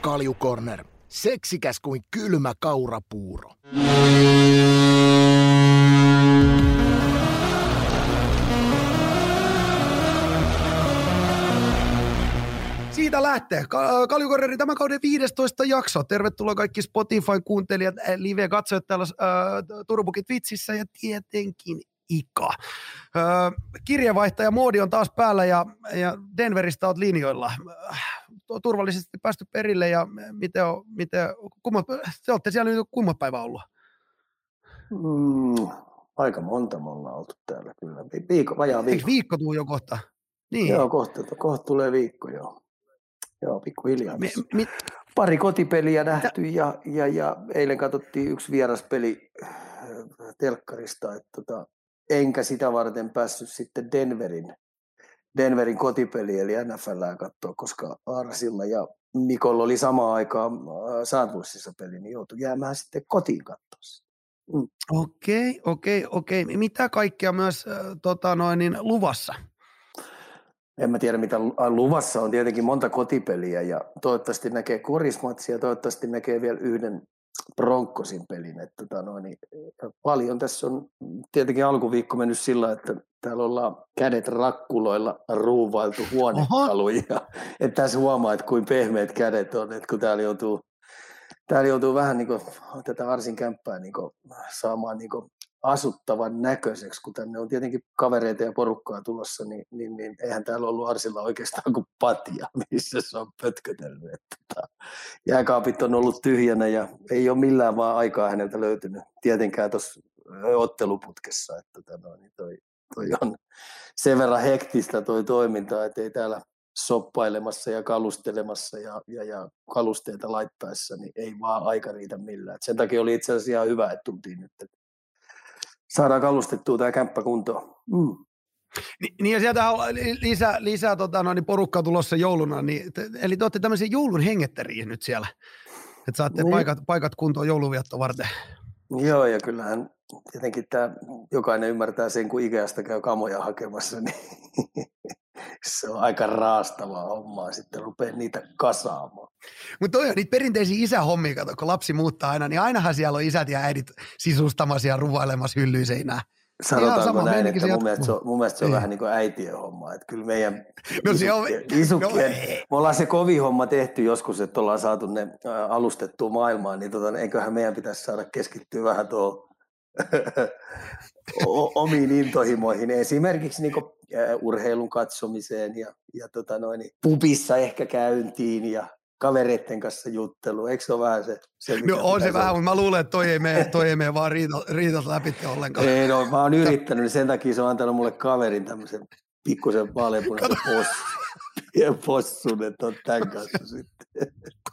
Kaljukorner. Seksikäs kuin kylmä kaurapuuro. Siitä lähtee. Kaljukornerin tämän kauden 15 jakso. Tervetuloa kaikki Spotify-kuuntelijat, live-katsojat täällä Turbukit Vitsissä ja tietenkin Ika. Kirjeenvaihtaja moodi on taas päällä ja Denveristä olet linjoilla. Turvallisesti päästy perille ja te olette siellä nyt kummat päivä ollut? Aika monta me ollaan oltu täällä kyllä. Vajaa viikko. Eikö viikko tuu jo kohta? Niin. Joo, kohta tulee viikko joo. Joo, pikkuhiljaa. Pari kotipeliä nähty ja eilen katsottiin yksi vieraspeli telkkarista, että enkä sitä varten päässyt sitten Denverin kotipeli eli NFLää katsoa, koska Arsilla ja Mikolla oli samaan aikaan St. Louisissa peli, niin joutui jäämään sitten kotiin katsoa. Okei. Mitä kaikkea myös luvassa? En mä tiedä, mitä luvassa on. Tietenkin monta kotipeliä ja toivottavasti näkee korismatsia ja toivottavasti näkee vielä yhden Broncosin pelin. Paljon tässä on tietenkin alkuviikko mennyt sillä, että täällä ollaan kädet rakkuloilla ruuvailtu huonekaluja. Että tässä huomaa, että kuin pehmeät kädet on, että kun täällä joutuu vähän niin kuin tätä Arsin kämppää niin kuin saamaan niin kuin asuttavan näköiseksi, kun tänne on tietenkin kavereita ja porukkaa tulossa, niin eihän täällä ollut Arsilla oikeastaan kuin patja, missä se on pötkötellyt. Jääkaapit on ollut tyhjänä ja ei ole millään vaan aikaa häneltä löytynyt tietenkään tuossa otteluputkessa, että toi on sen verran hektistä toi toiminta, että ei täällä soppailemassa ja kalustelemassa ja kalusteita laittaessa, niin ei vaan aika riitä millään. Et sen takia oli itse asiassa ihan hyvä, että tultiin nyt, että saadaan kalustettua tämä kämppä kuntoon. Niin ja sieltä on lisää porukkaa tulossa jouluna, eli te olette tämmöisiä joulun hengettäriä nyt siellä, että saatte paikat kuntoon jouluviettoa varten. Joo, ja kyllähän tietenkin jokainen ymmärtää sen, kun Ikeasta käy kamoja hakemassa, niin se on aika raastavaa hommaa, sitten rupeaa niitä kasaamaan. Mutta toi on niitä perinteisiä isähommia, kato, kun lapsi muuttaa aina, niin ainahan siellä on isät ja äidit sisustamassa ja ruvailemassa hyllyä seinää. Sanotaanko näin, että mun mielestä se on vähän niin kuin äitien homma, että kyllä meidän isukkien, me ollaan se kovin homma tehty joskus, että ollaan saatu ne alustettua maailmaan, niin eiköhän meidän pitäisi saada keskittyä vähän tuohon omiin intohimoihin, esimerkiksi niin urheilun katsomiseen ja pubissa ehkä käyntiin ja kavereiden kanssa juttelu, eikö se ole vähän se no on se vähän, mutta mä luulen, että toi ei mene vaan riitat läpi ollenkaan. Ei no, mä oon yrittänyt, niin sen takia se on antanut mulle kaverin tämmöisen pikkusen vaaleanpunaisen possun, että on tämän kanssa sitten.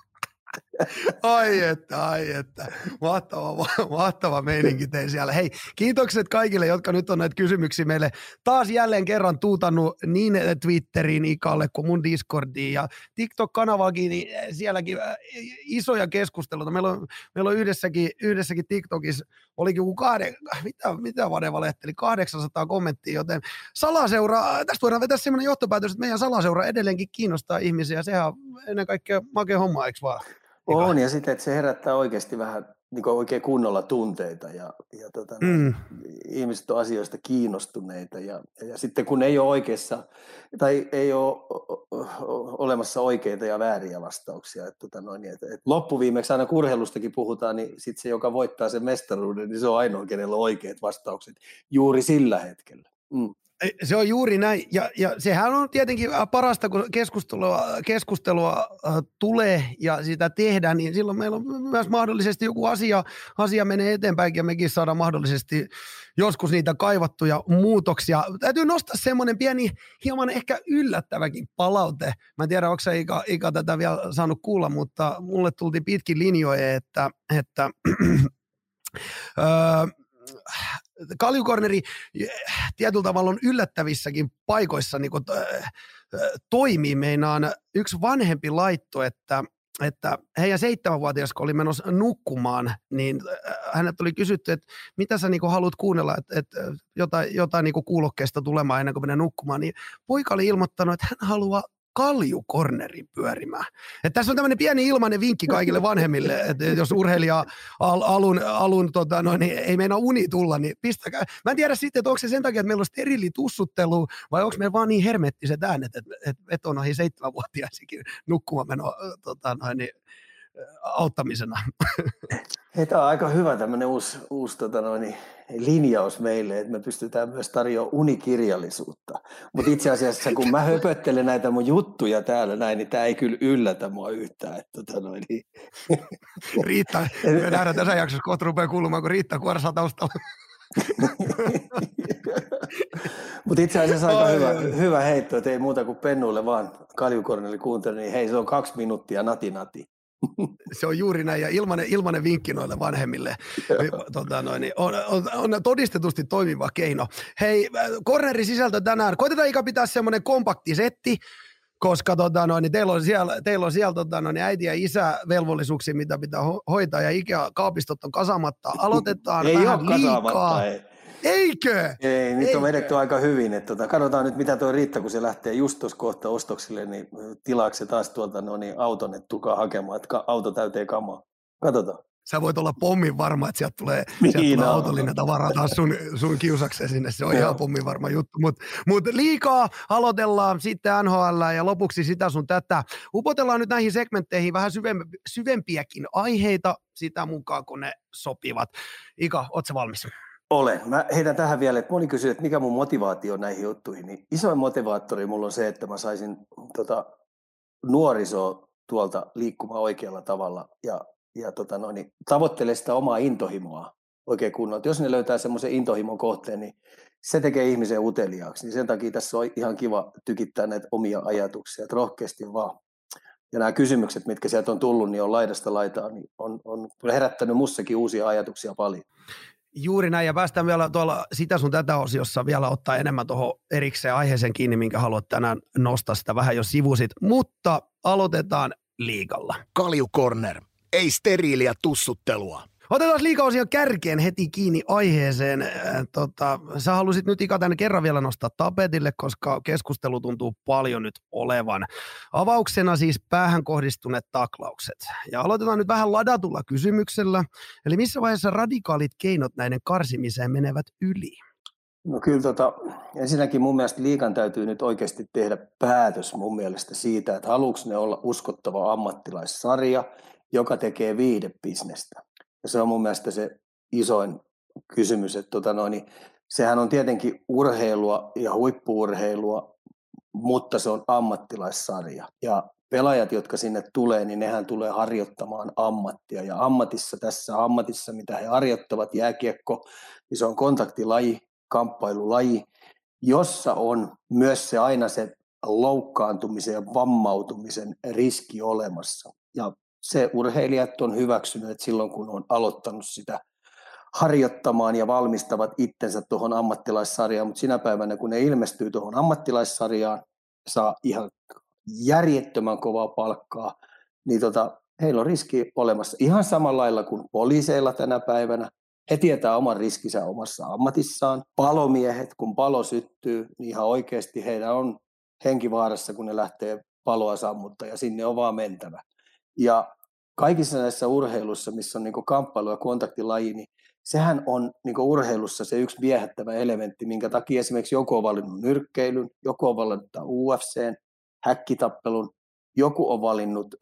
Ai että. Mahtava meininki tein siellä. Hei, kiitokset kaikille, jotka nyt on näitä kysymyksiä meille taas jälleen kerran tuutannut niin Twitteriin Ikalle kuin mun Discordiin ja TikTok-kanavakin, niin sielläkin isoja keskusteluita. Meillä on yhdessäkin TikTokissa olikin joku mitä Vade valehteli, 800 kommenttia, joten salaseura, tästä voidaan vetää semmoinen johtopäätös, että meidän salaseura edelleenkin kiinnostaa ihmisiä, sehän on ennen kaikkea makea homma, eikö vaan? On, ja sitten, että se herättää oikeasti vähän niin kuin oikein kunnolla tunteita, ja ihmiset on asioista kiinnostuneita, ja sitten kun ei ole oikeassa, tai ei ole olemassa oikeita ja vääriä vastauksia, että loppuviimeksi aina urheilustakin puhutaan, niin sitten se, joka voittaa sen mestaruuden, niin se on ainoa, kenellä on oikeat vastaukset juuri sillä hetkellä. Se on juuri näin, ja sehän on tietenkin parasta, kun keskustelua tulee ja sitä tehdään, niin silloin meillä on myös mahdollisesti joku asia menee eteenpäin, ja mekin saadaan mahdollisesti joskus niitä kaivattuja muutoksia. Täytyy nostaa semmoinen pieni, hieman ehkä yllättäväkin palaute. Mä en tiedä, onko sä Ika tätä vielä saanut kuulla, mutta mulle tultiin pitkin linjoja, että Kaljukorneri tietyllä tavalla on yllättävissäkin paikoissa niin kuin, toimii. Meinaan yksi vanhempi laitto, että heidän 7-vuotias, kun oli menossa nukkumaan, niin hänet oli kysytty, että mitä sä niin haluat kuunnella, että jotain niin kuulokkeesta tulemaan ennen kuin menee nukkumaan, niin poika oli ilmoittanut, että hän haluaa kaljukornerin pyörimään. Että tässä on tämmöinen pieni ilmainen vinkki kaikille vanhemmille, että jos urheilija ei meinaa uni tulla, niin pistäkää. Mä en tiedä sitten, että onko se sen takia, että meillä on sterilitussuttelua, vai onko meillä vaan niin hermettiset äänet, että on noihin 7-vuotiaisikin nukkumaan meno auttamisena. Hei, tämä on aika hyvä tämmöinen uusi linjaus meille, että me pystytään myös tarjoamaan unikirjallisuutta. Mutta itse asiassa, kun mä höpöttelen näitä mun juttuja täällä näin, niin tämä ei kyllä yllätä mua yhtään. Riitta, me nähdään tässä jaksossa, kohta rupeaa kuulumaan, kun Riitta kuorsaa taustalla. Mutta itse asiassa aika hyvä heitto, että ei muuta kuin pennuille vaan kaljukorneli kuuntele, niin hei, se on 2 minuuttia nati. Se on juuri näin, ja ilmainen vinkki noille vanhemmille on todistetusti toimiva keino. Hei, kornerin sisältö tänään, koitetaan Ika pitää semmoinen kompaktisetti, koska teillä on siellä äiti ja isä velvollisuuksia, mitä pitää hoitaa, ja Ikea-kaapistot on kasamatta. Aloitetaan ei vähän liikaa. Eikö? Ei, nyt on vedetty aika hyvin. Että katsotaan nyt, mitä tuo Riitta, kun se lähtee just tuossa kohta ostoksille, niin tilaako se taas auton, että tulkaa hakemaan, että auto täyteen kamaa. Katsotaan. Sä voit olla pommin varma, että sieltä tulee autollinen tavaraa taas sun kiusakseen sinne. Se on ihan pommin varma juttu. Mut liikaa aloitellaan sitten NHL ja lopuksi sitä sun tätä. Upotellaan nyt näihin segmentteihin vähän syvempiäkin aiheita sitä mukaan, kun ne sopivat. Ika, oot sä valmis? Olen. Mä heitän tähän vielä, että moni kysyy, että mikä mun motivaatio on näihin juttuihin. Niin isoin motivaattori mulla on se, että mä saisin nuorisoa tuolta liikkumaan oikealla tavalla ja tavoittelee sitä omaa intohimoa oikein kunnolla. Jos ne löytää semmoisen intohimon kohteen, niin se tekee ihmisen uteliaaksi. Niin sen takia tässä on ihan kiva tykittää näitä omia ajatuksia, että rohkeasti vaan. Ja nämä kysymykset, mitkä sieltä on tullut, niin on laidasta laitaan, niin on herättänyt mussakin uusia ajatuksia paljon. Juuri näin, ja päästään vielä tuolla sitä sun tätä osiossa vielä ottaa enemmän tuohon erikseen aiheeseen kiinni, minkä haluat tänään nostaa, sitä vähän jo sivusit, mutta aloitetaan liigalla. Kaljukorner, ei steriiliä tussuttelua. Otetaan liigaosion kärkeen heti kiinni aiheeseen. Sä halusit nyt Ika tänne kerran vielä nostaa tapetille, koska keskustelu tuntuu paljon nyt olevan. Avauksena siis päähän kohdistuneet taklaukset. Ja aloitetaan nyt vähän ladatulla kysymyksellä. Eli missä vaiheessa radikaalit keinot näiden karsimiseen menevät yli? No kyllä ensinnäkin mun mielestä liigan täytyy nyt oikeasti tehdä päätös mun mielestä siitä, että haluuko ne olla uskottava ammattilaissarja, joka tekee viihdebisnestä. Ja se on mun mielestä se isoin kysymys, että sehän on tietenkin urheilua ja huippu-urheilua, mutta se on ammattilaissarja. Ja pelaajat, jotka sinne tulee, niin nehän tulee harjoittamaan ammattia. Ja tässä ammatissa, mitä he harjoittavat, jääkiekko, niin se on kontaktilaji, kamppailulaji, jossa on myös se aina se loukkaantumisen ja vammautumisen riski olemassa. Ja se urheilijat on hyväksynyt, että silloin kun on aloittanut sitä harjoittamaan ja valmistavat itsensä tuohon ammattilaissarjaan, mutta sinä päivänä kun ne ilmestyy tuohon ammattilaissarjaan, saa ihan järjettömän kovaa palkkaa, niin heillä on riski olemassa ihan samalla lailla kuin poliiseilla tänä päivänä. He tietää oman riskinsä omassa ammatissaan. Palomiehet, kun palo syttyy, niin ihan oikeasti heillä on henkivaarassa, kun ne lähtee paloa sammuttaa ja sinne on vaan mentävä. Ja kaikissa näissä urheilussa, missä on niin kamppailu- ja kontaktilaji, niin sehän on niin urheilussa se yksi viehättävä elementti, minkä takia esimerkiksi joku on valinnut nyrkkeilyn, joku on valinnut UFC:n, häkkitappelun, joku on valinnut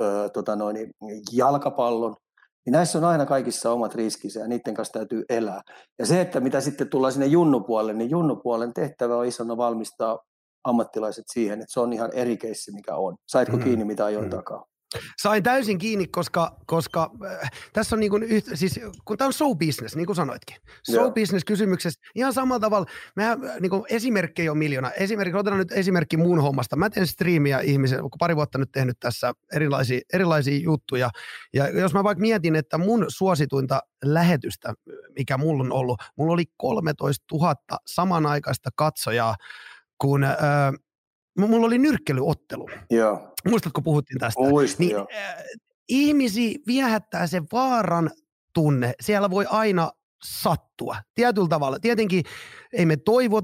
jalkapallon. Niin näissä on aina kaikissa omat riskinsä ja niiden kanssa täytyy elää. Ja se, että mitä sitten tullaan sinne junnupuolelle, niin junnupuolen tehtävä on isona valmistaa ammattilaiset siihen, että se on ihan eri keissi, mikä on. Saitko kiinni, mitä ajoin takaa? Sain täysin kiinni, koska tässä on siis kun tämä on show business, niin kuin sanoitkin. Show business kysymyksessä ihan samalla tavalla. Mehän esimerkkejä on miljoona. Otetaan nyt esimerkki mun hommasta. Mä teen striimiä ihmisen, kun pari vuotta nyt tehnyt tässä erilaisia juttuja. Ja jos mä vaikka mietin, että mun suosituinta lähetystä, mikä mulla on ollut, mulla oli 13 000 samanaikaista katsojaa, kun mulla oli nyrkkelyottelu. Joo. Muistatko, puhuttiin tästä? Muistin, niin, ihmisiä viehättää se vaaran tunne. Siellä voi aina sattua. Tietyllä tavalla. Tietenkin ei me toivota,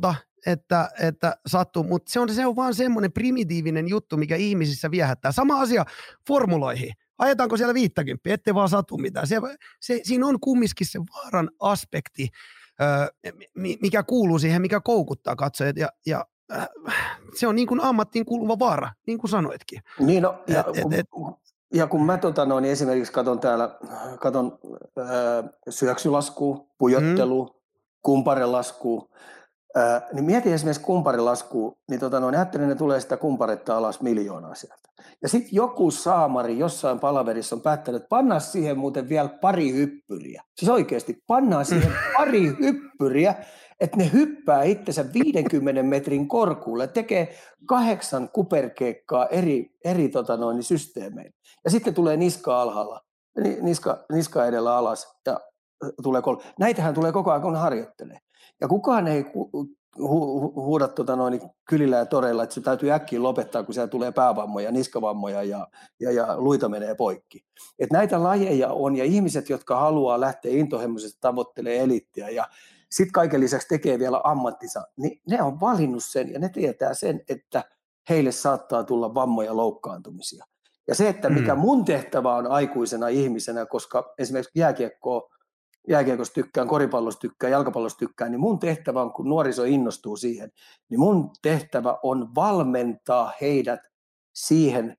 että sattuu, mutta se on vaan semmoinen primitiivinen juttu, mikä ihmisissä viehättää. Sama asia formuloihin. Ajetaanko siellä 50, ettei vaan satu mitään. Siinä on kumminkin se vaaran aspekti, mikä kuuluu siihen, mikä koukuttaa katsojat, ja se on niin kuin ammattiin kuuluva vaara, niin kuin sanoitkin. Niin no, ja kun mä niin esimerkiksi katon syöksylaskua, pujottelua, kumparelaskua, niin mietin esimerkiksi kumparilaskua, niin ajattelin, että tulee sitä kumparetta alas 1 miljoonaa sieltä. Ja sitten joku saamari jossain palaverissa on päättänyt, että pannaan siihen muuten vielä pari hyppyriä. Siis oikeasti pannaan siihen pari hyppyriä, että ne hyppää itsensä 50 metrin korkuulle, tekee 8 kuperkeikkaa eri systeemeillä. Ja sitten tulee niska alhaalla, niska edellä alas ja tulee näitähän tulee koko ajan, kun harjoittelee. Ja kukaan ei huuda kylillä ja toreilla, että se täytyy äkkiä lopettaa, kun siellä tulee päävammoja, niskavammoja ja luita menee poikki. Et näitä lajeja on, ja ihmiset, jotka haluaa lähteä intohimoisesti tavoittelemaan eliittiä ja sitten kaiken lisäksi tekee vielä ammattinsa, niin ne on valinnut sen ja ne tietää sen, että heille saattaa tulla vammoja, loukkaantumisia. Ja se, että mikä mun tehtävä on aikuisena ihmisenä, koska esimerkiksi jääkiekossa tykkään, koripallossa tykkään, jalkapallossa tykkään, niin mun tehtävä on, kun nuoriso innostuu siihen, niin mun tehtävä on valmentaa heidät siihen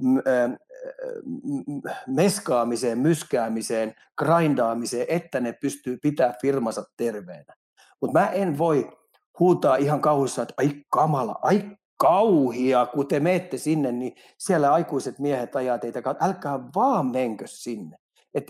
meskaamiseen, myskäämiseen, grindaamiseen, että ne pystyy pitämään firmansa terveenä. Mutta mä en voi huutaa ihan kauhuissaan, että ai kamala, ai kauhia, kun te menette sinne, niin siellä aikuiset miehet ajaa teitä, älkää vaan menkö sinne.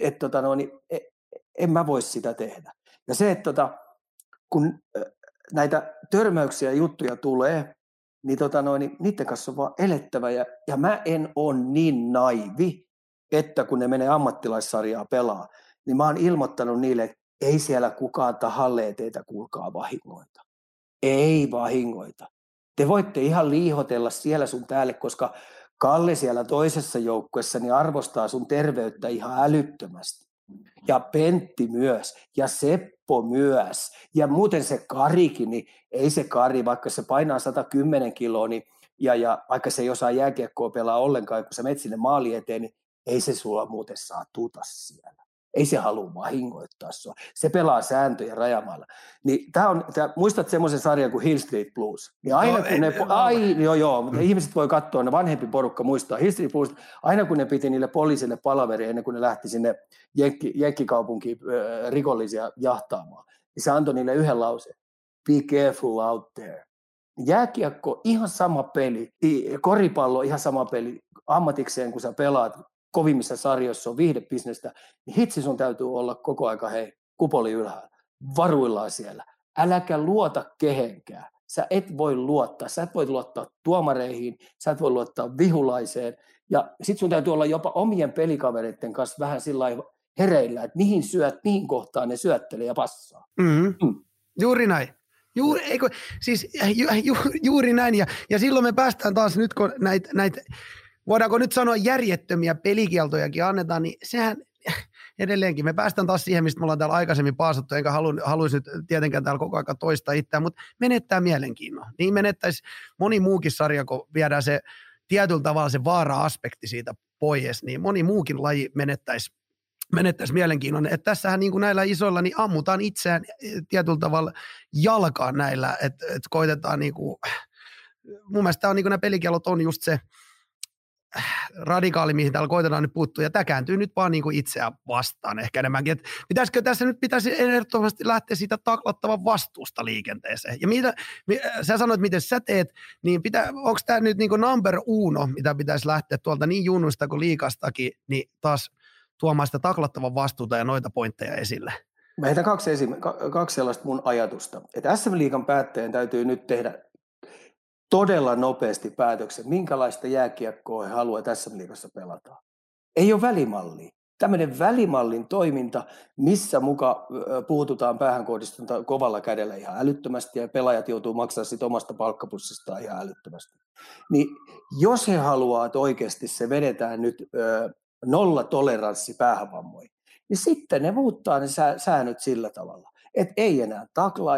En mä voi sitä tehdä. Ja se, että kun näitä törmäyksiä ja juttuja tulee, niin, niiden kanssa on vaan elettävä. Ja mä en ole niin naivi, että kun ne menee ammattilaissarjaa pelaa, niin mä oon ilmoittanut niille, että ei siellä kukaan tahalleen teitä kuulkaa vahingoita. Ei vahingoita. Te voitte ihan liihotella siellä sun täällä, koska Kalle siellä toisessa joukkueessa niin arvostaa sun terveyttä ihan älyttömästi. Ja Pentti myös, ja Seppo myös, ja muuten se Karikin, niin ei se Kari, vaikka se painaa 110 kiloa, niin, ja vaikka se ei osaa jääkiekkoa pelaa ollenkaan, kun sä menet sinne maali eteen, niin ei se sulla muuten saa tuta siellä. Ei se halua vahingoittaa sua. Se pelaa sääntöjä rajamaalla. Niin muistat semmoisen sarjan kuin Hill Street Blues? Niin aina kun mutta ihmiset voi katsoa, ne vanhempi porukka muistaa Hill Street Blues, aina kun ne piti niille poliisille palaveria ennen kuin ne lähti sinne jenkkikaupunkiin rikollisia jahtaamaan, niin se antoi niille yhden lauseen. Be careful out there. Jääkiekko ihan sama peli, koripallo ihan sama peli, ammatikseen kun sä pelaat, kovimmissa sarjoissa on viihdebisnestä, niin hitsi sun täytyy olla koko aika kupoli ylhäällä, varuillaan siellä. Äläkä luota kehenkään. Sä et voi luottaa tuomareihin, sä et voi luottaa vihulaiseen, ja sit sun täytyy olla jopa omien pelikavereiden kanssa vähän sillä hereillä, että mihin kohtaan ne syöttelee ja passaa. Juuri näin. Juuri näin, ja silloin me päästään taas nyt, kun näitä voidaanko nyt sanoa järjettömiä pelikieltojakin annetaan, niin sehän edelleenkin, me päästään taas siihen, mistä me ollaan täällä aikaisemmin paasattu, enkä haluaisi nyt tietenkään täällä koko ajan toistaa itseään, mutta menettää mielenkiinnon. Niin menettäisi moni muukin sarja, kun viedään se tietyllä tavalla se vaara-aspekti siitä pois, niin moni muukin laji menettäisi mielenkiinnon. Että tässähän niin kuin näillä isoilla niin ammutaan itseään tietyllä tavalla jalkaan näillä, että koitetaan niin kuin, mun mielestä tämä on niin kuin nämä pelikielot on just se radikaali, mihin täällä koitetaan nyt puuttua, ja tämä kääntyy nyt vaan niin kuin itseään vastaan ehkä enemmänkin. Että pitäisi ehdottomasti lähteä siitä taklattavan vastuusta liikenteeseen. Ja sä sanoit, miten sä teet, niin onko tämä nyt niin kuin number uno, mitä pitäisi lähteä tuolta niin junnuista kuin liikastakin, niin taas tuomaan sitä taklattavan vastuuta ja noita pointteja esille? Mä heitän kaksi sellaista mun ajatusta. Että SM-liigan päättäjän täytyy nyt tehdä todella nopeasti päätöksen, minkälaista jääkiekkoa he haluaa tässä liigassa pelata. Ei ole välimallia. Tämmöinen välimallin toiminta, missä muka puututaan päähän kohdistunta kovalla kädellä ihan älyttömästi ja pelaajat joutuu maksamaan sit omasta palkkapussistaan ihan älyttömästi. Niin jos he haluaa, että oikeasti se vedetään nyt nolla toleranssi päähänvammoihin, niin sitten ne muuttaa ne säännöt sillä tavalla, että ei enää taklaita,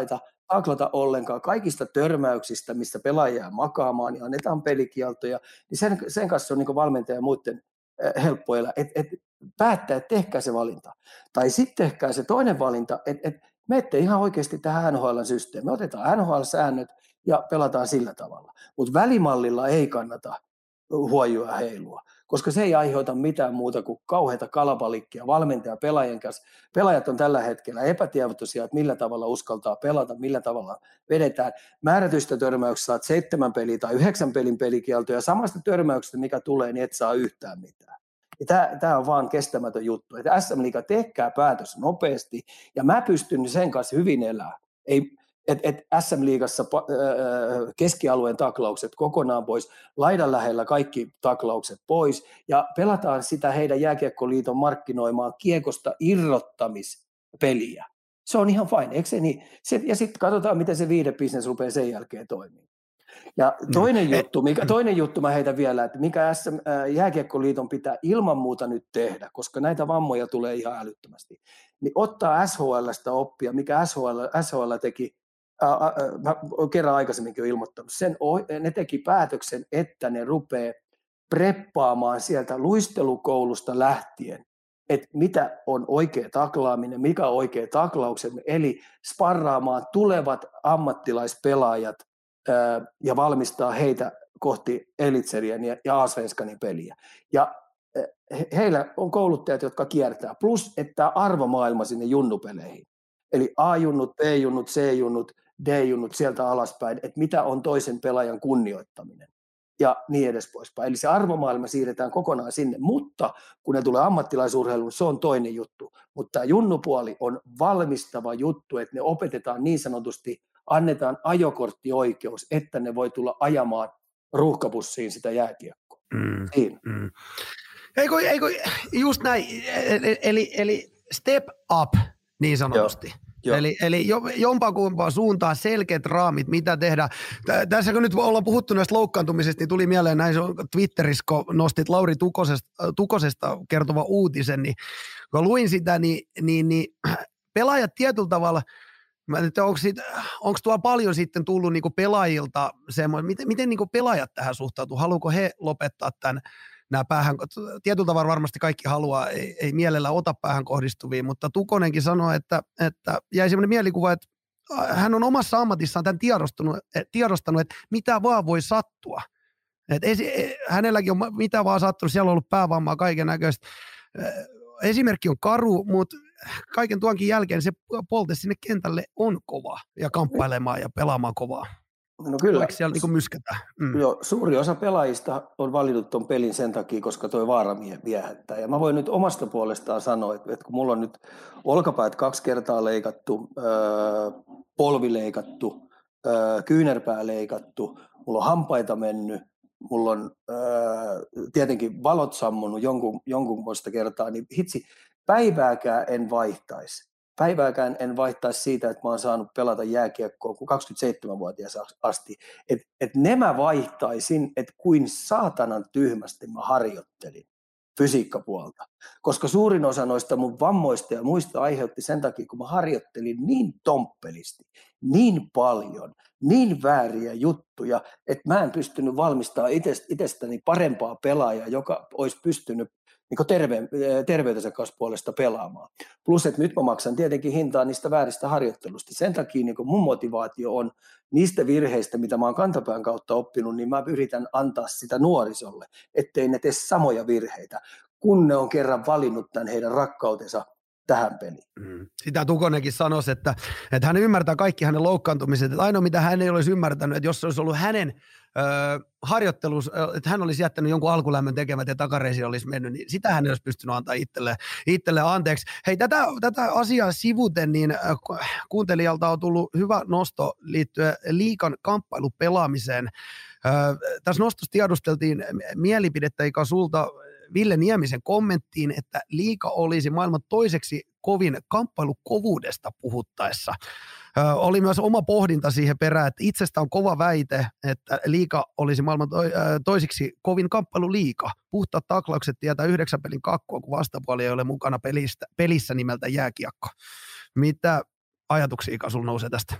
taklata ollenkaan. Kaikista törmäyksistä, missä pelaaja jää makaamaan, niin annetaan pelikieltoja. Niin sen kanssa on niin valmentaja ja muiden helppo elää. Päättää, että tehkää se valinta. Tai sitten tehkää se toinen valinta, että menette ihan oikeasti tähän NHL-systeemiin. Me otetaan NHL-säännöt ja pelataan sillä tavalla. Mutta välimallilla ei kannata huojua ja heilua, koska se ei aiheuta mitään muuta kuin kauheata kalapalikkia valmentaja pelaajien kanssa. Pelaajat on tällä hetkellä epätietoisia, että millä tavalla uskaltaa pelata, millä tavalla vedetään. Määrätyistä törmäyksistä saat 7 peliä tai 9 pelin pelikieltoja, ja samasta törmäyksestä, mikä tulee, niin et saa yhtään mitään. Tämä on vaan kestämätön juttu. Että SM-liiga tehkää päätös nopeasti, ja mä pystyn sen kanssa hyvin elämään. Että SM-liigassa keskialueen taklaukset kokonaan pois, laidan lähellä kaikki taklaukset pois, ja pelataan sitä heidän jääkiekkoliiton markkinoimaan kiekosta irrottamispeliä. Se on ihan fine, eikö se niin? Ja sitten katsotaan, miten se viidebisnes rupeaa sen jälkeen toimimaan. Ja toinen juttu mä heitän vielä, että mikä jääkiekkoliiton pitää ilman muuta nyt tehdä, koska näitä vammoja tulee ihan älyttömästi, niin ottaa SHL:stä oppia, mikä SHL teki, mä kerran aikaisemminkin jo ilmoittanut, ne teki päätöksen, että ne rupeaa preppaamaan sieltä luistelukoulusta lähtien, että mitä on oikea taklaaminen, mikä on oikea taklaukset, eli sparraamaan tulevat ammattilaispelaajat ja valmistaa heitä kohti Elitserien ja Allsvenskanin peliä. Ja heillä on kouluttajat, jotka kiertää, plus että arvomaailma sinne junnupeleihin. Eli A-junnut, B-junnut, C-junnut, D-junnut sieltä alaspäin, että mitä on toisen pelaajan kunnioittaminen ja niin edes poispäin. Eli se arvomaailma siirretään kokonaan sinne, mutta kun ne tulee ammattilaisurheiluun, se on toinen juttu. Mutta tämä junnupuoli on valmistava juttu, että ne opetetaan niin sanotusti, annetaan ajokorttioikeus, että ne voi tulla ajamaan ruuhkabussiin sitä jääkiekkoa. Eikö, just näin, eli step up niin sanotusti. Joo. Eli jompaa kumpaa suuntaan selkeät raamit, mitä tehdään. Tässä kun nyt ollaan puhuttu näistä loukkaantumisesta, niin tuli mieleen näin Twitterissä, kun nostit Lauri Tukosesta kertova uutisen, niin kun luin sitä, niin pelaajat tietyllä tavalla, onko tuolla paljon sitten tullut niinku pelaajilta semmoinen, miten niinku pelaajat tähän suhtautuu? Haluuko he lopettaa nämä päähän, tietyllä tavalla varmasti kaikki haluaa, ei mielellä ota päähän kohdistuvia, mutta Tukonenkin sanoi, että jäi semmoinen mielikuva, että hän on omassa ammatissaan tämän tiedostanut, että mitä vaan voi sattua. Hänelläkin on mitä vaan sattunut, siellä on ollut päävammaa, kaiken näköistä. Esimerkki on karu, mutta kaiken tuonkin jälkeen se polte sinne kentälle on kova ja kamppailemaan ja pelaamaan kovaa. No kyllä. Siellä niin myskätään. Joo, suuri osa pelaajista on valinnut ton pelin sen takia, koska toi vaara viehättää. Ja mä voin nyt omasta puolestaan sanoa, että kun mulla on nyt olkapäät 2 kertaa leikattu, polvi leikattu, kyynärpää leikattu, mulla on hampaita mennyt, mulla on tietenkin valot sammunut jonkunmoista kertaa, niin hitsi, päivääkään en vaihtaisi. Päivääkään en vaihtaisi siitä, että mä oon saanut pelata jääkiekkoa 27-vuotias asti. Et ne mä vaihtaisin, että kuin saatanan tyhmästi mä harjoittelin fysiikkapuolta. Koska suurin osa noista mun vammoista ja muista aiheutti sen takia, kun mä harjoittelin niin tomppelisti, niin paljon, niin vääriä juttuja, että mä en pystynyt valmistamaan itsestäni parempaa pelaajaa, joka olisi pystynyt niin terveytensä kanssa puolesta pelaamaan. Plus, että nyt mä maksan tietenkin hintaa niistä vääristä harjoittelusta. Sen takia niin mun motivaatio on niistä virheistä, mitä mä oon kantapään kautta oppinut, niin mä yritän antaa sitä nuorisolle, ettei ne tee samoja virheitä, kun ne on kerran valinnut tämän heidän rakkautensa tähän peliin. Sitä Tukonenkin sanoisi, että hän ymmärtää kaikki hänen loukkaantumiset. Että ainoa, mitä hän ei olisi ymmärtänyt, että jos se olisi ollut hänen harjoittelus, että hän olisi jättänyt jonkun alkulämmön tekemät ja takareisi olisi mennyt, niin sitä hän ei olisi pystynyt antaa itselle anteeksi. Hei, tätä asiaa sivuten, niin kuuntelijalta on tullut hyvä nosto liittyen liigan kamppailupelaamiseen. Tässä nostossa tiedusteltiin mielipidettä eikä sulta Ville Niemisen kommenttiin, että liiga olisi maailman toiseksi kovin kamppailukovuudesta puhuttaessa. Oli myös oma pohdinta siihen perään, että itsestä on kova väite, että liiga olisi maailman toiseksi kovin kamppailuliiga. Puhtaat taklaukset tietää 9 pelin kakkua, kun vastapuoli ei ole mukana pelissä nimeltä jääkiekko. Mitä ajatuksia sinulla nousee tästä?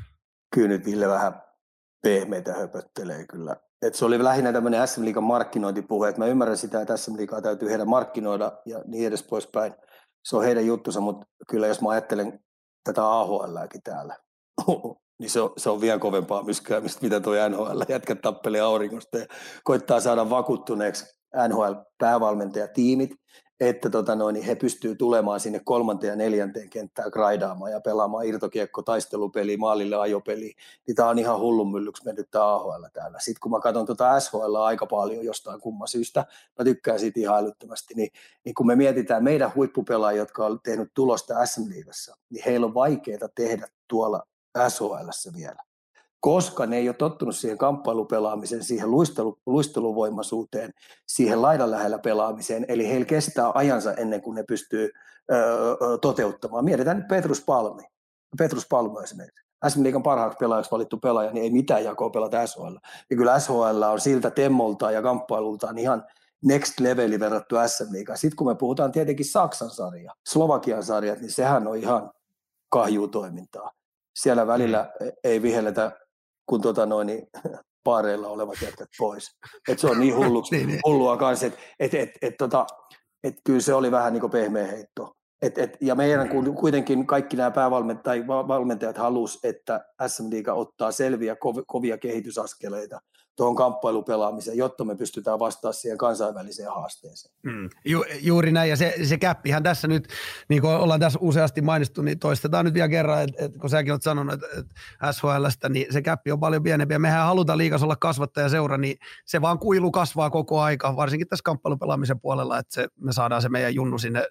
kyllä nyt Ville vähän pehmeitä höpöttelee kyllä. Et se oli lähinnä tämmöinen SM-liigan markkinointipuhe, että mä ymmärrän sitä, että SM-liigaa täytyy heidän markkinoida ja niin edes poispäin. Se on heidän juttunsa, mutta kyllä jos mä ajattelen tätä AHL:ääkin täällä, niin se on vielä kovempaa myskäämistä, mitä tuo NHL. Jätkät tappelee auringosta ja koittaa saada vakuuttuneeksi NHL-päävalmentajatiimit, että niin he pystyvät tulemaan sinne 3. ja 4. kenttään graidaamaan ja pelaamaan irtokiekko, taistelupeliä, maalille ajopeliä. Niin tämä on ihan hullun myllyksi mennyt tämä AHL täällä. Sitten kun mä katson SHL aika paljon jostain kumman syystä, mä tykkään siitä ihan älyttömästi, niin kun me mietitään meidän huippupelaajia, jotka on tehnyt tulosta SM-liigassa, niin heillä on vaikeaa tehdä tuolla SHL:ssä vielä, koska ne ei ole tottunut siihen kamppailupelaamiseen, siihen luisteluvoimaisuuteen, siihen laidan lähellä pelaamiseen, eli heillä kestää ajansa ennen kuin ne pystyy toteuttamaan. Mietitään nyt Petrus Palmu esimerkiksi. SM-liigan parhaaksi pelaajaksi valittu pelaaja, niin ei mitään jakoa pelata SHL. Ja kyllä SHL on siltä temmoltaan ja kamppailultaan ihan next leveli verrattu SM-liigaan. Sitten kun me puhutaan tietenkin Saksan sarja, Slovakian sarjat, niin sehän on ihan kahjuutoimintaa. Siellä välillä ei vihelletä, kun paareilla olevat jätkät pois. Et se on niin hullua kanssa, että kyllä se oli vähän niin kuin pehmeä heitto. Ja meidän kuitenkin kaikki nämä valmentajat halusivat, että SM-liiga ottaa selviä kovia kehitysaskeleita tuohon kamppailupelaamiseen, jotta me pystytään vastaamaan siihen kansainväliseen haasteeseen. Juuri näin, ja se käppihän tässä nyt, niin kuin ollaan tässä useasti mainittu, niin toistetaan nyt vielä kerran, että kun säkin olet sanonut, että SHL:stä, niin se käppi on paljon pienempi, ja mehän halutaan liigassa olla kasvattajaseura, niin se vaan kuilu kasvaa koko aika, varsinkin tässä kamppailupelaamisen puolella, että me saadaan se meidän junnu sinne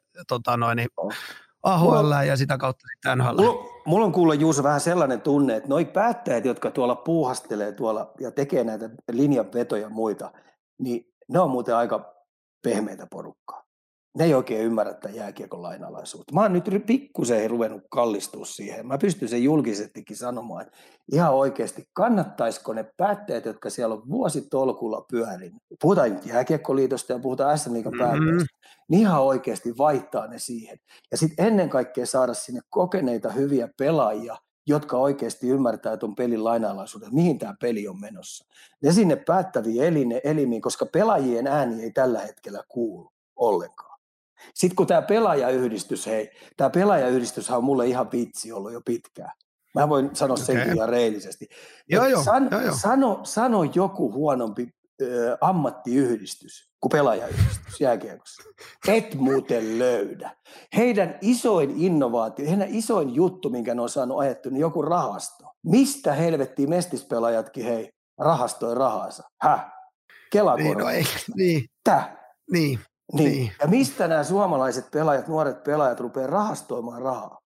AHL ja sitä kautta sitten NHL. Mulla on kuulla, Juuso, vähän sellainen tunne, että noi päättäjät, jotka tuolla puuhastelee tuolla ja tekee näitä linjanvetoja ja muita, niin ne on muuten aika pehmeitä porukkaa. Ne ei oikein ymmärrä tämän jääkiekon lainalaisuutta. Mä oon nyt pikkusen ruvennut kallistua siihen. Mä pystyn sen julkisestikin sanomaan, että ihan oikeasti kannattaisiko ne päättäjät, jotka siellä on vuositolkulla pyörin. Puhutaan nyt jääkiekkoliitosta ja puhutaan SM-liigan päättäjistä. Niin ihan oikeasti vaihtaa ne siihen. Ja sitten ennen kaikkea saada sinne kokeneita hyviä pelaajia, jotka oikeasti ymmärtää tuon pelin lainalaisuuden, mihin tämä peli on menossa. Ne sinne päättäviin elimiin, koska pelaajien ääni ei tällä hetkellä kuulu ollenkaan. Sitten kun tämä pelaajayhdistyshän on mulle ihan vitsi ollut jo pitkään. Mä voin sanoa senkin ihan reilisesti. Sano joku huonompi ammattiyhdistys kuin pelaajayhdistys jääkiekossa. Et muuten löydä. Heidän isoin innovaatio, heidän isoin juttu, minkä ne on saanut ajettu, niin joku rahasto. Mistä helvettiin mestispelaajatkin rahastoi rahansa? Kelakorva. Niin. Niin. Ja mistä nämä suomalaiset pelaajat, nuoret pelaajat rupeaa rahastoimaan rahaa?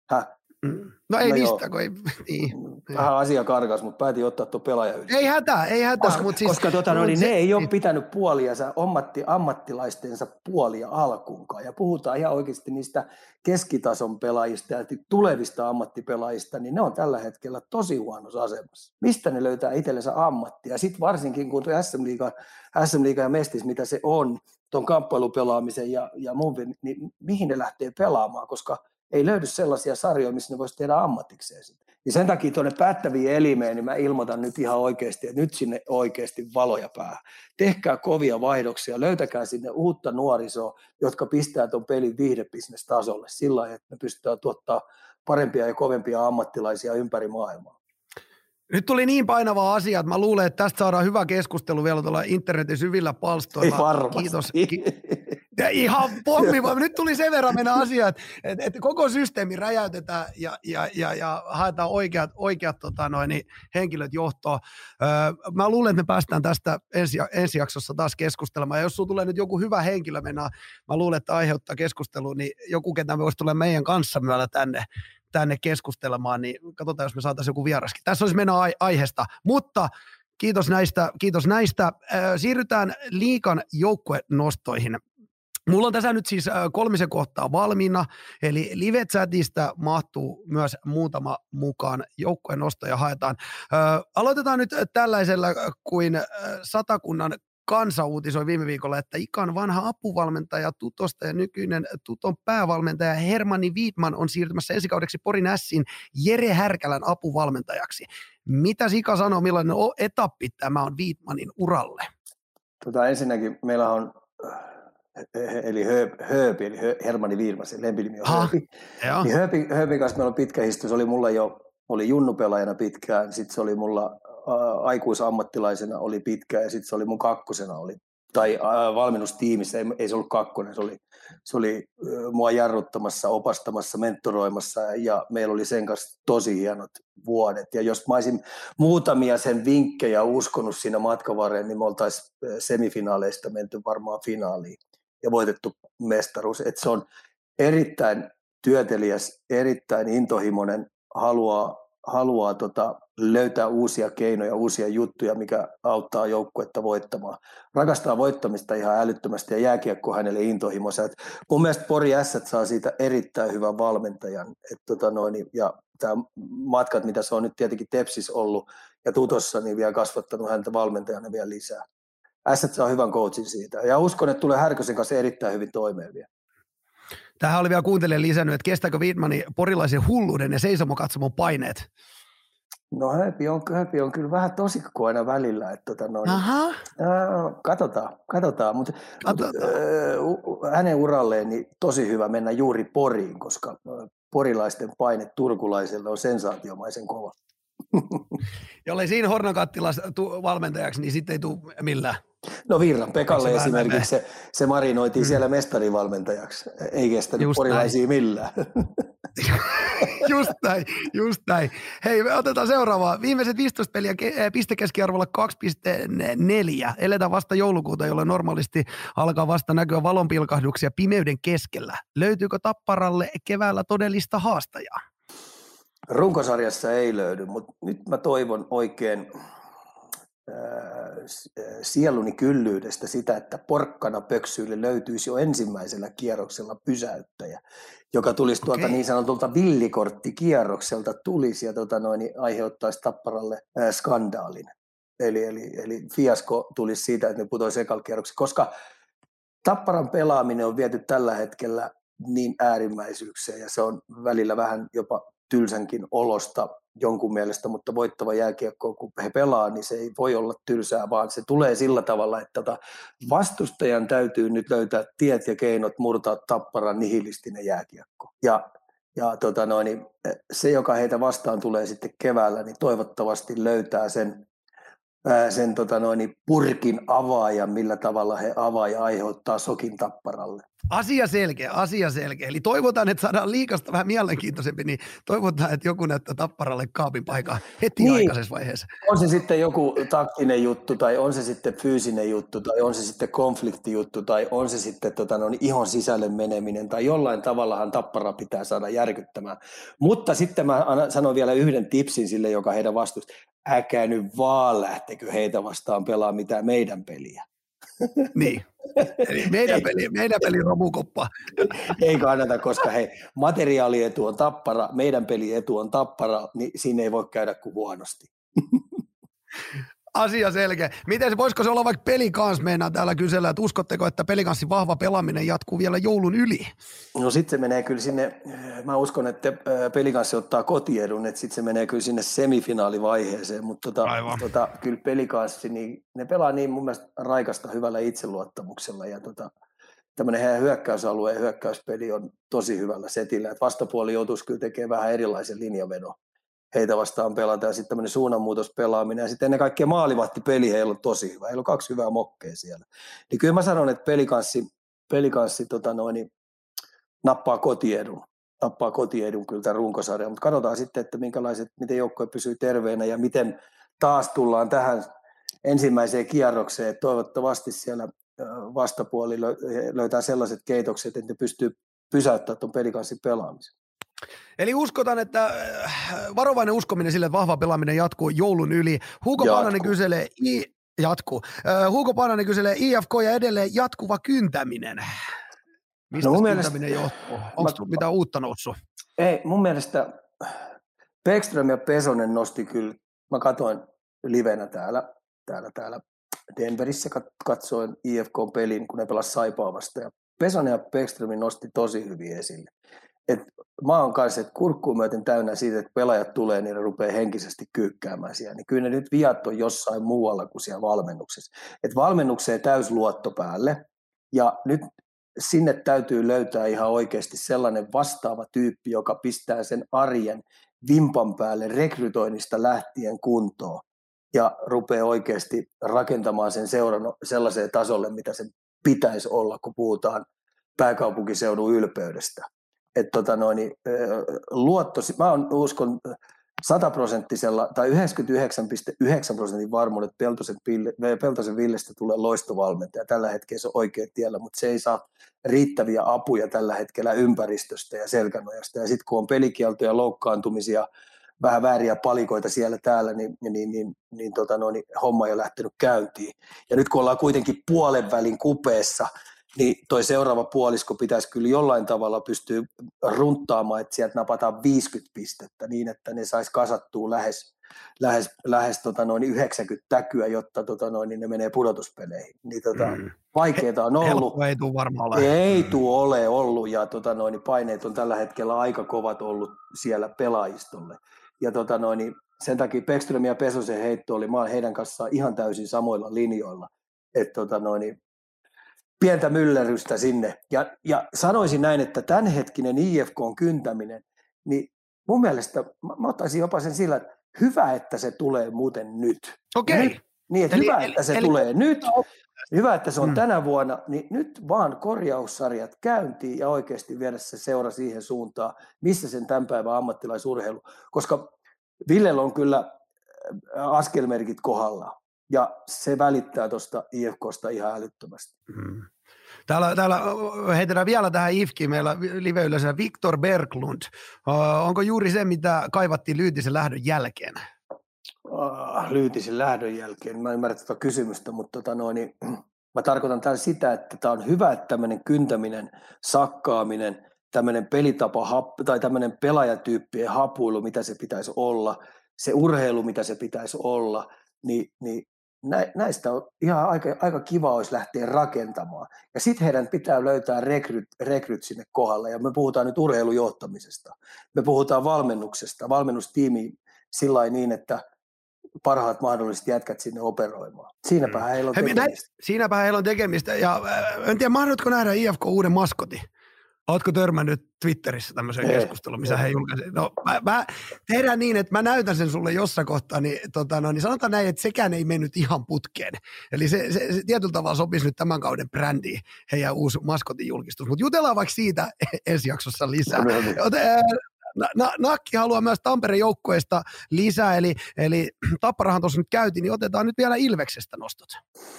No ei mistä, kun ei. Niin. Vähän asia karkas, mutta päätin ottaa tuon pelaajayhdistys. Ei hätää. Koska ne ei ole pitänyt puoliansa, ammattilaistensa puolia alkuunkaan. Ja puhutaan ihan oikeasti niistä keskitason pelaajista ja tulevista ammattipelaajista, niin ne on tällä hetkellä tosi huonossa asemassa. Mistä ne löytää itsellensä ammattia? Ja sitten varsinkin, kun tuo SM-liiga ja Mestis, mitä se on, tuon kamppailupelaamisen ja muun, niin mihin ne lähtee pelaamaan, koska ei löydy sellaisia sarjoja, missä ne voisi tehdä ammatikseen. Niin sen takia tuonne päättäviin elimeen, niin mä ilmoitan nyt ihan oikeasti, että nyt sinne oikeasti valoja päähän. Tehkää kovia vaihdoksia, löytäkää sinne uutta nuorisoa, jotka pistää tuon pelin viihdebisnestasolle sillä lailla, että me pystytään tuottaa parempia ja kovempia ammattilaisia ympäri maailmaa. Nyt tuli niin painavaa asiaa, että mä luulen, että tästä saadaan hyvä keskustelu vielä tuolla internetin syvillä palstoilla. Ei varmasti. Kiitos. Ja ihan pommi, nyt tuli sen verran mennä asiat, että koko systeemi räjäytetään ja haetaan oikeat henkilöt johtoon. Mä luulen, että me päästään tästä ensi jaksossa taas keskustelemaan. Ja jos sulla tulee nyt joku hyvä henkilö mennä, mä luulen, että aiheuttaa keskustelua, niin joku, ketä me voisi tulla meidän kanssa myöllä tänne keskustelemaan, niin katsotaan, jos me saataisiin joku vieraskin. Tässä olisi mennä aiheesta, mutta kiitos näistä. Siirrytään liigan joukkuenostoihin. Mulla on tässä nyt siis 3 kohtaa valmiina, eli live-chatista mahtuu myös muutama mukaan, joukkueen nostoja haetaan. Aloitetaan nyt tällaisella kuin Satakunnan Kansa uutisoi viime viikolla, että Ikan vanha apuvalmentaja Tutosta ja nykyinen Tuton päävalmentaja Hermanni Viitman on siirtymässä ensikaudeksi Porin Ässiin Jere Härkälän apuvalmentajaksi. Mitä Ika sanoo, millainen etappi tämä on Viitmanin uralle? Ensinnäkin meillä on eli Hööpi, eli Hermanni Viitman, se lempinimi on Hööpi. Niin Hööpin kanssa meillä on pitkä historia. Se oli mulla oli junnupelaajana pitkään, sitten se oli mulla aikuisammattilaisena oli pitkään ja sitten se oli mun kakkosena tai valmennustiimissä, ei se ollut kakkonen, se oli mua jarruttamassa, opastamassa, mentoroimassa ja meillä oli sen kanssa tosi hienot vuodet. Ja jos mä olisin muutamia sen vinkkejä uskonut siinä matkan varrella, niin me oltaisiin semifinaaleista menty varmaan finaaliin ja voitettu mestaruus. Et se on erittäin työteliäs, erittäin intohimoinen, haluaa löytää uusia keinoja, uusia juttuja, mikä auttaa joukkuetta voittamaan. Rakastaa voittamista ihan älyttömästi ja jääkiekko hänelle intohimoisa. Mun mielestä Pori Ässät saa siitä erittäin hyvän valmentajan. Ja tämä matkat, mitä se on nyt tietenkin Tepsis ollut ja Tutossa, niin vielä kasvattanut häntä valmentajana vielä lisää. Ässät saa hyvän coachin siitä. Ja uskon, että tulee Härkösen kanssa erittäin hyvin toimeen vielä. Tähän oli vielä kuuntelijan lisännyt, että kestääkö Viitmanin porilaisen hulluuden ja seisomokatsomon paineet? No Hööpi on kyllä vähän tosikko aina välillä. Että katsotaan. Mutta hänen uralleen niin tosi hyvä mennä juuri Poriin, koska porilaisten paine turkulaiselle on sensaatiomaisen kova. Jollei siinä Hornakattilassa valmentajaksi, niin sitten ei tule millään. No Virran Pekalle esimerkiksi se marinoitiin siellä mestarivalmentajaksi. Ei kestänyt porilaisia millään. Just näin. Hei, me otetaan seuraavaa. Viimeiset 15 peliä pistekeskiarvolla 2,4. Eletään vasta joulukuuta, jolloin normaalisti alkaa vasta näkyä valonpilkahduksia pimeyden keskellä. Löytyykö Tapparalle keväällä todellista haastajaa? Runkosarjassa ei löydy, mutta nyt mä toivon oikein sieluni kyllyydestä sitä, että porkkana pöksyille löytyisi jo ensimmäisellä kierroksella pysäyttäjä, joka tulisi niin sanotulta villikorttikierrokselta tulisi ja aiheuttaisi Tapparalle skandaalin. Eli fiasko tulisi siitä, että ne putoisi ekalla kierroksella, koska Tapparan pelaaminen on viety tällä hetkellä niin äärimmäisyyksiä ja se on välillä vähän jopa tylsänkin olosta jonkun mielestä, mutta voittava jääkiekko, kun he pelaa, niin se ei voi olla tylsää, vaan se tulee sillä tavalla, että vastustajan täytyy nyt löytää tiet ja keinot murtaa Tapparan nihilistinen jääkiekko. Ja se, joka heitä vastaan tulee sitten keväällä, niin toivottavasti löytää sen purkin avaajan, millä tavalla he avaa ja aiheuttaa sokin Tapparalle. Asia selkeä. Eli toivotaan, että saadaan liigasta vähän mielenkiintoisempi, niin toivotaan, että joku näyttää Tapparalle kaapin paikan heti aikaisessa vaiheessa. On se sitten joku taktinen juttu, tai on se sitten fyysinen juttu, tai on se sitten konfliktijuttu, tai on se sitten ihon sisälle meneminen, tai jollain tavallahan Tappara pitää saada järkyttämään. Mutta sitten mä sanon vielä yhden tipsin sille, joka heidän vastuusta. Äkää nyt vaan lähtekö heitä vastaan pelaa mitään meidän peliä. Niin. Eli meidän peli romukoppa. Ei kannata, koska materiaalietu on Tappara, meidän pelietu on Tappara, niin siinä ei voi käydä kuin huonosti. Asia selkeä. Voisiko se olla vaikka Pelikanssi, meinaa täällä kysellä, että uskotteko, että Pelikanssin vahva pelaaminen jatkuu vielä joulun yli? No sitten se menee kyllä sinne, mä uskon, että Pelikanssi ottaa kotiedun, että sitten se menee kyllä sinne semifinaalivaiheeseen, mutta kyllä Pelikanssi, niin ne pelaa niin mun mielestä raikasta hyvällä itseluottamuksella ja tämmöinen heidän hyökkäysalue ja hyökkäyspeli on tosi hyvällä setillä, että vastapuoli joutuisi kyllä tekemään vähän erilaisen linjavedon. Heitä vastaan pelataan ja sitten tämmöinen suunnanmuutospelaaminen ja sitten ennen kaikkea maalivahtipeli heillä on tosi hyvä. Heillä on 2 hyvää mokkeja siellä. Niin kyllä mä sanon, että Pelikanssi nappaa kotiedun kyllä tämän runkosarjan, mutta katsotaan sitten, että miten joukkue pysyy terveenä ja miten taas tullaan tähän ensimmäiseen kierrokseen. Toivottavasti siellä vastapuoli löytää sellaiset keitokset, että ne pystyy pysäyttämään tuon Pelikanssin pelaamisen. Eli uskotaan, että varovainen uskominen sille, että vahva pelaaminen jatkuu joulun yli. Hugo Paananen kyselee IFK ja edelleen jatkuva kyntäminen. Mistä kyntäminen johtuu? Onko mitään uutta noussut? Ei, mun mielestä Bäckström ja Pesonen nosti kyllä, mä katsoin livenä täällä Denverissä katsoin IFK-pelin, kun ne pelasivat Saipaa vastaan. Ja Pesonen ja Bäckström nosti tosi hyvin esille. Et mä oon kanssa, että kurkkuun myöten täynnä siitä, että pelaajat tulee, niin ne rupeaa henkisesti kyykkäämään siellä. Niin kyllä ne nyt viat on jossain muualla kuin siellä valmennuksessa. Et valmennukseen täys luotto päälle. Ja nyt sinne täytyy löytää ihan oikeasti sellainen vastaava tyyppi, joka pistää sen arjen vimpan päälle rekrytoinnista lähtien kuntoon. Ja rupeaa oikeasti rakentamaan sen seuran sellaiseen tasolle, mitä sen pitäisi olla, kun puhutaan pääkaupunkiseudun ylpeydestä. Että luotto, mä uskon 100% tai 99,9% varmuudella, että Peltosen Villestä tulee loistovalmentaja. Tällä hetkellä se on oikein tiellä, mutta se ei saa riittäviä apuja tällä hetkellä ympäristöstä ja selkänojasta. Ja sitten kun on pelikieltoja, loukkaantumisia, vähän vääriä palikoita siellä täällä, niin homma ei ole lähtenyt käyntiin. Ja nyt kun ollaan kuitenkin puolen välin kupeessa, niin toi seuraava puolisko pitäisi kyllä jollain tavalla pystyä runttaamaan, että sieltä napataan 50 pistettä niin, että ne saisi kasattua lähes 90 täkyä, jotta ne menee pudotuspeleihin. Niin, vaikeaa on ollut. Helppo ei tule varmaan ole. Ei tule ollut ja paineet on tällä hetkellä aika kovat ollut siellä pelaajistolle. Ja sen takia Bäckström ja Pesosen heitto oli, mä olen heidän kanssaan ihan täysin samoilla linjoilla. Että pientä myllerrystä sinne. Ja sanoisin näin, että tämänhetkinen IFK:n kyntäminen, niin mun mielestä mä ottaisin jopa sen sillä, että hyvä, että se tulee muuten nyt. Okei. Niin, että hyvä, että se tulee nyt. Hyvä, että se on tänä vuonna, niin nyt vaan korjaussarjat käyntiin ja oikeasti viedä se seura siihen suuntaan, missä sen tämän päivän ammattilaisurheilu. Koska Villellä on kyllä askelmerkit kohdallaan. Ja se välittää tuosta IFK:sta ihan älyttömästi. Täällä heitetään vielä tähän IFK:iin meillä live-yleisöllä Viktor Berglund. Onko juuri se, mitä kaivattiin Lyytisen lähdön jälkeen? Lyytisen lähdön jälkeen. Mä ymmärrän tätä kysymystä, mutta mä tarkoitan täällä sitä, että tämä on hyvä, että tämmöinen kyntäminen, sakkaaminen, tämmöinen pelitapa tai tämmöinen pelaajatyyppien hapuilu, mitä se pitäisi olla, se urheilu, mitä se pitäisi olla, niin näistä on ihan aika kiva olisi lähteä rakentamaan. Ja sitten heidän pitää löytää rekryt sinne kohdalle. Ja me puhutaan nyt urheilujohtamisesta. Me puhutaan valmennuksesta, valmennustiimi sillä niin, että parhaat mahdolliset jätkät sinne operoimaan. Siinäpä heillä on tekemistä. Siinäpä heillä on tekemistä. Ja en tiedä, mahdotko nähdä IFK uuden maskotin? Ootko törmännyt Twitterissä tämmöiseen keskusteluun, missä he julkaisivat? No, mä tehdään niin, että mä näytän sen sulle jossain kohtaa, niin sanotaan näin, että sekään ei mennyt ihan putkeen. Eli se tietyllä tavalla sopisi nyt tämän kauden brändiin, heidän uusi maskotin julkistus. Mutta jutellaan vaikka siitä ensi jaksossa lisää. Nakki haluaa myös Tampereen joukkueesta lisää, eli Tapparahan tuossa nyt käytiin, niin otetaan nyt vielä Ilveksestä nostot.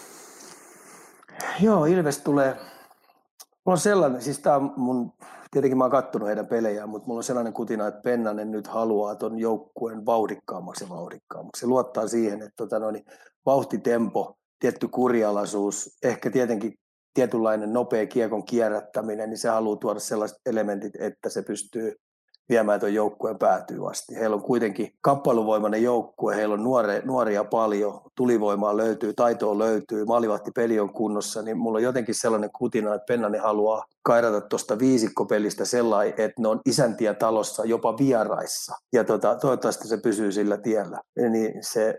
Joo, Ilves tulee. Mulla on sellainen, siis tää on tietenkin mä oon kattonut heidän pelejään, mutta mulla on sellainen kutina, että Pennanen nyt haluaa ton joukkueen vauhdikkaammaksi. Se luottaa siihen, että vauhtitempo, tietty kurialaisuus, ehkä tietenkin tietynlainen nopea kiekon kierrättäminen, niin se haluaa tuoda sellaiset elementit, että se pystyy viemään tuon joukkueen päätyy asti. Heillä on kuitenkin kamppailuvoimainen joukkue, heillä on nuoria paljon, tulivoimaa löytyy, taitoa löytyy, maalivahtipeli on kunnossa, niin mulla on jotenkin sellainen kutina, että Pennanen haluaa kairata tuosta viisikkopelistä sellainen, että ne on isäntiä talossa, jopa vieraissa. Ja toivottavasti se pysyy sillä tiellä. Niin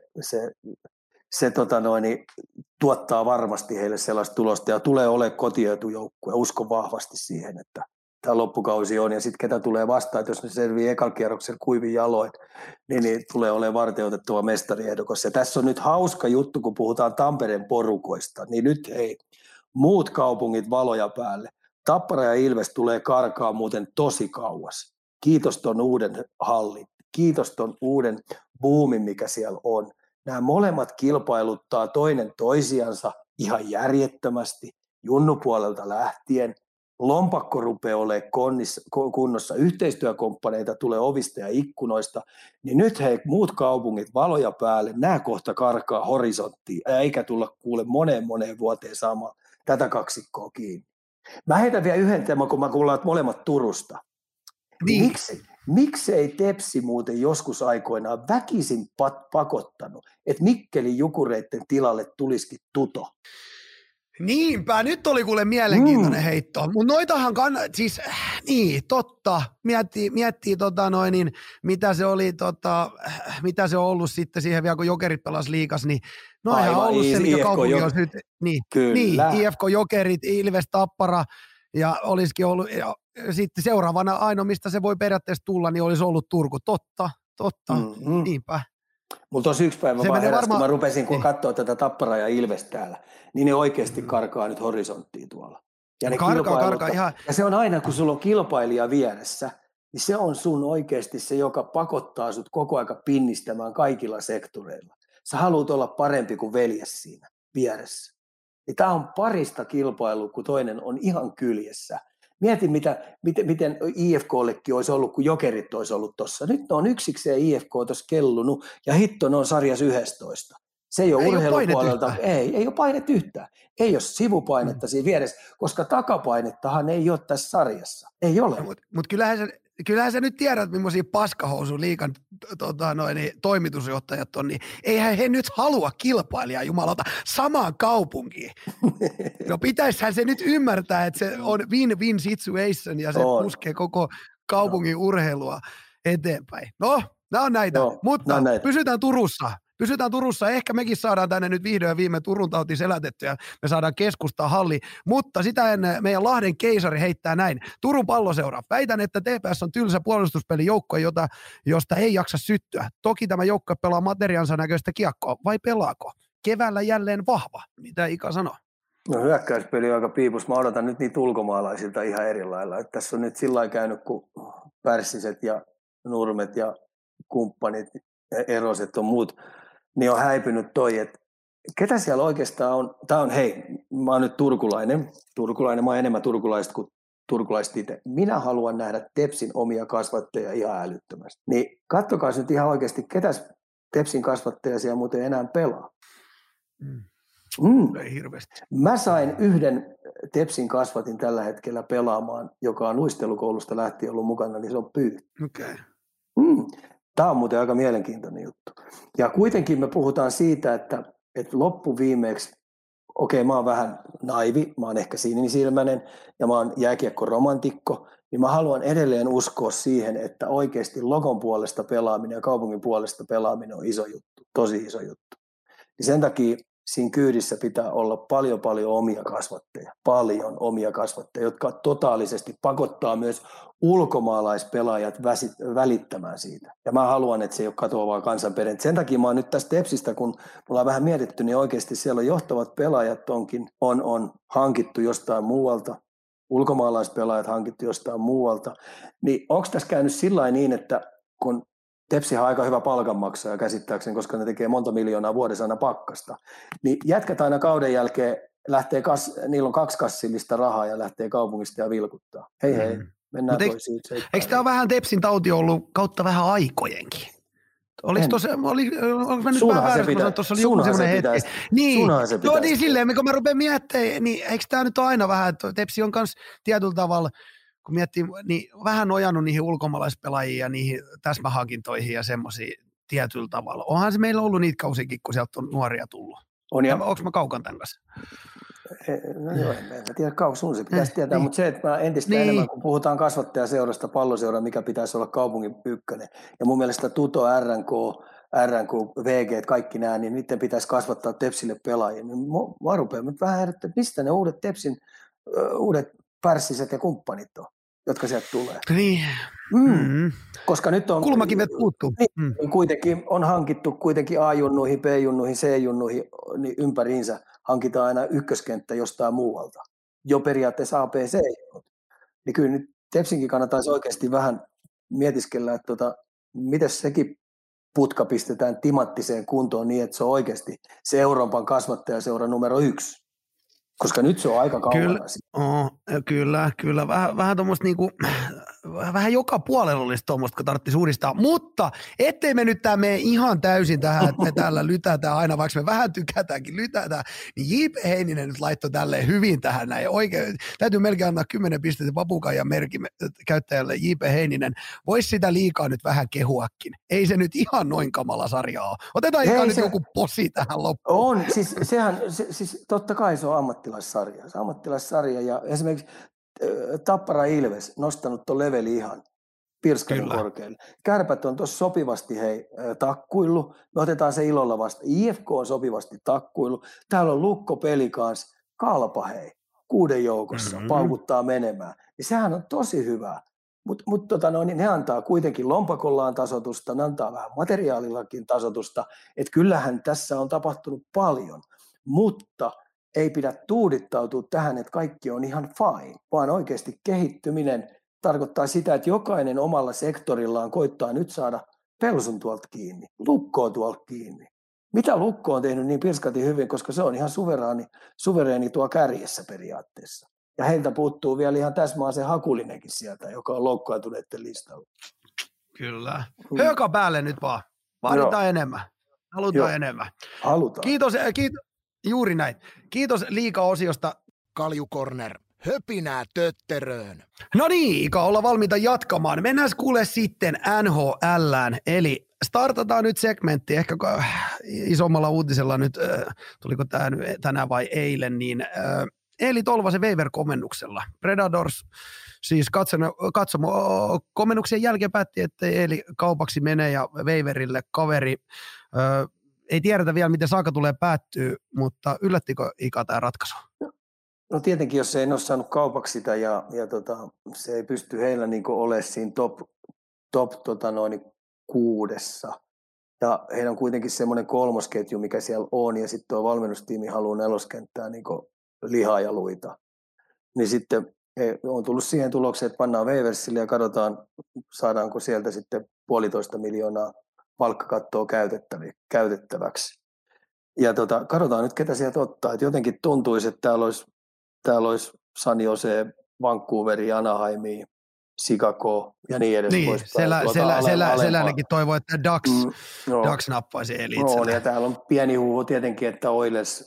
se tuottaa varmasti heille sellaista tulosta ja tulee olemaan kotietujoukkue. Uskon vahvasti siihen, että tämä loppukausi on, ja sitten ketä tulee vastaan, että jos ne selvii ekalla kierroksella kuivin jaloin, niin tulee olemaan varteutettava mestariehdokas. Ja tässä on nyt hauska juttu, kun puhutaan Tampereen porukoista, niin nyt hei, muut kaupungit valoja päälle. Tappara ja Ilves tulee karkaa muuten tosi kauas. Kiitos ton uuden hallin, kiitos ton uuden boomin, mikä siellä on. Nämä molemmat kilpailuttaa toinen toisiansa ihan järjettömästi, junnupuolelta lähtien. Lompakko rupeaa olemaan kunnossa, yhteistyökomppaneita tulee ovista ja ikkunoista, niin nyt hei muut kaupungit valoja päälle, nämä kohta karkaa horisonttiin, eikä tulla kuule moneen vuoteen saamaan tätä kaksikkoa kiinni. Mä heitän vielä yhden teeman, kun mä kuullaan molemmat Turusta. Niin. Miksei Tepsi muuten joskus aikoinaan väkisin pakottanut, että Mikkelin Jukureiden tilalle tulisikin Tuto? Niinpä, nyt oli kuule mielenkiintoinen heitto. Mutta noitahan siis niin, totta. Miettii niin, mitä se on ollut sitten siihen vielä, kun Jokerit pelas liigas, niin noihan on ollut se, mikä kaupunki on nyt. Niin, IFK Jokerit, Ilves Tappara, ja olisikin ollut, ja sitten seuraavana ainoa, mistä se voi periaatteessa tulla, niin olisi ollut Turku. Totta, niinpä. Mulla tosi yksi päivä vaan heräsi, kun mä rupesin katsoa tätä Tapparaa ja Ilves täällä, niin ne oikeasti karkaa nyt horisonttiin tuolla. Ja ne karkaa ihan. Ja se on aina, kun sulla on kilpailija vieressä, niin se on sun oikeasti se, joka pakottaa sut koko aika pinnistämään kaikilla sektoreilla. Sä haluat olla parempi kuin veljes siinä vieressä. Ja tää on parista kilpailua, kun toinen on ihan kyljessä. Mieti, miten IFKllekin olisi ollut, kun Jokerit olisi ollut tuossa. Nyt ne on yksikseen IFK tuossa kellunut, ja hitto ne on sarjas 11. Se ei ole urheilupuolelta. Ei ole painet yhtään. Ei ole sivupainetta siinä vieressä, koska takapainettahan ei ole tässä sarjassa. Ei ole. Mutta kyllähän sä nyt tiedät, millaisia paskahousun liigan toimitusjohtajat on, niin eihän he nyt halua kilpailijaa jumalauta samaan kaupunkiin. No pitäisihän se nyt ymmärtää, että se on win-win situation ja se puskee koko kaupungin urheilua eteenpäin. No, nämä on näitä, mutta pysytään Turussa. Pysytään Turussa, ehkä mekin saadaan tänne nyt vihdoin ja viime Turun tauti selätetty ja me saadaan keskustaa halli, mutta sitä ennen meidän Lahden keisari heittää näin. Turun Palloseura. Väitän, että TPS on tylsä puolustuspeli joukkue, josta ei jaksa syttyä. Toki tämä joukkue pelaa materiaansa näköistä kiekkoa, vai pelaako? Keväällä jälleen vahva. Mitä Ika sanoo? No hyökkäyspeli on aika piipus. Mä odotan nyt niitä ulkomaalaisilta ihan eri lailla. Että tässä on nyt sillä lailla käynyt, kun Pärssiset ja Nurmet ja kumppanit, Eroset on muut, niin on häipynyt toi, että ketä siellä oikeastaan on, mä oon nyt turkulainen, mä oon enemmän turkulaista kuin turkulaiset itse. Minä haluan nähdä Tepsin omia kasvattajia ihan älyttömästi. Niin katsokaa nyt ihan oikeasti, ketäs Tepsin kasvattajia siellä muuten enää pelaa. Ei hirveästi. Mä sain yhden Tepsin kasvatin tällä hetkellä pelaamaan, joka on luistelukoulusta lähtien ollut mukana, niin se on Pyy. Okay. Tämä on muuten aika mielenkiintoinen juttu. Ja kuitenkin me puhutaan siitä, että loppuviimeeksi, mä oon vähän naivi, mä oon ehkä sinisilmäinen ja mä oon jääkiekkoromantikko, niin mä haluan edelleen uskoa siihen, että oikeasti Lokon puolesta pelaaminen ja kaupungin puolesta pelaaminen on iso juttu, tosi iso juttu. Ja sen takia siinä kyydissä pitää olla paljon omia kasvattajia, jotka totaalisesti pakottaa myös ulkomaalaispelaajat välittämään siitä. Ja mä haluan, että se ei ole katoavaa kansanperintä. Sen takia mä oon nyt tästä Tepsistä, kun mulla on vähän mietitty, niin oikeasti siellä on johtavat pelaajat on hankittu jostain muualta, ulkomaalaispelaajat hankittu jostain muualta. Niin onko tässä käynyt sillain niin, että kun Tepsihan on aika hyvä palkanmaksaja käsittääkseni, koska ne tekee monta miljoonaa vuodessa aina pakkasta. Niin jätkät aina kauden jälkeen niillä on 2 kassillista rahaa ja lähtee kaupungista ja vilkuttaa. Hei, mennään toisiin. Eikö tämä vähän Tepsin tauti ollut kautta vähän aikojenkin? Oliko mä nyt vähän väärässä, tuossa oli joku semmoinen hetki. Niin silleen, kun mä rupean miettimään, niin eikö tämä nyt ole aina vähän, että Tepsi on myös tietyllä tavalla, kun miettii, niin vähän nojannut niihin ulkomaalaispelaajiin ja niihin täsmähankintoihin ja semmoisiin tietyllä tavalla. Onhan se meillä ollut niitä kausikin, kun sieltä on nuoria tullut. Onko mä kaukan tämän kanssa? No joo, en tiedä sun se pitäisi tietää, mutta se, että mä entistä enemmän, kun puhutaan kasvattajaseurasta, palloseura, mikä pitäisi olla kaupungin ykkönen. Ja mun mielestä Tuto, RNK, VG, kaikki nämä, niin niiden pitäisi kasvattaa Tepsille pelaajia. Mä rupean nyt vähän että mistä ne uudet Tepsin, uudet Pärssiset ja kumppanit on, jotka sieltä tulee. Niin. Koska nyt on kulmakivet puuttuu. Niin kuitenkin on hankittu kuitenkin A-junnuihin, B-junnuihin, C-junnuihin, niin ympäriinsä hankitaan aina ykköskenttä jostain muualta. Jo periaatteessa A, B, C. Niin kyllä nyt Tepsinkin kannattaisi oikeasti vähän mietiskellä, että miten sekin putka pistetään timanttiseen kuntoon niin, että se on oikeasti se Euroopan kasvattajaseura numero 1. Koska nyt se on aika kaukana. Kyllä. Vähän tuommoista niinku vähän joka puolella olisi tuommoista, kun tarvitsisi uudistaa, mutta ettei me nyt mene ihan täysin tähän, että me täällä lytätään aina, vaikka me vähän tykätäänkin lytätään, niin J.P. Heininen nyt laittoi tälleen hyvin tähän näin. Oikein, täytyy melkein antaa 10 pistettä Papukaijan merkin käyttäjälle J.P. Heininen. Voisi sitä liikaa nyt vähän kehuakin. Ei se nyt ihan noin kamala sarja ole. Otetaan ihan nyt joku posi tähän loppuun. On, siis totta kai se on ammattilaissarja. Se on ammattilaissarja ja esimerkiksi Tappara Ilves nostanut tuon leveli ihan pirskanin korkealle. Kärpät on tuossa sopivasti takkuillut. Me otetaan se ilolla vasta. IFK on sopivasti takkuillut. Täällä on Lukko peli kanssa. Kalpa 6 joukossa. Paukuttaa menemään. Ja sehän on tosi hyvä. Mutta ne antaa kuitenkin lompakollaan tasoitusta, ne antaa vähän materiaalillakin tasoitusta. Että kyllähän tässä on tapahtunut paljon. Mutta ei pidä tuudittautua tähän, että kaikki on ihan fine, vaan oikeasti kehittyminen tarkoittaa sitä, että jokainen omalla sektorillaan koittaa nyt saada Pelsun tuolta kiinni, Lukkoa tuolta kiinni. Mitä Lukko on tehnyt niin pirskati hyvin, koska se on ihan suvereeni tuo kärjessä periaatteessa. Ja heiltä puuttuu vielä ihan täsmään se Hakulinenkin sieltä, joka on loukkaantuneiden listalla. Kyllä. Höka päälle nyt vaan. Vaaditaan enemmän. Halutaan enemmän. Halutaan. Kiitos. Juuri näin. Kiitos liiga-osiosta. Kaljukorner. Höpinää tötteröön. No niin, Ika, olla valmiita jatkamaan. Mennään kuule sitten NHL:ään, eli startataan nyt segmentti, ehkä isommalla uutisella nyt, tuliko tämä tänään vai eilen, niin Eeli Tolvasen waiver-komennuksella. Predators siis katsomo komennuksen jälkeen päätti, että Eeli kaupaksi menee ja waiverille kaveri. Ei tiedetä vielä, miten saaka tulee päättyä, mutta yllättikö Ika tämä ratkaisu? No tietenkin, jos se ei ole saanut kaupaksi sitä ja se ei pysty heillä niin olemaan siinä top 6. Ja heillä on kuitenkin semmoinen kolmosketju, mikä siellä on, ja sitten tuo valmennustiimi haluaa neloskenttää niin lihaa ja luita. Niin sitten he on tullut siihen tulokseen, että pannaan waiversille ja katsotaan, saadaanko sieltä sitten 1,5 miljoonaa palkkakattoa käytettäväksi. Ja katsotaan nyt, ketä sieltä ottaa. Et jotenkin tuntuisi, että täällä olisi San Jose, Vancouveri, Anaheimi, Chicago ja niin edes. Niin, Selännekin toivoo, että Ducks nappaisi Eeli itselle. Ja täällä on pieni huuhu tietenkin, että Oilers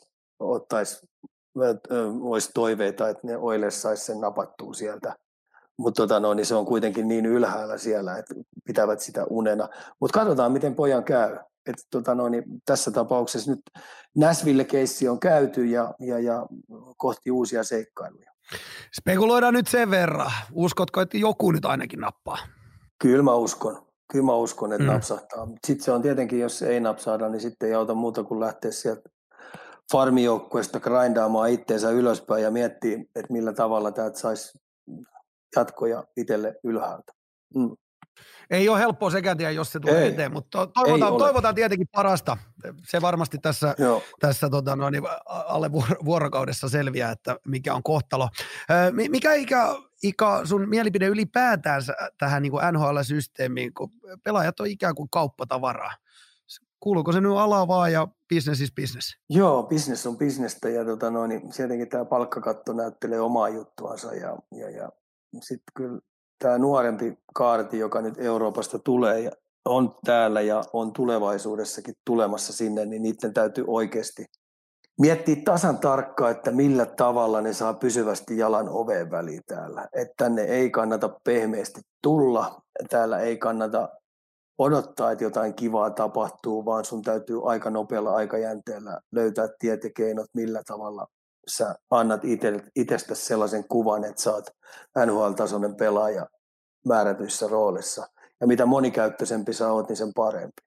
olisi toiveita, että ne Oilers saisi sen napattua sieltä. Mutta niin se on kuitenkin niin ylhäällä siellä, että pitävät sitä unena. Mutta katsotaan, miten pojan käy. Niin tässä tapauksessa nyt Nashville-keissi on käyty ja kohti uusia seikkailuja. Spekuloidaan nyt sen verran. Uskotko, että joku nyt ainakin nappaa? Kyllä mä uskon, että napsahtaa. Sitten se on tietenkin, jos se ei napsahda, niin sitten ei auta muuta kuin lähteä sieltä farmijoukkueesta grindaamaan itteensä ylöspäin ja miettiä, että millä tavalla täältä saisi jatkoja itselle ylhäältä. Ei ole helppoa sekään tiedä, jos se tulee eteen, mutta toivotaan tietenkin parasta. Se varmasti tässä alle vuorokaudessa selviää, että mikä on kohtalo. Mikä Ika sun mielipide ylipäätään tähän niin kuin NHL-systeemiin, kun pelaajat on ikään kuin kauppatavaraa? Kuuluuko se nyt alaa vaan ja business is business? Joo, business on businessta ja tietenkin tämä palkkakatto näyttelee omaa juttuansa ja sitten kyllä tämä nuorempi kaarti, joka nyt Euroopasta tulee ja on täällä ja on tulevaisuudessakin tulemassa sinne, niin niiden täytyy oikeasti miettiä tasan tarkkaan, että millä tavalla ne saa pysyvästi jalan oveen väliin täällä. Että tänne ei kannata pehmeästi tulla, täällä ei kannata odottaa, että jotain kivaa tapahtuu, vaan sun täytyy aika nopealla aikajänteellä löytää tiet ja keinot, millä tavalla sä annat itsestäsi sellaisen kuvan, että sä oot NHL-tasoinen pelaaja määrätyissä roolissa. Ja mitä monikäyttöisempi sä oot, niin sen parempi.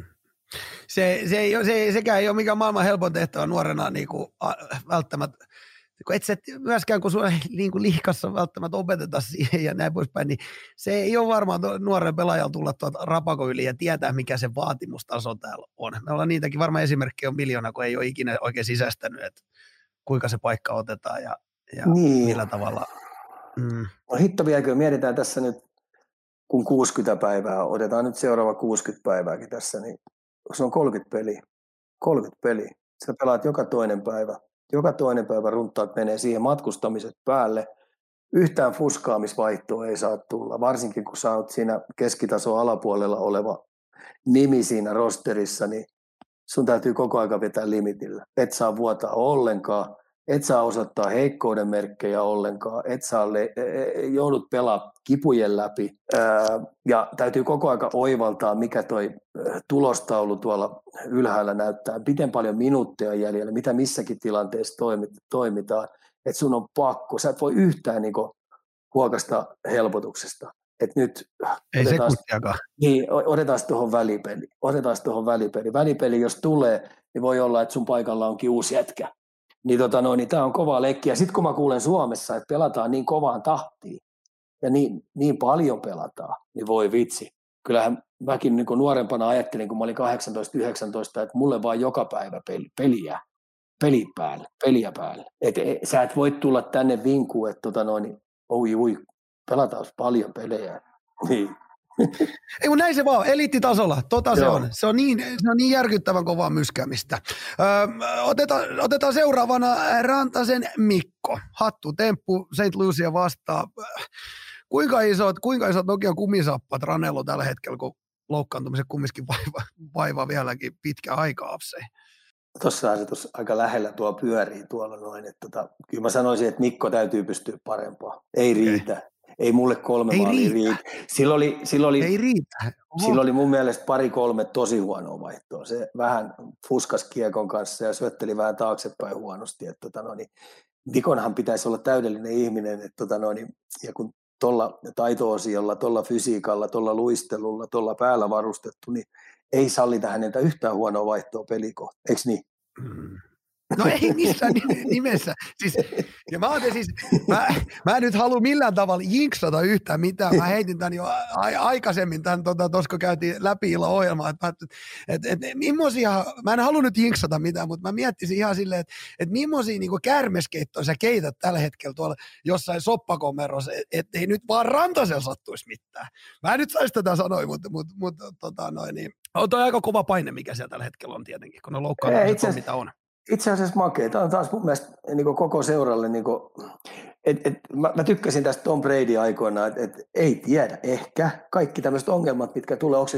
Sekään ei ole mikään maailman helpon tehtävä nuorena niin kuin, välttämättä. Et se myöskään, kun sinua niin liikassa välttämättä opeteta siihen ja näin poispäin, niin se ei ole varmaan nuoren pelaajan tulla tuolta rapakon yli ja tietää, mikä se vaatimustaso täällä on. Me ollaan niitäkin varmaan esimerkkejä on miljoona, kun ei ole ikinä oikein sisäistänyt, että kuinka se paikka otetaan ja niin. Millä tavalla. No hitto vieläkö, mietitään tässä nyt, kun 60 päivää, otetaan nyt seuraava 60 päivääkin tässä, niin se on 30 peliä. 30 peliä. Sä pelaat joka toinen päivä runtaat menee siihen matkustamiset päälle, yhtään fuskaamisvaihtoa ei saa tulla, varsinkin kun sä oot siinä keskitason alapuolella oleva nimi siinä rosterissa, niin sun täytyy koko ajan vetää limitillä. Et saa vuotaa ollenkaan, et saa osoittaa heikkouden merkkejä ollenkaan, et saa joudut pelaa kipujen läpi ja täytyy koko ajan oivaltaa, mikä toi tulostaulu tuolla ylhäällä näyttää, miten paljon minuutteja jäljellä, mitä missäkin tilanteessa toimitaan, että sun on pakko, sä et voi yhtään niinku huokasta helpotuksesta. Et nyt ei sekuntiakaan. Niin, otetaan tuohon välipeli. Välipeli, jos tulee, niin voi olla, että sun paikalla onkin uusi jätkä. Niin, niin tämä on kovaa leikkiä. Sitten kun mä kuulen Suomessa, että pelataan niin kovaan tahtiin ja niin paljon pelataan, niin voi vitsi. Kyllähän mäkin niin nuorempana ajattelin, kun mä olin 18-19, että mulle vaan joka päivä peliä päälle. Sä et voi tulla tänne vinkuun, että pelataan paljon pelejä. Niin. Ei, mutta näin se vaan, eliittitasolla, se on. Se on niin järkyttävän kovaa myskäämistä. Otetaan seuraavana Rantasen Mikko. Hattutemppu St. Lucia vastaan. Kuinka isot Nokian kumisappat Ranello tällä hetkellä, kun loukkaantumisen kumminkin vaivaa vieläkin pitkä aika Apsei? Tuossa aika lähellä tuo pyörii tuolla noin. Että kyllä mä sanoisin, että Mikko täytyy pystyä parempaan. Ei riitä. Ei mulle 3 maalia riitä. Sillä oli mun mielestä 2-3 tosi huonoa vaihtoa. Se vähän fuskas kiekon kanssa ja syötteli vähän taaksepäin huonosti. Mikonhan pitäisi olla täydellinen ihminen. Ja kun tuolla taito-osiolla, tuolla fysiikalla, tuolla luistelulla, tuolla päällä varustettu, niin ei sallita häneltä yhtään huonoa vaihtoa pelikohta. Eikö niin? No ei missään nimessä. Ja mä en nyt halua millään tavalla jinksata yhtään mitään. Mä heitin tämän jo aikaisemmin, tuossa kun käytiin läpi illan ohjelmaa, mä en halua nyt jinksata mitään, mutta mä miettisin ihan silleen, että millaisia niin kärmeskeittoja sä keität tällä hetkellä tuolla jossain soppakomerossa, ettei nyt vaan Rantasella sattuisi mitään. Mä en nyt saisi tätä sanoa, mutta niin. On toi aika kova paine, mikä siellä tällä hetkellä on tietenkin, kun on loukkaantumiset on mitä on. Itse asiassa makea. Tämä on taas mun mielestä niin koko seuralle, niin mä tykkäsin tästä Tom Brady aikoinaan, että ei tiedä ehkä kaikki tämmöiset ongelmat, mitkä tulee, onko se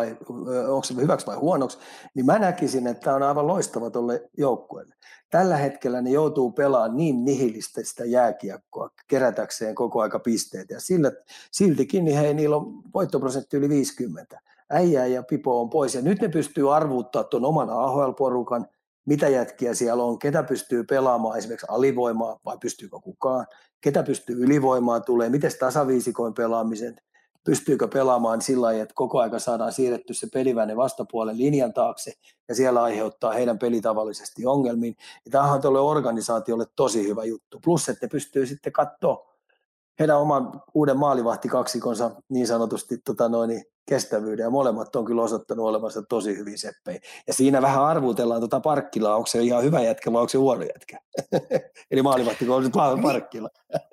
hyväksi vai huonoksi, niin mä näkisin, että tämä on aivan loistava tuolle joukkueelle. Tällä hetkellä ne joutuu pelaamaan niin nihilistä jääkiekkoa kerätäkseen koko aika pisteitä ja siltikin niin hei, niillä on voittoprosentti yli 50. Äijä ja Pipo on pois ja nyt ne pystyy arvuuttaa tuon oman AHL-porukan, mitä jätkiä siellä on, ketä pystyy pelaamaan esimerkiksi alivoimaa vai pystyykö kukaan, ketä pystyy ylivoimaa tulee, miten tasaviisikoin pelaamisen, pystyykö pelaamaan sillä lailla, että koko aika saadaan siirretty se peliväinen vastapuolen linjan taakse ja siellä aiheuttaa heidän pelitavallisesti ongelmiin. Ja tämähän on tuolle organisaatiolle tosi hyvä juttu. Plus, että ne pystyy sitten katsoa heidän oman uuden maalivahtikaksikonsa niin sanotusti kestävyyden ja molemmat on kyllä osoittanut olevansa tosi hyvin seppejä. Ja siinä vähän arvutellaan Parkkilaa, onko se ihan hyvä jätkä vai onko se huono jätkä. Eli maalivahti on Parkkila.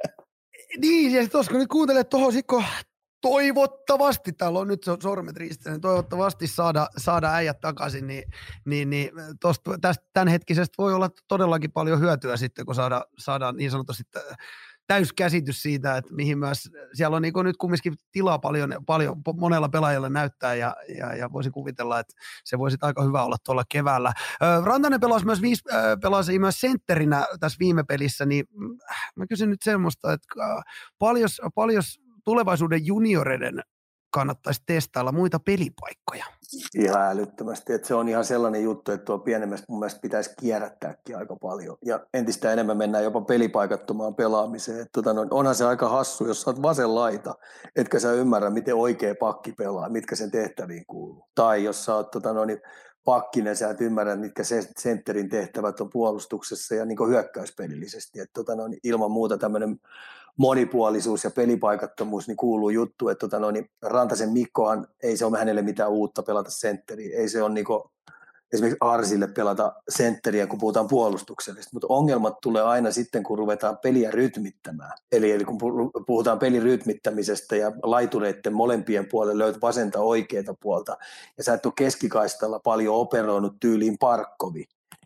Niin, ja tuossa kun nyt kuuntelet tuohon, toivottavasti, täällä on nyt sormet ristissä, toivottavasti saada äijät takaisin, niin tästä tämänhetkisestä voi olla todellakin paljon hyötyä sitten, kun saadaan niin sanotusti täyskäsitys siitä, että mihin myös, siellä on niin nyt kumminkin tilaa paljon monella pelaajalla näyttää ja voisin kuvitella, että se voisi aika hyvä olla tuolla keväällä. Rantanen pelasi myös sentterinä tässä viime pelissä, niin mä kysyn nyt semmoista, että paljon tulevaisuuden junioreiden kannattaisi testailla muita pelipaikkoja? Ihan älyttömästi, että se on ihan sellainen juttu, että tuo pienemmästä mun mielestä pitäisi kierrättääkin aika paljon ja entistä enemmän mennään jopa pelipaikattomaan pelaamiseen. Että onhan se aika hassu, jos sä oot vasen laita, etkä sä ymmärrä, miten oikea pakki pelaa, mitkä sen tehtäviin kuuluu. Tai jos sä oot pakkinen, sä et ymmärrä, mitkä sentterin tehtävät on puolustuksessa ja niin hyökkäyspelillisesti. Että ilman muuta tämmöinen monipuolisuus ja pelipaikattomuus niin kuuluu juttu, että Rantasen Mikkohan, ei se ole hänelle mitään uutta pelata sentteriä, ei se ole esimerkiksi Arsille pelata sentteriä, kun puhutaan puolustuksellista, mutta ongelmat tulee aina sitten, kun ruvetaan peliä rytmittämään. Eli kun puhutaan pelin rytmittämisestä ja laitureiden molempien puolelle löytää vasenta oikeata puolta, ja sä et ole keskikaistalla paljon operoinut tyyliin Parkkovi,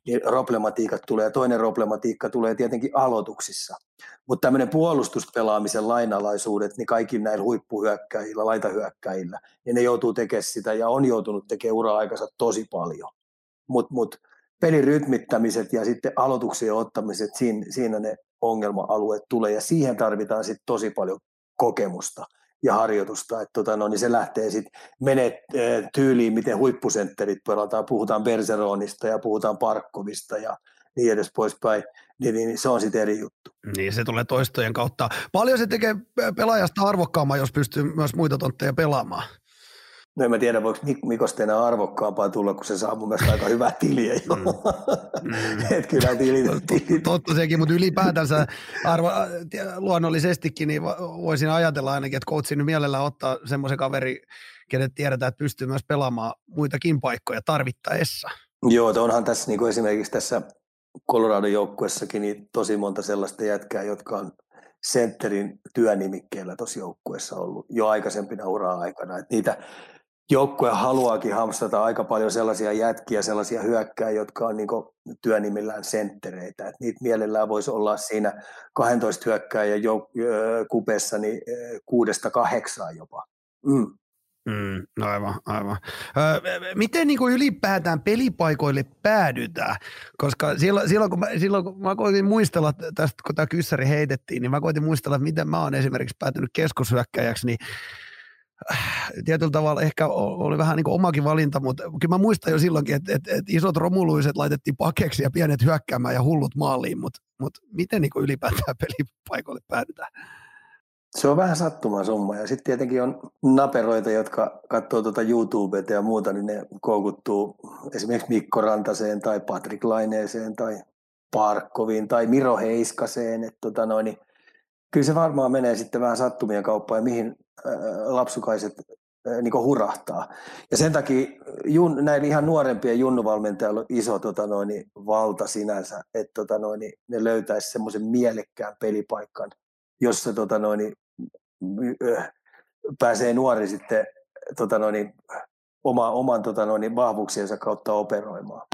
niin problematiikat tulee. Toinen problematiikka tulee tietenkin aloituksissa. Mutta tämmöinen puolustuspelaamisen lainalaisuudet, niin kaikki näillä huippuhyökkäjillä, laitahyökkäjillä, niin ne joutuu tekemään sitä ja on joutunut tekemään ura-aikansa tosi paljon. Mutta pelin rytmittämiset ja sitten aloituksien ottamiset, siinä ne ongelma-alueet tulee ja siihen tarvitaan sitten tosi paljon kokemusta ja harjoitusta, että niin se lähtee sitten menee tyyliin, miten huippusentterit pelataan, puhutaan Bergeronista ja puhutaan Parkkovista ja niin edes poispäin, niin se on sitten eri juttu. Niin, se tulee toistojen kautta. Paljon se tekee pelaajasta arvokkaamman, jos pystyy myös muita tontteja pelaamaan. No en mä tiedä, voiko Mikosta enää arvokkaampaa tulla, kun se saa mun mielestä aika hyvää tiliä jo. Et kyllä tilit. Totta sekin, mutta ylipäätänsä luonnollisestikin niin voisin ajatella ainakin, että coachin mielellään ottaa semmoisen kaveri, kenet tiedetään, että pystyy myös pelaamaan muitakin paikkoja tarvittaessa. Joo, onhan tässä niin kuin esimerkiksi tässä Coloradon joukkuessakin niin tosi monta sellaista jätkää, jotka on sentterin työnimikkeellä tuossa joukkueessa ollut jo aikaisempina ura-aikana. Että niitä joukkue haluaakin hamstrata aika paljon sellaisia jätkiä, sellaisia hyökkää, jotka on niin kuin työnimillään senttereitä. Että niitä mielellään voisi olla siinä 12 hyökkääjän kupeessa niin 6-8 jopa. Aivan. Miten niin kuin ylipäätään pelipaikoille päädytään? Koska silloin kun mä koitin muistella tästä, kun tämä kyssäri heitettiin, niin mä koitin muistella, että miten mä oon esimerkiksi päätynyt keskushyökkäjäksi, niin tietyllä tavalla ehkä oli vähän niin kuin omakin valinta, mutta kyllä mä muistan jo silloinkin, että isot romuluiset laitettiin pakeksi ja pienet hyökkäämään ja hullut maaliin, mutta miten niin kuin ylipäätään pelipaikoille päädytään? Se on vähän sattumasumma ja sitten tietenkin on naperoita, jotka katsoo YouTubeta ja muuta, niin ne koukuttuu esimerkiksi Mikko Rantaseen tai Patrik Laineeseen tai Parkkoviin tai Miro Heiskaseen. Niin kyllä se varmaan menee sitten vähän sattumien kauppaan ja mihin lapsukaiset niin hurahtaa. Ja sen takia näillä ihan nuorempien junnuvalmentajilla on iso valta sinänsä, että ne löytäisi semmoisen mielekkään pelipaikan, jossa pääsee nuori sitten oman vahvuuksiensa kautta operoimaan.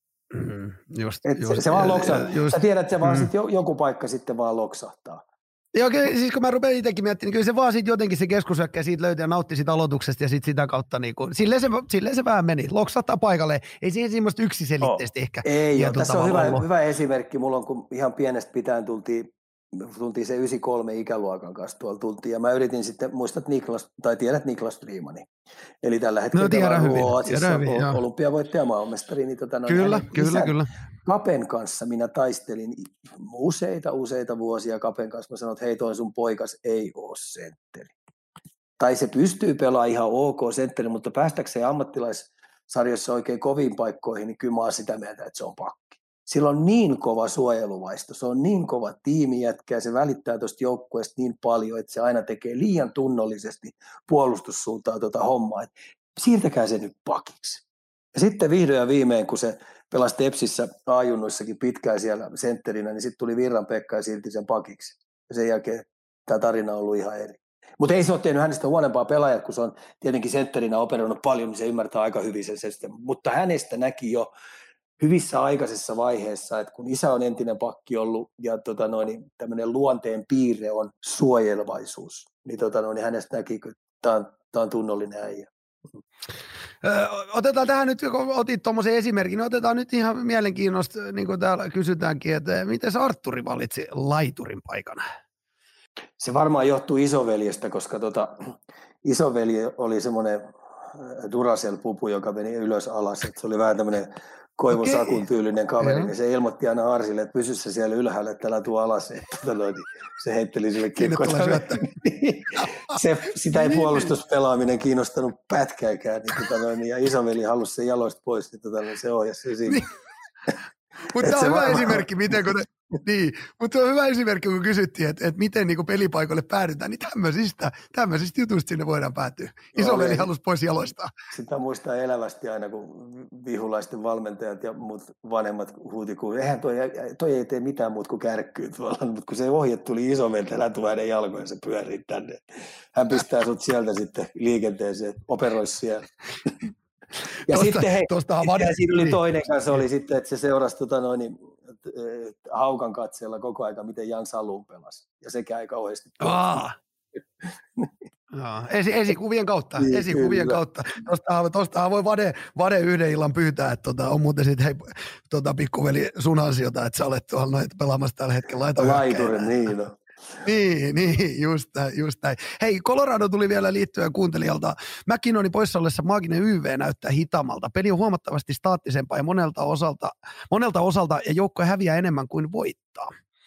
Se vaan loksahtaa. Sä tiedät, että se vaan sitten joku paikka sitten vaan loksahtaa. Joo, siis kun mä rupean itsekin miettimään, niin kyllä se vaan sitten jotenkin se keskushyökkäjä siitä löytää ja nautti siitä aloituksesta ja sitten sitä kautta niin kuin, silleen se vähän meni. Loksahtaa paikalle. Ei siihen semmoista yksiselitteisesti ehkä. Ei ole. Tässä on hyvä esimerkki. Mulla on, kun ihan pienestä pitäen tultiin se 93 ikäluokan kanssa tuolla tultiin. Ja mä yritin sitten, muistat tiedät Niklas Riimani. Eli tällä hetkellä Ruotsissa olympiavoittaja maailmestari. Niin Kyllä. Kapen kanssa minä taistelin useita vuosia Kapen kanssa. Mä sanoin, että hei, toi sun poikas ei ole sentteri. Tai se pystyy pelaamaan ihan ok sentteri, mutta päästäkseen ammattilaissarjossa oikein koviin paikkoihin, niin kyllä mä oon sitä mieltä, että se on pakki. Sillä on niin kova suojeluvaisto, se on niin kova tiimijätkä ja se välittää tuosta joukkueesta niin paljon, että se aina tekee liian tunnollisesti puolustussuuntaan hommaa. Että siirtäkää se nyt pakiksi. Ja sitten vihdoin ja viimein, kun se pelasi Tepsissä A-junnuissakin pitkään siellä sentterinä, niin sitten tuli Virran Pekka ja siirti sen pakiksi. Ja sen jälkeen tämä tarina on ollut ihan eri. Mutta ei se ole tehnyt hänestä huonompaa pelaajaa, kun se on tietenkin sentterinä operoinut paljon, niin se ymmärtää aika hyvin sen systeemin. Mutta hänestä näki jo hyvissä aikaisessa vaiheessa, että kun isä on entinen pakki ollut ja tämmöinen luonteen piirre on suojelvaisuus, niin, niin hänestä näki, että tämä on tunnollinen äijä. Otetaan tähän nyt, kun otit tuommoisen esimerkin, niin otetaan nyt ihan mielenkiinnosta, niin kuin täällä kysytäänkin, että miten Artturi valitsi laiturin paikana? Se varmaan johtuu isoveljestä, koska isoveli oli semmoinen Duracell-pupu, joka meni ylös alas, että se oli vähän tämmöinen Koivun Sakun tyylinen kaveri, niin se ilmoitti aina Arsille, että pysy se siellä ylhäällä, että älä tuo alas, että se heitteli sille kiekkoa. Sitä ei puolustuspelaaminen kiinnostanut pätkääkään, niin, ja isoveli halusi sen jaloista pois, niin se ohjasi se siinä. Mutta tämä on hyvä esimerkki, miten kun mutta se on hyvä esimerkki, kun kysyttiin, että miten niin pelipaikoille päädytään, niin tämmöisistä jutuista sinne voidaan päätyä. Isoveli halusi pois jaloistaan. Sitä muistaa elävästi aina, kun vihulaisten valmentajat ja muut vanhemmat huuti, kun eihän toi ei tee mitään muuta kuin kärkkyy tuolla, mutta kun se ohje tuli isovelta, älä tuo hänen jalkoja, se pyörii tänne. Hän pistää sut sieltä sitten liikenteeseen, operoisi siellä. Ja sitten siinä oli niin. toinen kanssa, oli sitten, että se seurasi haukan katseella koko aika, miten Jan Salun pelasi. Ja sekä ei kauheasti. Esikuvien kautta. Niin, esikuvien kyllä. kautta. Tuostahan voi Vade yhden illan pyytää, että on muuten sitten hei, pikkuveli sun ansiota, että sä olet tuolla noita pelaamassa tällä hetkellä laiturin, niin no. Niin, just näin. Hei, Colorado tuli vielä liittyen kuuntelijalta. McKinnonin poissa ollessa maaginen YV näyttää hitamalta. Peli on huomattavasti staattisempaa ja monelta osalta ja joukko häviää enemmän kuin voittaa.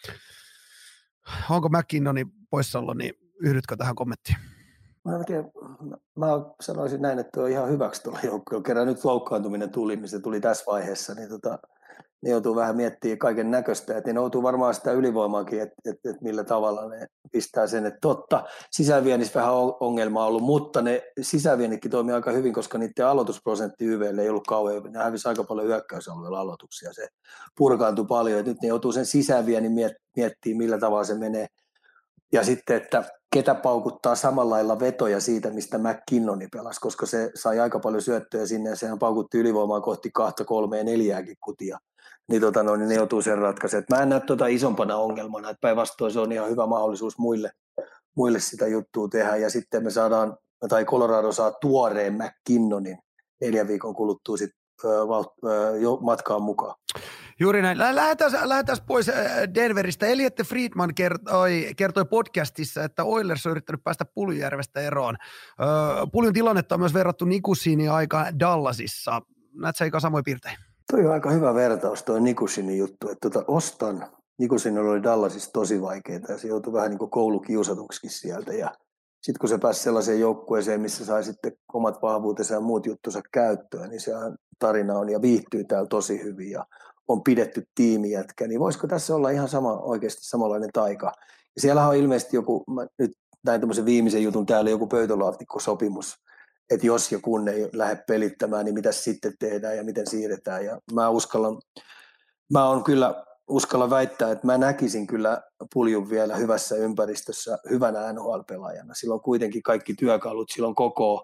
Onko McKinnonin poissaolo, niin yhdytkö tähän kommenttiin? Mä sanoisin näin, että on ihan hyväksi tuolla joukkoilla. Kerran nyt loukkaantuminen tuli, niin se tuli tässä vaiheessa, niin ne joutuu vähän miettimään kaiken näköistä, että ne joutuu varmaan sitä ylivoimaakin, että millä tavalla ne pistää sen, että totta, sisäviennissä vähän ongelmaa ollut, mutta ne sisäviennitkin toimii aika hyvin, koska niiden aloitusprosentti YVlle ei ollut kauhean, ne hävisi aika paljon hyökkäysalueella aloituksia, se purkaantui paljon, että nyt ne joutuu sen sisäviennin miettimään, millä tavalla se menee, ja sitten, että ketä paukuttaa samalla lailla vetoja siitä, mistä McKinnoni pelasi, koska se sai aika paljon syöttöjä sinne, ja sehän paukutti ylivoimaa kohti 2, 3 ja 4 kutia. Niin, niin ne joutuu sen ratkaisemaan. Mä en näe isompana ongelmana, että päinvastoin se on ihan hyvä mahdollisuus muille sitä juttua tehdä, ja sitten me saadaan, tai Colorado saa tuoreen McKinnonin 4 viikon kuluttua sitten matkaan mukaan. Juuri näin. Lähdetään pois Denveristä. Elliot Friedman kertoi podcastissa, että Oilers on yrittänyt päästä Puljujärvestä eroon. Puljun tilannetta on myös verrattu Nikushinin aikaan Dallasissa. Näet sä samoja piirtein? Toi on aika hyvä vertaus, toi Nikushinin juttu. Että ostan. Nikushinin oli Dallasissa tosi vaikeaa ja se joutui vähän niin kuin koulukiusatuksikin sieltä. Ja sitten kun se pääsi sellaiseen joukkueeseen, missä sai sitten omat vahvuutensa ja muut juttunsa käyttöön, niin sehän tarina on ja viihtyy täällä tosi hyvin ja on pidetty tiimijätkä, niin voisiko tässä olla ihan oikeasti samanlainen taika? Ja siellähän on ilmeisesti joku, mä nyt näin tämmöisen viimeisen jutun täällä, joku pöytälaatikkosopimus, että jos ja kun ei lähde pelittämään, niin mitä sitten tehdään ja miten siirretään. Ja uskallan väittää, että mä näkisin kyllä Puljun vielä hyvässä ympäristössä hyvänä NHL-pelaajana. Sillä on kuitenkin kaikki työkalut, silloin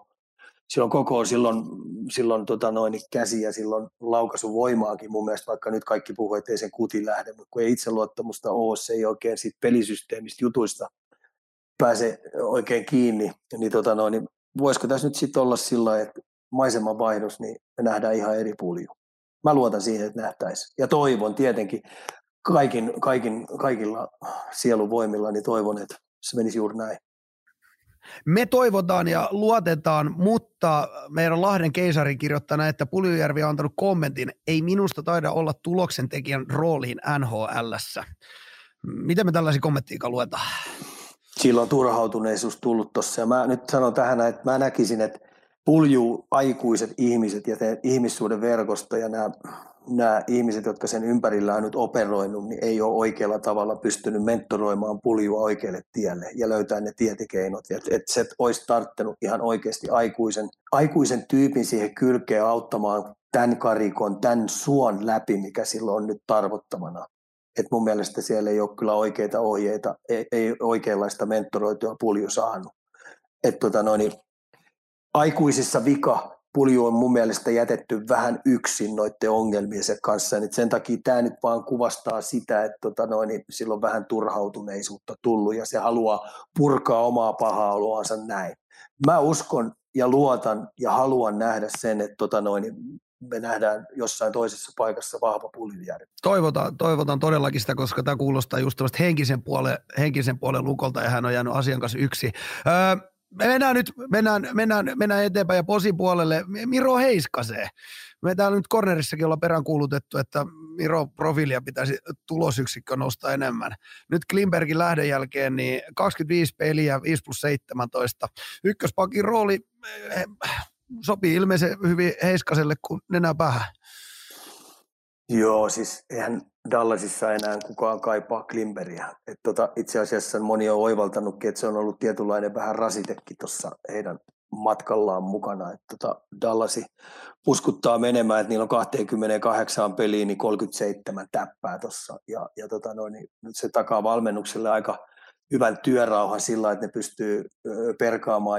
käsi ja silloin laukaisuvoimaakin mun mielestä, vaikka nyt kaikki puhuu, ettei sen kuti lähde, mutta kun ei itseluottamusta ole, se ei oikein siitä pelisysteemistä jutuista pääse oikein kiinni, niin, niin voisiko tässä nyt sitten olla sillä, että maiseman vaihdos, niin me nähdään ihan eri Pulju. Mä luotan siihen, että nähtäisiin. Ja toivon tietenkin kaikilla sieluvoimilla, niin toivon, että se menisi juuri näin. Me toivotaan ja luotetaan, mutta meidän Lahden keisari kirjoittaa näin, että Puljujärvi on antanut kommentin, ei minusta taida olla tuloksentekijän rooliin NHL:ssä. Miten me tällaisia kommenttia luetaan? Silloin on turhautuneisuus tullut tuossa ja mä nyt sanon tähän, että mä näkisin, että Pulju aikuiset ihmiset ja ihmissuuden verkosto ja nämä ihmiset, jotka sen ympärillä on nyt operoinut, niin ei ole oikealla tavalla pystynyt mentoroimaan Puljua oikealle tielle ja löytää ne tietikeinot. Että se olisi tarttunut ihan oikeasti aikuisen tyypin siihen kylkeen auttamaan tämän karikon, tämän suon läpi, mikä silloin on nyt tarvottavana. Et mun mielestä siellä ei ole kyllä oikeita ohjeita, ei oikeanlaista mentoroitua Pulju saanut. Aikuisissa vika. Pulju on mun mielestä jätetty vähän yksin noiden ongelmiensa kanssa. Ja sen takia tämä nyt vaan kuvastaa sitä, että sillä on vähän turhautuneisuutta tullut ja se haluaa purkaa omaa pahaa oloansa näin. Mä uskon ja luotan ja haluan nähdä sen, että me nähdään jossain toisessa paikassa vahva Puljujärvi. Toivotaan todellakin sitä, koska tämä kuulostaa just henkisen puolen lukolta ja hän on jäänyt asian kanssa yksi. Mennään eteenpäin ja posin puolelle. Miro Heiskaseen. Me täällä nyt cornerissakin ollaan peräänkuulutettu, että Miro profiilia pitäisi tulosyksikkö nostaa enemmän. Nyt Klimbergin lähdön jälkeen niin 25 peliä, 5+17. Ykköspakin rooli sopii ilmeisen hyvin Heiskaselle kuin nenä päähän. Joo, siis eihän Dallasissa enää kukaan kaipaa Klimberia. Itse asiassa moni on oivaltanutkin, että se on ollut tietynlainen vähän rasitekin tuossa heidän matkallaan mukana. Dallasi puskuttaa menemään, että niillä on 28 peliä, niin 37 täppää tuossa. Niin nyt se takaa valmennukselle aika hyvän työrauhan sillä, että ne pystyy perkaamaan ja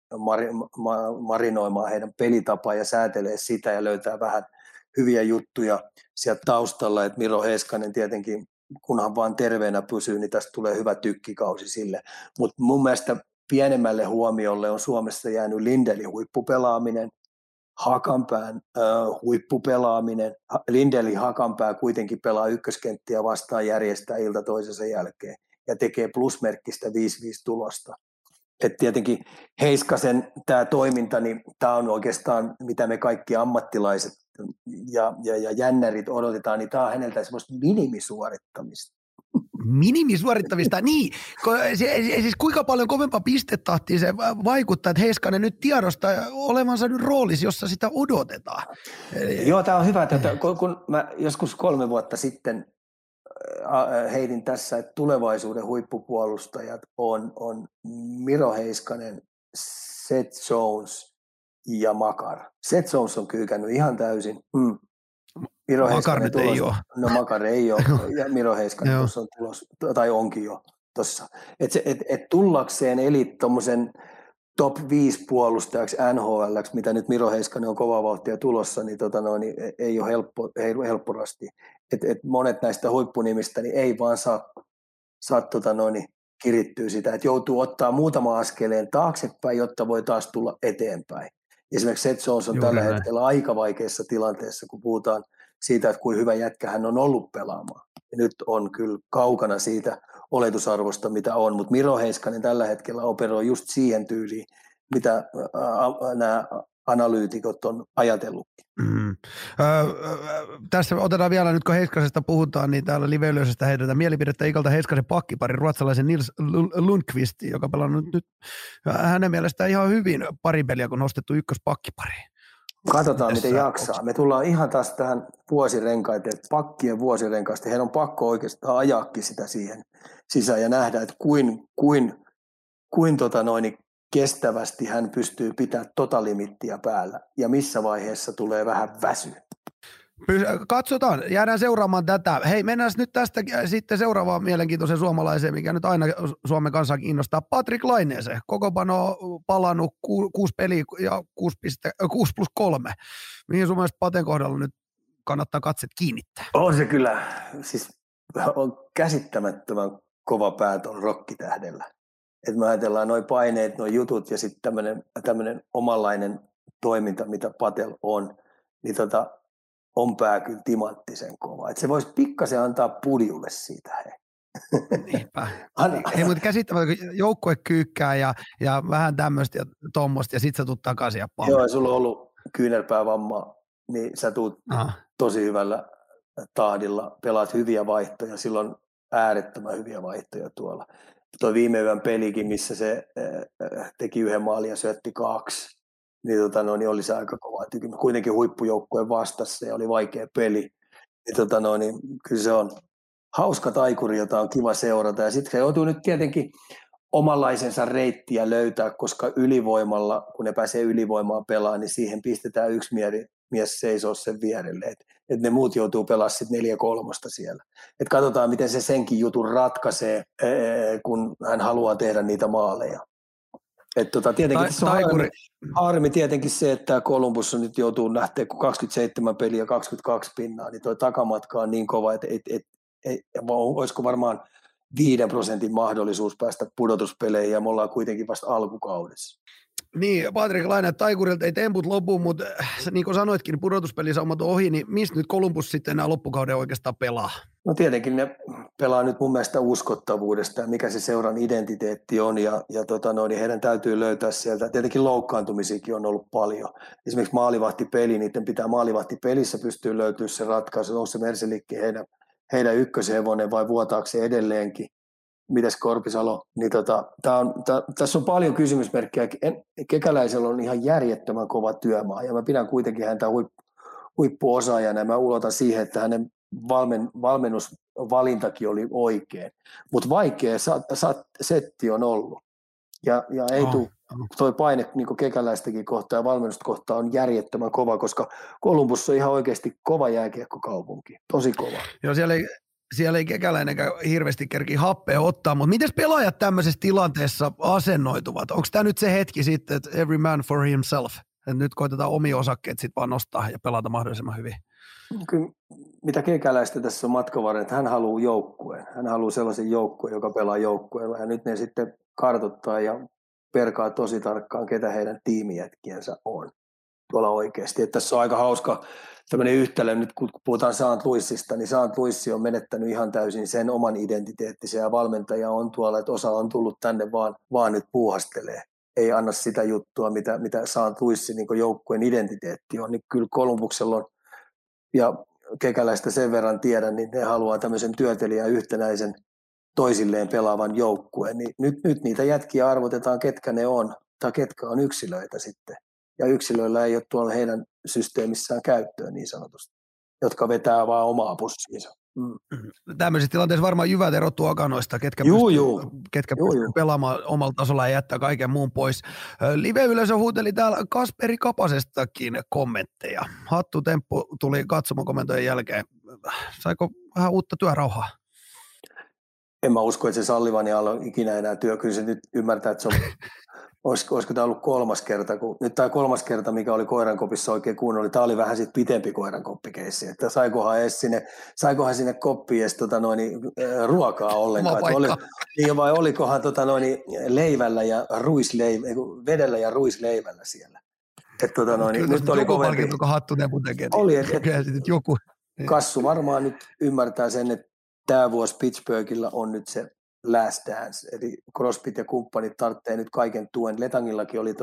marinoimaan heidän pelitapaa ja säätelee sitä ja löytää vähän hyviä juttuja sieltä taustalla, että Miro Heiskanen tietenkin, kunhan vaan terveenä pysyy, niin tästä tulee hyvä tykkikausi sille. Mutta mun mielestä pienemmälle huomiolle on Suomessa jäänyt Lindelin huippupelaaminen, Hakanpään huippupelaaminen. Lindeli Hakanpää kuitenkin pelaa ykköskenttiä vastaan, järjestää ilta toisensa jälkeen ja tekee plusmerkkistä 5-5 tulosta. Et tietenkin Heiskasen tämä toiminta, niin tämä on oikeastaan, mitä me kaikki ammattilaiset ja jännärit odotetaan, niin tämä on häneltä semmoista minimisuorittamista. Minimisuorittamista, niin. Siis kuinka paljon kovempaa pistetahtia se vaikuttaa, että Heiskanen nyt tiedostaa olevansa nyt roolissa, jossa sitä odotetaan. Joo, tämä on hyvä. Kun mä joskus 3 vuotta sitten heitin tässä, että tulevaisuuden huippupuolustajat on Miro Heiskanen, Seth Jones ja Makar. Seth Jones on kyykännyt ihan täysin. Miro Makar nyt ei ole. No Makar ei ole, ja Miro Heiskanen tuossa on tulos, tai onkin jo tuossa. Et tullakseen eli tuommoisen top 5 puolustajaksi NHL:ksi, mitä nyt Miro Heiskanen on kovaa vauhtia tulossa, niin, niin ei ole helppo rasti. Et monet näistä huippunimistä niin ei vaan saa kirittyä sitä, että joutuu ottaa muutama askeleen taaksepäin, jotta voi taas tulla eteenpäin. Esimerkiksi Seth Jones on tällä hetkellä aika vaikeassa tilanteessa, kun puhutaan siitä, että kuinka hyvä jätkä hän on ollut pelaamaan. Ja nyt on kyllä kaukana siitä oletusarvosta, mitä on, mutta Miro Heiskanen tällä hetkellä operoi just siihen tyyliin, mitä nämä analyytikot on ajatellut. Tässä otetaan vielä nyt, kun Heiskasesta puhutaan, niin täällä live-yleisöstä heitetään mielipidettä Ikalta Heiskasen pakkipari, ruotsalaisen Nils Lundqvist, joka pelannut nyt hänen mielestään ihan hyvin pari peliä, kun nostettu ykköspakkipariin. Katsotaan, miten jaksaa. Me tullaan ihan taas tähän vuosirenkaiteen, pakkien vuosirenkaista. Heidän on pakko oikeastaan ajaakin sitä siihen sisään ja nähdä, että kuin kestävästi hän pystyy pitämään limittiä päällä ja missä vaiheessa tulee vähän väsy. Katsotaan, jäädään seuraamaan tätä. Hei, mennään nyt tästä sitten seuraavaan mielenkiintoiseen suomalaiseen, mikä nyt aina Suomen kanssa kiinnostaa. Patrik Laineeseen, kokopano palannut 6 peliä ja 6+3. Mihin sun mielestä Paten kohdalla nyt kannattaa katset kiinnittää? On se kyllä, siis on käsittämättömän kova pää tuon rokkitähdellä. Että me ajatellaan noi paineet, noi jutut ja sitten tämmöinen omanlainen toiminta, mitä Patel on, niin on pää kyllä timanttisen kova. Että se voisi pikkasen antaa Pudjulle siitä. Niinpä. Ei, mutta käsittämättä, kun joukkue kyykkää ja vähän tämmöistä ja tuommoista ja sit sä tuut takaisin ja palaa. Joo, ja sulla on ollut kyynärpäävamma, niin sä tuut tosi hyvällä tahdilla, pelaat hyviä vaihtoja, silloin äärettömän hyviä vaihtoja tuolla. Tuo viime yön pelikin, missä se teki 1 maalin ja syötti 2, niin oli se aika kova. Kuitenkin huippujoukkueen vastassa ja oli vaikea peli. Niin kyllä se on hauska taikuri, jota on kiva seurata. Ja sitten se joutuu nyt tietenkin omanlaisensa reittiä löytää, koska ylivoimalla, kun ne pääsee ylivoimaan pelaamaan, niin siihen pistetään yksi mies seisoo sen vierelle. Et ne muut joutuu pelaamaan sitten 4-3 siellä. Et katsotaan, miten se senkin jutun ratkaisee, kun hän haluaa tehdä niitä maaleja. Tietenkin se on harmi tietenkin se, että Columbus nyt joutuu lähteä, kun 27 peliä ja 22 pinnaa, niin tuo takamatka on niin kova, että olisiko varmaan 5% mahdollisuus päästä pudotuspeleihin, ja me ollaan kuitenkin vasta alkukaudessa. Niin, Patrik Laine, taikurilta ei temput lopu, mutta niin kuin sanoitkin, pudotuspelisaumat on ohi, niin mistä nyt Columbus sitten enää loppukauden oikeastaan pelaa? No tietenkin ne pelaa nyt mun mielestä uskottavuudesta ja mikä se seuran identiteetti on, ja niin heidän täytyy löytää sieltä. Tietenkin loukkaantumisiakin on ollut paljon. Esimerkiksi maalivahtipeli, niiden pitää maalivahtipelissä pystyä löytyä se ratkaisu. Onko se Merselikki heidän ykköshevonen vai vuotaako se edelleenkin? Mitäs Korpisalo? Niin tässä on paljon kysymysmerkkejä. Kekäläisellä on ihan järjettömän kova työmaa ja mä pidän kuitenkin häntä huippuosaajana ja mä ulotan siihen, että hänen valmennusvalintakin oli oikein. Mutta vaikea setti on ollut ja ei tule. Toi paine niin kekäläistäkin kohtaan ja valmennusta kohtaan on järjettömän kova, koska Columbus on ihan oikeasti kova jääkiekkokaupunki. Tosi kova. Joo, siellä siellä ei kekäläinenkään hirveästi kerki happea ottaa, mutta miten pelaajat tämmöisessä tilanteessa asennoituvat? Onko tämä nyt se hetki sitten, että every man for himself? Että nyt koitetaan omia osakkeet sitten vaan nostaa ja pelata mahdollisimman hyvin. Kyllä, mitä kekäläistä tässä on matkan varrella, että hän haluaa joukkueen. Hän haluaa sellaisen joukkueen, joka pelaa joukkueella. Ja nyt ne sitten kartoittaa ja perkaa tosi tarkkaan, ketä heidän tiimijätkiensä on tuolla oikeasti. Että tässä on aika hauska tämmöinen yhtälö, nyt kun puhutaan St. Louisista, niin St. Louis on menettänyt ihan täysin sen oman identiteettisen ja valmentaja on tuolla, että osa on tullut tänne vaan nyt puuhastelee. Ei anna sitä juttua, mitä St. Louisin niin joukkueen identiteetti on, niin kyllä Kolumbuksella on, ja kekäläistä sen verran tiedän, niin ne haluaa tämmöisen työtelijän yhtenäisen toisilleen pelaavan joukkueen. Niin nyt niitä jätkiä arvotetaan, ketkä ne on, tai ketkä on yksilöitä sitten. Ja yksilöillä ei ole tuolla heidän systeemissään käyttöön niin sanotusti, jotka vetää vaan omaa pussiinsa. Tämmöisissä tilanteissa varmaan jyvät erottuu akanoista, ketkä pystyy pelaamaan omalla tasolla ja jättää kaiken muun pois. Live-yleisö huuteli täällä Kasperi Kapasestakin kommentteja. Hattutemppu tuli katsomokomentojen jälkeen. Saiko vähän uutta työrauhaa? En mä usko, että se Sallivani on ikinä enää työ. Kyllä se nyt ymmärtää, että se on... Olisiko tämä ollut kolmas kerta, nyt tämä kolmas kerta, mikä oli koirankopissa oikein kunnolla, tämä oli vähän sitten pitempi koirankoppi-keissi, että saikohan sinne koppiin edes ruokaa ollenkaan, vai olikohan leivällä ja vedellä ja ruisleivällä siellä. Nyt oli joku palkinto, kun Hattutempu tekee. Oli, joku. Kassu varmaan nyt ymmärtää sen, että tämä vuosi Pittsburghilla on nyt se last dance, eli Crosbyt ja kumppanit tarvitsee nyt kaiken tuen. Letangillakin oli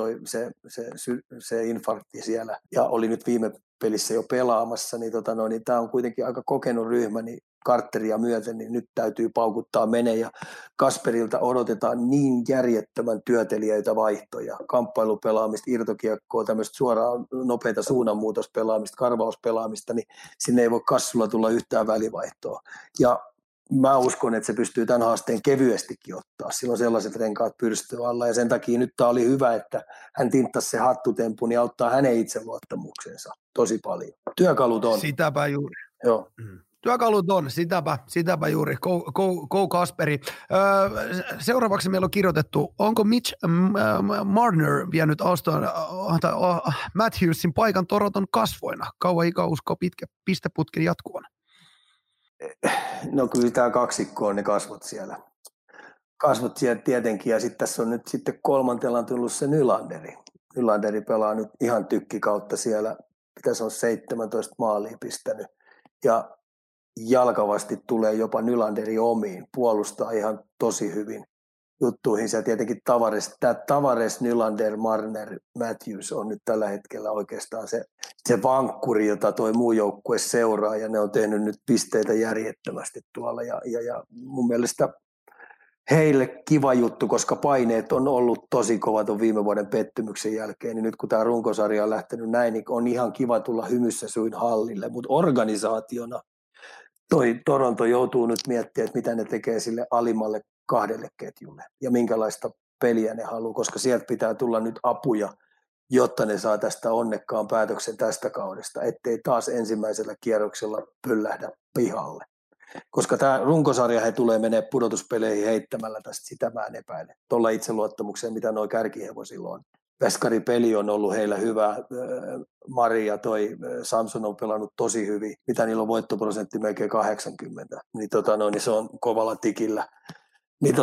se infarkti siellä ja oli nyt viime pelissä jo pelaamassa, niin, niin tämä on kuitenkin aika kokenut ryhmä, niin Carteria myöten, niin nyt täytyy paukuttaa menee ja Kasperilta odotetaan niin järjettömän työtelijöitä vaihtoja, kamppailupelaamista, irtokiekkoa, tämmöistä suoraan nopeita suunnanmuutospelaamista, karvauspelaamista, niin sinne ei voi Kassulla tulla yhtään välivaihtoa. Ja mä uskon, että se pystyy tämän haasteen kevyestikin ottaa. Silloin sellaiset renkaat pyrstöä alla ja sen takia nyt tämä oli hyvä, että hän tinttasi se hattutemppu, niin auttaa hänen itseluottamuksensa tosi paljon. Työkalut on. Sitäpä juuri. Joo. Työkalut on, sitäpä juuri. Go Kasperi. Seuraavaksi meillä on kirjoitettu, onko Mitch Marner vienyt Matthewsin paikan Toronton kasvoina? Kauan ikä uskoo pitkä pisteputken jatkuvan? No kyllä tämä kaksikko on ne kasvot siellä. Kasvot siellä tietenkin ja sitten tässä on nyt sitten kolmantella tullut se Nylanderi. Nylanderi pelaa nyt ihan tykkikautta siellä, pitäisi on 17 maalia pistänyt ja jalkavasti tulee jopa Nylanderi omiin, puolustaa ihan tosi hyvin juttuihin. Ja tietenkin Tavares, Nylander, Marner, Matthews on nyt tällä hetkellä oikeastaan se vankkuri, jota toi muu joukkue seuraa, ja ne on tehnyt nyt pisteitä järjettömästi tuolla. Ja mun mielestä heille kiva juttu, koska paineet on ollut tosi kovat on viime vuoden pettymyksen jälkeen, niin nyt kun tämä runkosarja on lähtenyt näin, niin on ihan kiva tulla hymyssä suin hallille, mutta organisaationa toi Toronto joutuu nyt miettimään, että mitä ne tekee sille alimmalle 2 ketjulle ja minkälaista peliä ne haluaa, koska sieltä pitää tulla nyt apuja, jotta ne saa tästä onnekkaan päätöksen tästä kaudesta, ettei taas ensimmäisellä kierroksella pöllähdä pihalle. Koska tämä runkosarja he tulee menee pudotuspeleihin heittämällä tästä, sitä mä en epäile. Tuolla itseluottamukseen, mitä nuo kärkihevosilla on. Veskaripeli on ollut heillä hyvä. Mari ja toi Samson on pelannut tosi hyvin. Mitä niillä on voittoprosentti melkein 80. Niin, niin se on kovalla tikillä. Niin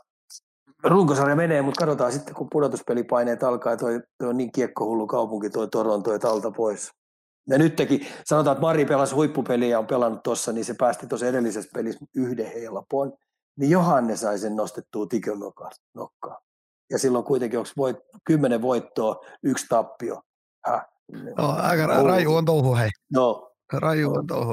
runkosarja menee, mutta katsotaan sitten, kun pudotuspelipaineet alkaa. Toi on niin kiekkohullu kaupunki, toi Toronto, että alta pois. Ja nytkin sanotaan, että Mari pelasi huippupeliä ja on pelannut tuossa, niin se päästi tuossa edellisessä pelissä 1 helpoon. Niin Johanne sai sen nostettua tikön nokkaan. Ja silloin kuitenkin onko 10 voittoa, 1 tappio. No, aika raju on touhu, hei. No. Raju on touhu.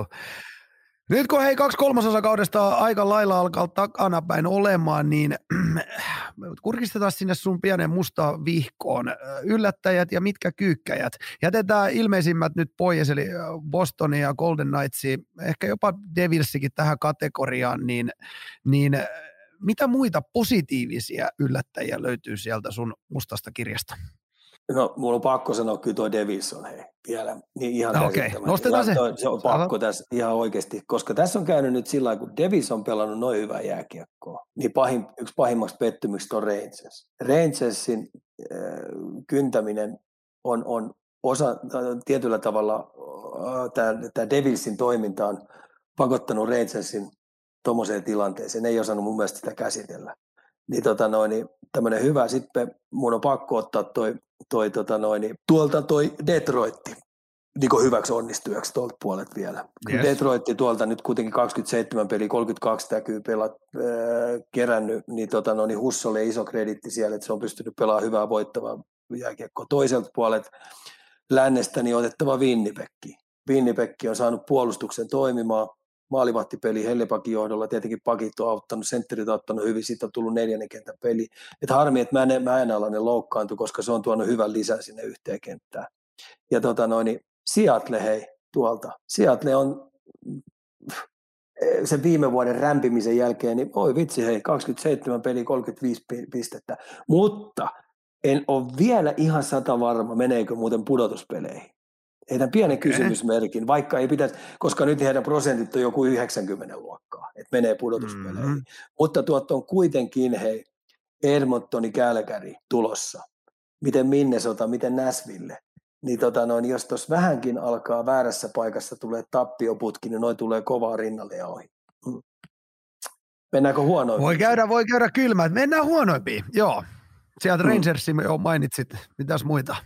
Nyt kun 2/3 kaudesta aika lailla alkaa takanapäin olemaan, niin kurkistetaan sinne sun pienen mustaan vihkoon. Yllättäjät ja mitkä kyykkäjät. Jätetään ilmeisimmät nyt pois, eli Bostonia ja Golden Knightsia, ehkä jopa Devilsikin tähän kategoriaan, niin mitä muita positiivisia yllättäjiä löytyy sieltä sun mustasta kirjasta? No, mulla on pakko sanoa kyllä toi Devils on vielä niin ihan käsittämättä. Nostetaan se. Se on pakko tässä ihan oikeasti, koska tässä on käynyt nyt sillä lailla, kun Devils on pelannut noin hyvää jääkiekkoa, niin yksi pahimmaksi pettymyksistä on Rangers. Rangersin kyntäminen on osa tietyllä tavalla, tämä Devilsin toiminta on pakottanut Rangersin tuommoiseen tilanteeseen. Ne ei osannut mun mielestä sitä käsitellä. Niin, niin tämmöinen hyvä, sitten mun on pakko ottaa tuolta toi Detroitti niin hyväksi onnistujaksi tuolta puolet vielä. Yes. Detroitti tuolta nyt kuitenkin 27 peliä, 32 täkyy kerännyt, niin Hussolle iso krediitti siellä, että se on pystynyt pelaamaan hyvää voittavaa jääkiekkoa. Toiselta puolet lännestä niin otettava Winnipegki. Winnipegki on saanut puolustuksen toimimaan. Maalivahtipeli Hellepakin johdolla, tietenkin pakit on auttanut, sentterit on auttanut hyvin, siitä on tullut 4. kentän peli. Et harmi, että mä en alainen loukkaantui, koska se on tuonut hyvän lisän sinne yhteen kenttään. Ja Seattle hei tuolta. Seattle on sen viime vuoden rämpimisen jälkeen, niin oi vitsi hei, 27 peli, 35 pistettä. Mutta en ole vielä ihan 100 varma, meneekö muuten pudotuspeleihin. Heidän pienen kysymysmerkin, vaikka ei pitäisi, koska nyt heidän prosentit on joku 90 luokkaa, että menee pudotuspeleihin. Mutta tuot on kuitenkin, hei, Edmontoni, Calgary tulossa. Miten Minnesota, miten Nashville. Niin jos tuossa vähänkin alkaa väärässä paikassa tulee tappioputki, niin noi tulee kovaa rinnalle ja ohi. Mennäänkö huonoimpiin? Voi käydä kylmä. Mennään huonoimpiin, joo. Sieltä Rangersin jo mainitsit. Mitäs muita?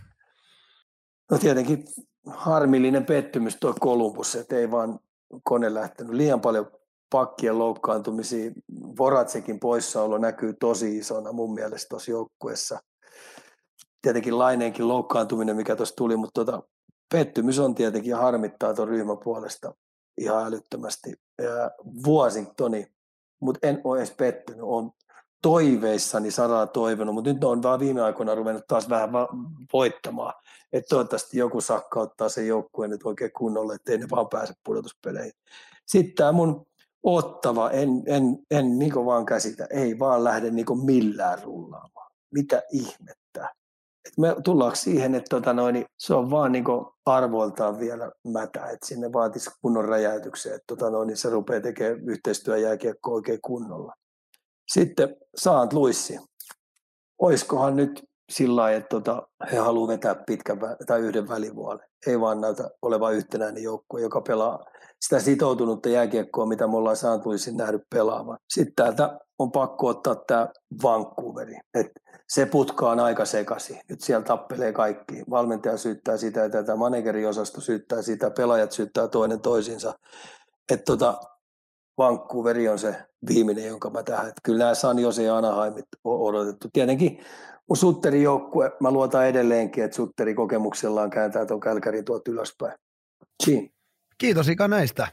No tietenkin harmillinen pettymys tuo Columbus, että ei vaan kone lähtenyt. Liian paljon pakkien loukkaantumisia. Voratsekin poissaolo näkyy tosi isona mun mielestä tuossa joukkueessa. Tietenkin Laineenkin loukkaantuminen, mikä tuossa tuli, mutta pettymys on tietenkin harmittaa tuon ryhmän puolesta ihan älyttömästi. Washingtoni, mutta en ole edes pettynyt. Olen toiveissani saraa toivonut, mutta nyt on vaan viime aikoina ruvennut taas vähän voittamaan. Että toivottavasti joku sakkauttaa sen joukkueen nyt oikein kunnolla, ettei ne vaan pääse pudotuspeleihin. Sitten tämä mun Ottava, en niinku vaan käsitä, ei vaan lähde niinku millään rullaamaan. Mitä ihmettä? Et me tullaanko siihen, että se on vaan niinku arvoiltaan vielä mätä, että sinne vaatisi kunnon räjäytyksiä, että se rupeaa tekemään yhteistyöjääkiekkoa oikein kunnolla. Sitten St. Louis. Oiskohan nyt sillä lailla, että he haluaa vetää pitkän tai yhden välivuoden. Ei vaan näytä olevan yhtenäinen joukkue, joka pelaa sitä sitoutunutta jääkiekkoa, mitä me ollaan St. Louisin nähnyt pelaamaan. Sitten täältä on pakko ottaa tämä Vancouveri. Se putka on aika sekaisin. Nyt siellä tappelee kaikki. Valmentaja syyttää sitä ja tätä manageriosasto syyttää sitä, pelaajat syyttää toinen toisinsa. Että Vancouveri on se viimeinen, jonka mä tähän. Että kyllä nämä San Jose ja Anaheimit on odotettu. Tietenkin mun Sutterin joukkue, mä luotan edelleenkin, että Sutteri kokemuksellaan kääntää tuon Calgaryn tuolta ylöspäin. Siin. Kiitos Ika näistä.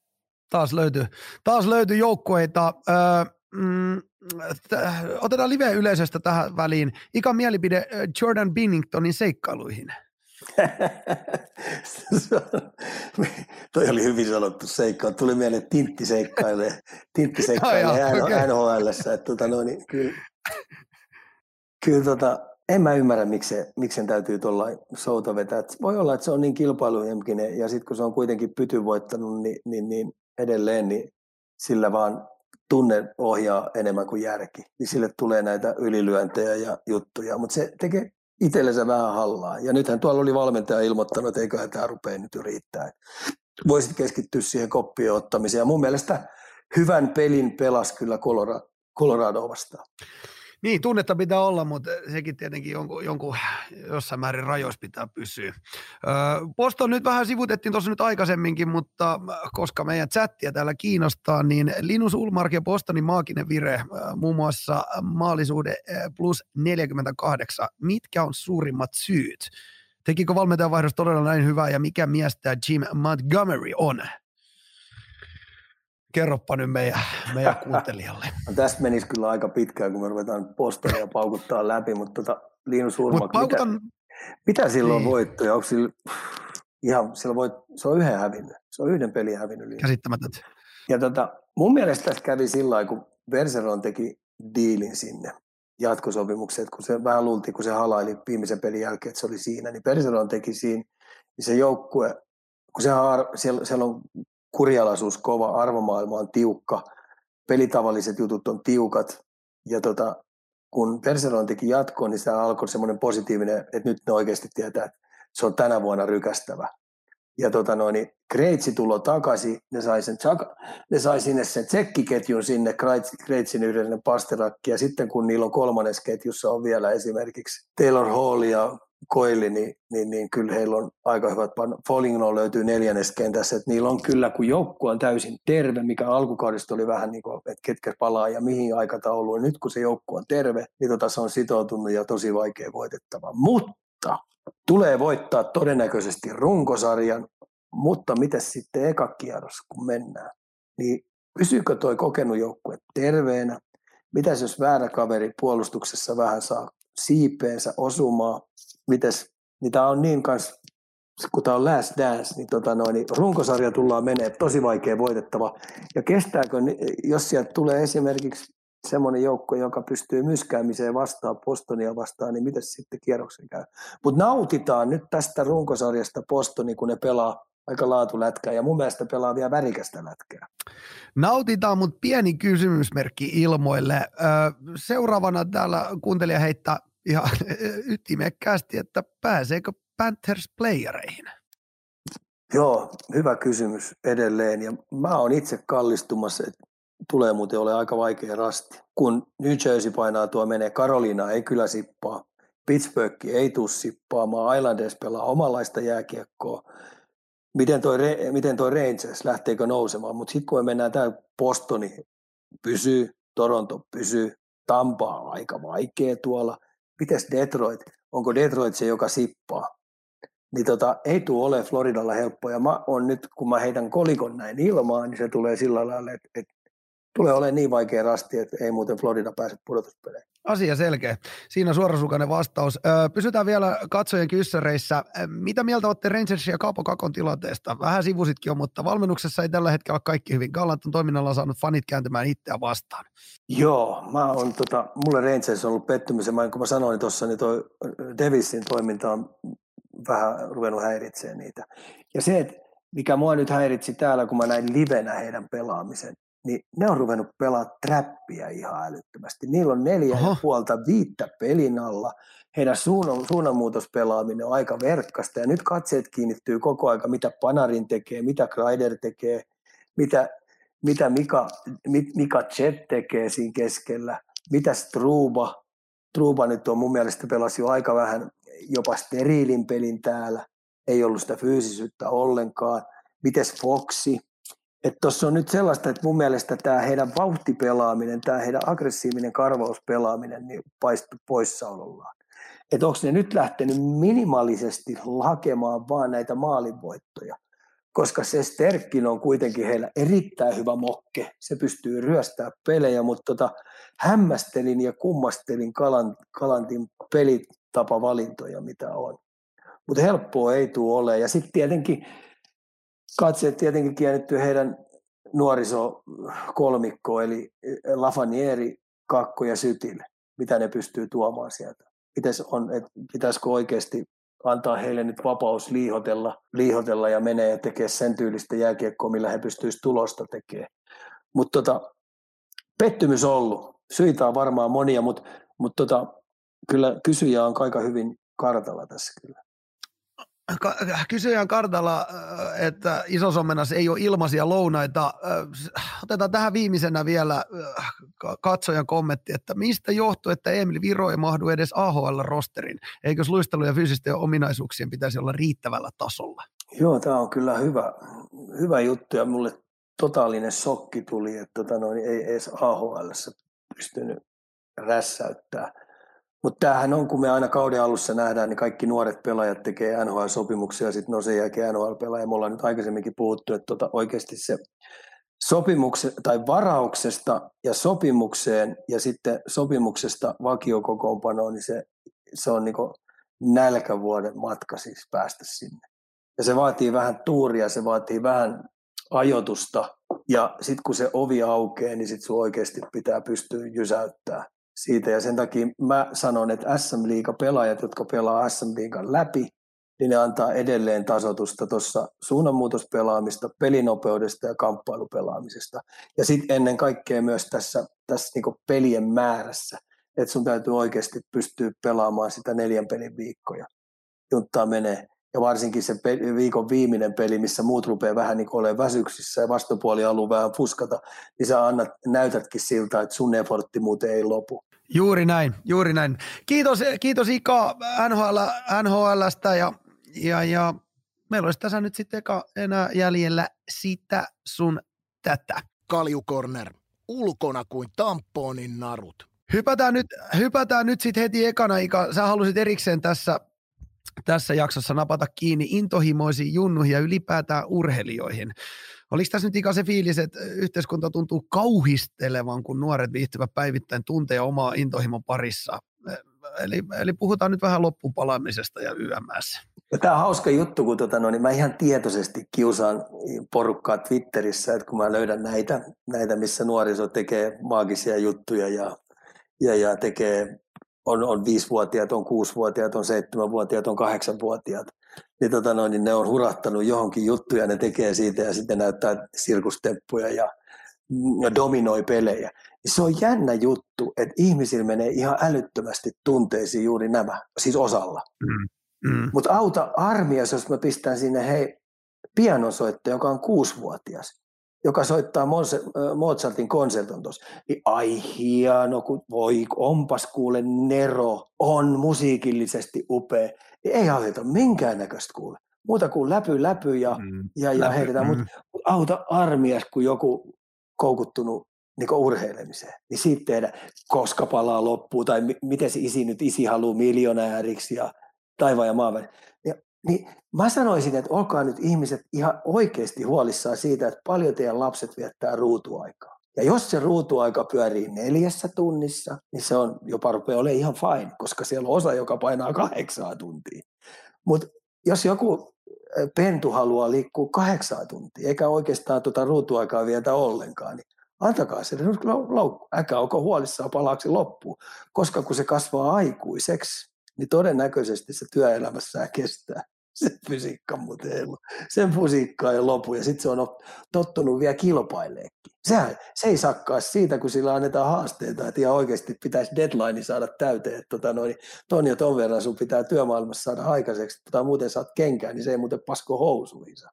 Taas löytyi joukkueita. Otetaan live-yleisöstä tähän väliin. Ikan mielipide Jordan Binningtonin seikkailuihin. Toi oli hyvin sanottu seikkailu. Tuli mieleen Tintti seikkailee NHL:ssä. Kyllä en mä ymmärrä, miksi täytyy tuollain showta vetää. Voi olla, että se on niin kilpailuhenkinen ja sitten kun se on kuitenkin pyty voittanut, niin edelleen niin sillä vaan tunne ohjaa enemmän kuin järki. Niin sille tulee näitä ylilyöntejä ja juttuja, mutta se tekee itsellensä vähän hallaa. Ja nythän tuolla oli valmentaja ilmoittanut, että eiköhän tämä rupea nyt jo riittää. Voisit keskittyä siihen koppien ottamiseen. Ja mun mielestä hyvän pelin pelasi kyllä Colorado vastaan. Niin, tunnetta pitää olla, mutta sekin tietenkin jonkun jossain määrin rajoissa pitää pysyä. Boston nyt vähän sivutettiin tuossa nyt aikaisemminkin, mutta koska meidän chattia täällä kiinnostaa, niin Linus Ullmark ja Bostonin maaginen vire, muun muassa maalisuhde plus 48. Mitkä on suurimmat syyt? Tekikö valmentajanvaihdos todella näin hyvää ja mikä mies tämä Jim Montgomery on? Kerroppa nyt meidän kuuntelijalle. No, tästä menisi kyllä aika pitkään, kun me ruvetaan Bostonia paukuttaa läpi, mutta Linus Ullmark, mitä silloin niin. Voittoja? Onko sillä, se on yhden hävinnyt. Se on yhden pelin hävinnyt. Käsittämätöntä. Ja mun mielestä tästä kävi sillä lailla, kun Bergeron teki diilin sinne. jatkosopimuksen, kun se vähän luultiin, kun se halaili viimeisen pelin jälkeen, että se oli siinä, niin Bergeron teki siinä, niin se joukkue, kun siellä on kurialaisuus kova, arvomaailma on tiukka, pelitavalliset jutut on tiukat, ja kun Bergeron teki jatkoon, niin se alkoi semmoinen positiivinen, että nyt ne oikeasti tietää, että se on tänä vuonna rykästävä. Ja Kreitsi tulo takaisin, ne sai sinne sen tsekkiketjun sinne, Kreitsin yhdellinen Pasterakki, ja sitten kun niillä on kolmannes ketjussa on vielä esimerkiksi Taylor Hall ja Coyle, niin kyllä heillä on aika hyvät. Foligno löytyy neljänneskentässä, että niillä on kyllä, kun joukkue on täysin terve, mikä alkukaudesta oli vähän niin kuin, että ketkä palaa ja mihin aikatauluun. Nyt kun se joukkue on terve, niin se on sitoutunut ja tosi vaikea voitettava. Mutta tulee voittaa todennäköisesti runkosarjan, mutta miten sitten eka kierros, kun mennään, niin pysyykö toi kokenut joukkue terveenä? Mitäs jos väärä kaveri puolustuksessa vähän saa siipeensä osumaan? Niin tämä on niin kanssa, kun tämä on last dance, niin runkosarja tullaan menee tosi vaikea voitettava. Ja kestääkö, jos sieltä tulee esimerkiksi semmoinen joukko, joka pystyy myskäämiseen vastaan, Bostonia vastaan, niin miten sitten kierroksen käy? Mutta nautitaan nyt tästä runkosarjasta Bostoni, kun ne pelaa aika laatulätkää, ja mun mielestä pelaa vielä värikästä lätkää. Nautitaan, mutta pieni kysymysmerkki ilmoille. Seuraavana täällä kuuntelija heittää ihan ytimekkäästi, että pääseekö Panthers playereihin? Joo, hyvä kysymys edelleen, ja mä oon itse kallistumassa, että tulee muuten ole aika vaikea rasti. Kun New Jersey painaa tuo menee, Carolina ei kyllä sippaa, Pittsburgh ei tule sippaamaan, Islanders pelaa omanlaista jääkiekkoa. Miten toi Rangers, lähteekö nousemaan? Mutta sitten kun me mennään täällä, Bostoni pysyy, Toronto pysyy, Tampa on aika vaikea tuolla. Mites Detroit? Onko Detroit se, joka sippaa? Niin ei tule ole Floridalla helppoa. Ja mä on nyt, kun mä heitän kolikon näin ilmaan, niin se tulee sillä lailla, että tulee olemaan niin vaikea rasti, että ei muuten Florida pääse pudotuspeleihin. Asia selkeä. Siinä suorasukainen vastaus. Pysytään vielä katsojien kyssäreissä. Mitä mieltä olette Rangersin ja Kaapo Kakon tilanteesta? Vähän sivusitkin on, mutta valmennuksessa ei tällä hetkellä ole kaikki hyvin. Gallant on toiminnalla saanut fanit kääntymään itseään vastaan. Joo, mulle Rangers on ollut pettymys. Kun mä sanoin tuossa, niin toi Devilsin toiminta on vähän ruvennut häiritsemään niitä. Ja se, että mikä mua nyt häiritsi täällä, kun mä näin livenä heidän pelaamisen, niin ne on ruvennut pelaamaan trappia ihan älyttömästi. Niillä on 4,5 pelin alla. Heidän suunnanmuutospelaaminen on aika verkkasta. Ja nyt katseet kiinnittyy koko aika, mitä Panarin tekee, mitä Kreider tekee, mitä Mika Chet tekee siinä keskellä, mitä Struba. Struba nyt on mun mielestä pelasi jo aika vähän jopa steriilin pelin täällä. Ei ollut sitä fyysisyyttä ollenkaan. Mites Foxi? Että tuossa on nyt sellaista, että mun mielestä tämä heidän vauhtipelaaminen, tämä heidän aggressiivinen karvauspelaaminen niin paistui poissaolollaan. Että onko ne nyt lähtenyt minimaalisesti hakemaan vaan näitä maalinvoittoja, koska se Sterkkin on kuitenkin heillä erittäin hyvä mokke. Se pystyy ryöstämään pelejä, mutta hämmästelin ja kummastelin Galantin pelitapavalintoja, mitä on. Mutta helppoa ei tule ole. Ja sitten tietenkin katseet kiinnittyy heidän nuorisokolmikkoon, eli Lafanieri, Kakko ja Sytil, mitä ne pystyy tuomaan sieltä. Pitäisikö oikeasti antaa heille nyt vapaus liihotella ja menee ja tekee sen tyylistä jääkiekkoa, millä he pystyisivät tulosta tekemään. Mutta pettymys on ollut. Syitä on varmaan monia, mutta kyllä kysyjä on aika hyvin kartalla tässä kyllä. Kysyjän kartalla, että Iso-Sommenassa ei ole ilmaisia lounaita. Otetaan tähän viimeisenä vielä katsojan kommentti, että mistä johtuu, että Emil Viro ei mahdu edes AHL-rosterin? Eikös luistelu ja fyysisten ominaisuuksien pitäisi olla riittävällä tasolla? Joo, tämä on kyllä hyvä juttu ja mulle totaalinen shokki tuli, että ei edes AHL:ssä pystynyt rässäyttämään. Mutta tämähän on, kun me aina kauden alussa nähdään, niin kaikki nuoret pelaajat tekee NHL-sopimuksia ja sitten ne on sen jälkeen NHL-pelaaja. Me ollaan nyt aikaisemminkin puhuttu, että oikeasti se sopimuksen tai varauksesta ja sopimukseen ja sitten sopimuksesta vakiokokoonpanoon, niin se on niin kuin nälkävuoden matka siis päästä sinne. Ja se vaatii vähän tuuria, se vaatii vähän ajoitusta ja sitten kun se ovi aukeaa, niin sitten sun oikeasti pitää pystyä jysäyttämään siitä. Ja sen takia mä sanon, että SM-liiga-pelaajat, jotka pelaa SM-liigan läpi, niin ne antaa edelleen tasoitusta tuossa suunnanmuutospelaamista, pelinopeudesta ja kamppailupelaamisesta. Ja sitten ennen kaikkea myös tässä niinku pelien määrässä, että sun täytyy oikeasti pystyä pelaamaan sitä 4 pelin viikkoja. Junttaa menee. Ja varsinkin se viikon viimeinen peli, missä muut rupeaa vähän niin kuin olemaan väsyksissä ja vastapuoli haluaa vähän fuskata, niin sä näytätkin siltä, että sun effortti muuten ei lopu. Juuri näin, juuri näin. Kiitos Ika NHL:stä ja meillä olisi tässä nyt sitten enää jäljellä sitä sun tätä. Kaljukorner, ulkona kuin tamponin narut. Hypätään nyt sitten heti ekana, Ika. Sä halusit erikseen tässä jaksossa napata kiinni intohimoisiin junnuihin ja ylipäätään urheilijoihin. Oliko tässä nyt Ika se fiilis, että yhteiskunta tuntuu kauhistelevan, kun nuoret viihtyvät päivittäin tunteja omaa intohimon parissa? Eli puhutaan nyt vähän loppupalaamisesta ja YMS. Tämä on hauska juttu, kun niin mä ihan tietoisesti kiusaan porukkaa Twitterissä, että kun mä löydän näitä missä nuoriso tekee maagisia juttuja ja tekee, on 5-vuotiaat, on 6-vuotiaat, on 7-vuotiaat, on 8-vuotiaat, niin ne on hurahtanut johonkin juttuja, ne tekee siitä ja sitten näyttää sirkusteppuja ja dominoi pelejä. Se on jännä juttu, että ihmisillä menee ihan älyttömästi tunteisiin juuri nämä, siis osalla. Mutta auta armias, jos mä pistän sinne pianosoittaja, joka on 6-vuotias, joka soittaa Mozartin konserton tuossa, niin ai hieno, kun voi, onpas kuule nero, on musiikillisesti upea. Ei auteta minkäännäköistä kuule. Muuta kuin läpy ja heitetään, mutta auta armias, kun joku koukuttunut niin urheilemiseen, niin siitä tehdään, koska palaa loppuun, tai miten se isi haluaa miljonääriksi ja taivaan ja maan väliin. Niin mä sanoisin, että olkaa nyt ihmiset ihan oikeasti huolissaan siitä, että paljon teidän lapset viettää ruutuaikaa. Ja jos se ruutuaika pyörii 4 tunnissa, niin se on jopa rupeaa olemaan ihan fine, koska siellä on osa, joka painaa 8 tuntia. Mutta jos joku pentu haluaa liikkua 8 tuntia, eikä oikeastaan ruutuaikaa vietä ollenkaan, niin antakaa se laukku. Äkä olko huolissaan palaaksi loppuun, koska kun se kasvaa aikuiseksi, niin todennäköisesti se työelämässä kestää. Se fysiikka muuten ei ole. Sen fysiikka ei lopu ja sitten se on tottunut vielä kilpaileekin. Se ei sakkaa siitä, kun sillä annetaan haasteita, että ihan oikeasti pitäisi deadline saada täyteen. Ton ja ton verran sun pitää työmaailmassa saada aikaiseksi, muuten saat kenkään, niin se ei muuten pasko housuihinsa.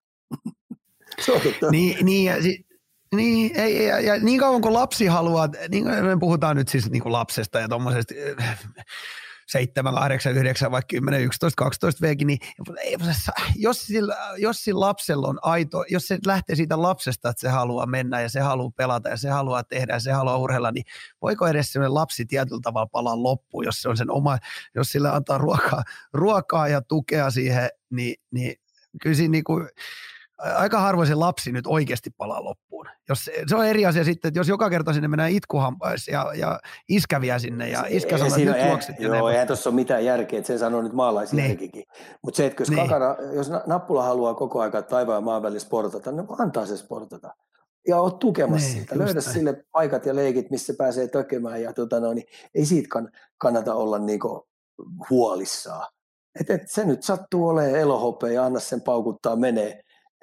Ja niin kauan kuin lapsi haluaa, niin me puhutaan nyt siis niin kuin lapsesta ja tuommoisesta 7, 8, 9, vaikka 10, 11, 12 veekin, niin jos sillä lapsella on aito, jos se lähtee siitä lapsesta, että se haluaa mennä ja se haluaa pelata ja se haluaa tehdä ja se haluaa urheilla, niin voiko edes sellainen lapsi tietyllä tavalla palaa loppuun, jos se on sen oma, jos sille antaa ruokaa ja tukea siihen, niin kyllä siinä niin kuin aika harvoin se lapsi nyt oikeasti palaa loppuun. Se on eri asia sitten, että jos joka kerta sinne mennään itkuhampais ja iskä vie sinne ja iskä sanoo, että nyt juokset. Joo, eihän tuossa ole mitään järkeä, että sen sanoo nyt maalaisjärkikin. Mutta se, että jos nappula haluaa koko ajan taivaan ja maan välillä sportata, niin antaa se sportata. Ja oot tukemassa siitä. Löydä sille paikat ja leikit, missä pääsee tekemään. Ja niin ei siitä kannata olla niinku huolissaan. Et se nyt sattuu olemaan elohopea ja anna sen paukuttaa menee.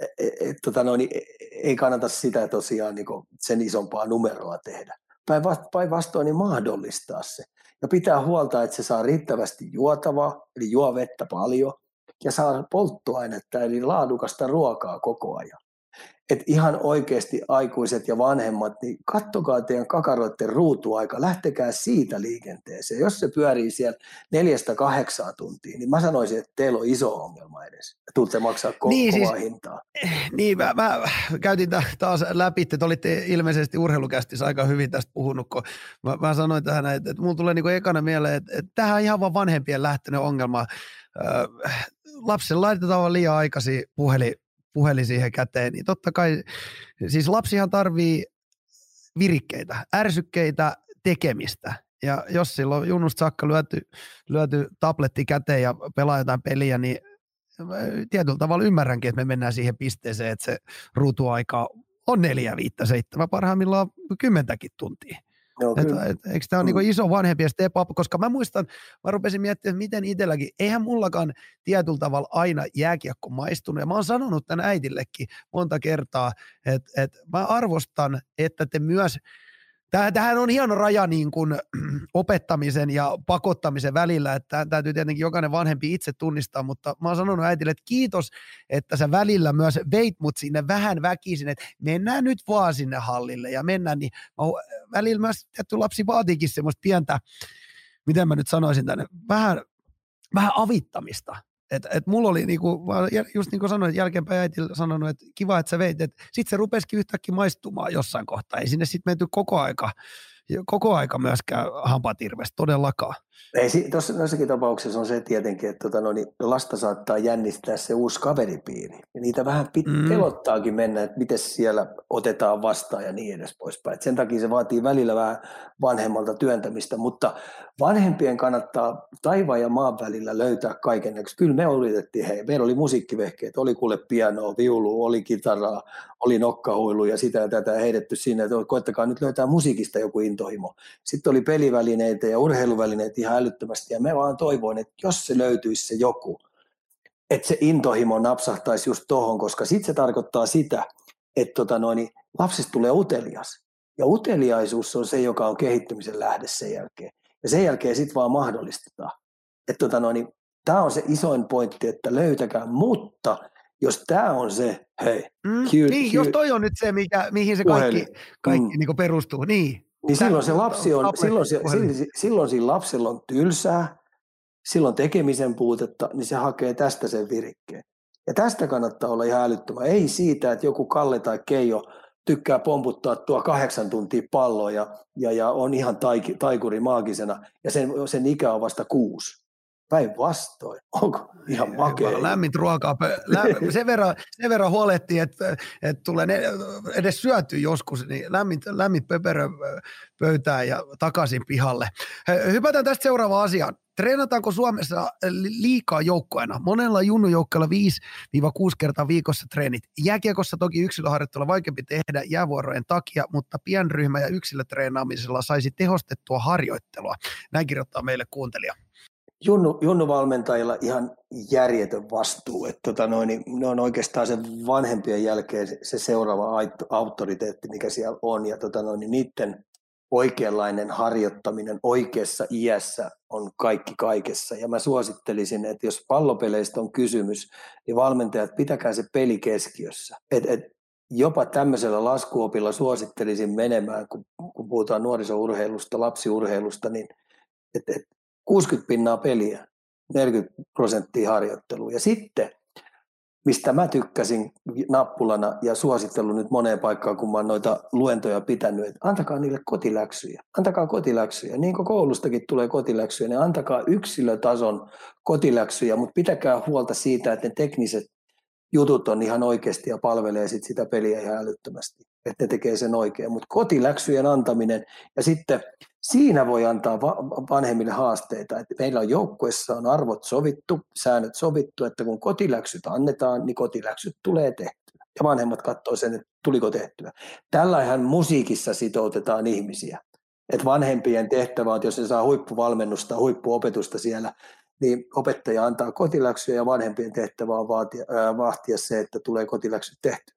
Ei kannata sitä tosiaan niin sen isompaa numeroa tehdä. Päinvastoin niin mahdollistaa se. Ja pitää huolta, että se saa riittävästi juotavaa, eli juo vettä paljon, ja saa polttoainetta, eli laadukasta ruokaa koko ajan. Että ihan oikeasti aikuiset ja vanhemmat, niin kattokaa teidän kakaroiden ruutuaika, lähtekää siitä liikenteeseen. Jos se pyörii siellä 4-8 tuntia, niin mä sanoisin, että teillä on iso ongelma edes. Tuutte maksaa kovaa hintaa. Niin, mä käytin taas läpi, että olitte ilmeisesti urheilukästissä aika hyvin tästä puhunut, kun mä sanoin tähän, että mulla tulee niinku ekana mieleen, että tämähän on ihan vaan vanhempien lähtöinen ongelma. Lapselle laitetaan vaan liian aikaisin puhelin siihen käteen, niin totta kai, siis lapsihan tarvii virikkeitä, ärsykkeitä, tekemistä. Ja jos silloin junnusta saakka lyöty tabletti käteen ja pelaa jotain peliä, niin tietyllä tavalla ymmärränkin, että me mennään siihen pisteeseen, että se ruutuaika on 4, 5, 7, parhaimmillaan 10 tuntia. No, eikö tämä ole niinku iso vanhempien step up, koska mä muistan, mä rupesin miettimään, että miten itselläkin, eihän mullakaan tietyllä tavalla aina jääkiekko maistunut, ja mä oon sanonut tämän äidillekin monta kertaa, että mä arvostan, että te myös, tämähän on hieno raja niin kuin opettamisen ja pakottamisen välillä, että täytyy tietenkin jokainen vanhempi itse tunnistaa, mutta mä oon sanonut äitille, että kiitos, että sä välillä myös veit mut sinne vähän väkisin, että mennään nyt vaan sinne hallille ja mennään, niin välillä myös tietty lapsi vaatiikin semmoista pientä, miten mä nyt sanoisin tänne, vähän avittamista. Et mulla oli, niinku, just niin kuin sanoin, jälkeenpäin äitillä sanonut, että kiva, että sä veit, että sitten se rupesikin yhtäkkiä maistumaan jossain kohtaa. Ei sinne sitten menty koko aika myöskään hampatirvestä todellakaan. Ei, tuossakin tapauksessa on se tietenkin, että lasta saattaa jännistää se uusi kaveripiiri. Ja niitä vähän pelottaakin mennä, että miten siellä otetaan vastaan ja niin edes poispäin. Et sen takia se vaatii välillä vähän vanhemmalta työntämistä, mutta vanhempien kannattaa taivaan ja maan välillä löytää kaikennäköistä. Kyllä me yritettiin, meillä oli musiikkivehkeet, oli kuule pianoa, viulua, oli kitaraa, oli nokkahuilu ja sitä ja tätä heitetty sinne, että koettakaa nyt löytää musiikista joku intohimo. Sitten oli pelivälineitä ja urheiluvälineitä ihan älyttömästi ja me vaan toivoin, että jos se löytyisi se joku, että se intohimo napsahtaisi just tohon, koska sitten se tarkoittaa sitä, että lapsista tulee utelias. Ja uteliaisuus on se, joka on kehittymisen lähde sen jälkeen. Ja sen jälkeen sitten vaan mahdollistetaan. Että tämä on se isoin pointti, että löytäkää, mutta jos tämä on se, hei. Niin, jos toi on nyt se, mihin se kaikki niin perustuu, niin. Niin silloin se lapsi on, silloin siinä lapsella on tylsää, silloin tekemisen puutetta, niin se hakee tästä sen virikkeen. Ja tästä kannattaa olla ihan älyttömän. Ei siitä, että joku Kalle tai Keijo tykkää pomputtaa tuo 8 tuntia palloa ja on ihan taikuri maagisena ja sen ikä on vasta 6. Päinvastoin. Onko ihan makea? Lämmin ruokaa. Sen verran huolettiin, että tulee edes syötyä joskus, niin lämmin pöperö pöytään ja takaisin pihalle. Hypätään tästä seuraavaan asiaan. Treenataanko Suomessa liikaa joukkoina? Monella junnujoukkoilla 5-6 kertaa viikossa treenit. Jääkiekossa toki yksilöharjoittelu on vaikeampi tehdä jäävuorojen takia, mutta pienryhmä- ja yksilötreenaamisella saisi tehostettua harjoittelua. Näin kirjoittaa meille kuuntelija. Junnuvalmentajilla ihan järjetön vastuu, että ne on oikeastaan sen vanhempien jälkeen se seuraava auktoriteetti, mikä siellä on, ja niiden oikeanlainen harjoittaminen oikeassa iässä on kaikki kaikessa, ja mä suosittelisin, että jos pallopeleistä on kysymys, niin valmentajat pitäkää se peli keskiössä, jopa tämmöisellä laskuopilla suosittelisin menemään, kun puhutaan nuorisourheilusta, lapsiurheilusta, niin 60% peliä, 40% harjoittelua. Ja sitten, mistä mä tykkäsin nappulana ja suositellut nyt moneen paikkaan, kun mä oon noita luentoja pitänyt, että antakaa niille kotiläksyjä. Antakaa kotiläksyjä. Niin kuin koulustakin tulee kotiläksyjä, niin antakaa yksilötason kotiläksyjä, mutta pitäkää huolta siitä, että ne tekniset jutut on ihan oikeasti ja palvelee sit sitä peliä ihan älyttömästi, että ne tekee sen oikein. Mutta kotiläksyjen antaminen ja sitten siinä voi antaa vanhemmille haasteita, että meillä on joukkueessa on arvot sovittu, säännöt sovittu, että kun kotiläksyt annetaan, niin kotiläksyt tulee tehtyä. Ja vanhemmat katsoo sen, että tuliko tehtyä. Tällähän musiikissa sitoutetaan ihmisiä. Että vanhempien tehtävä on, jos se saa huippuvalmennusta, huippuopetusta siellä, niin opettaja antaa kotiläksyjä ja vanhempien tehtävä on vahtia se, että tulee kotiläksyt tehtyä.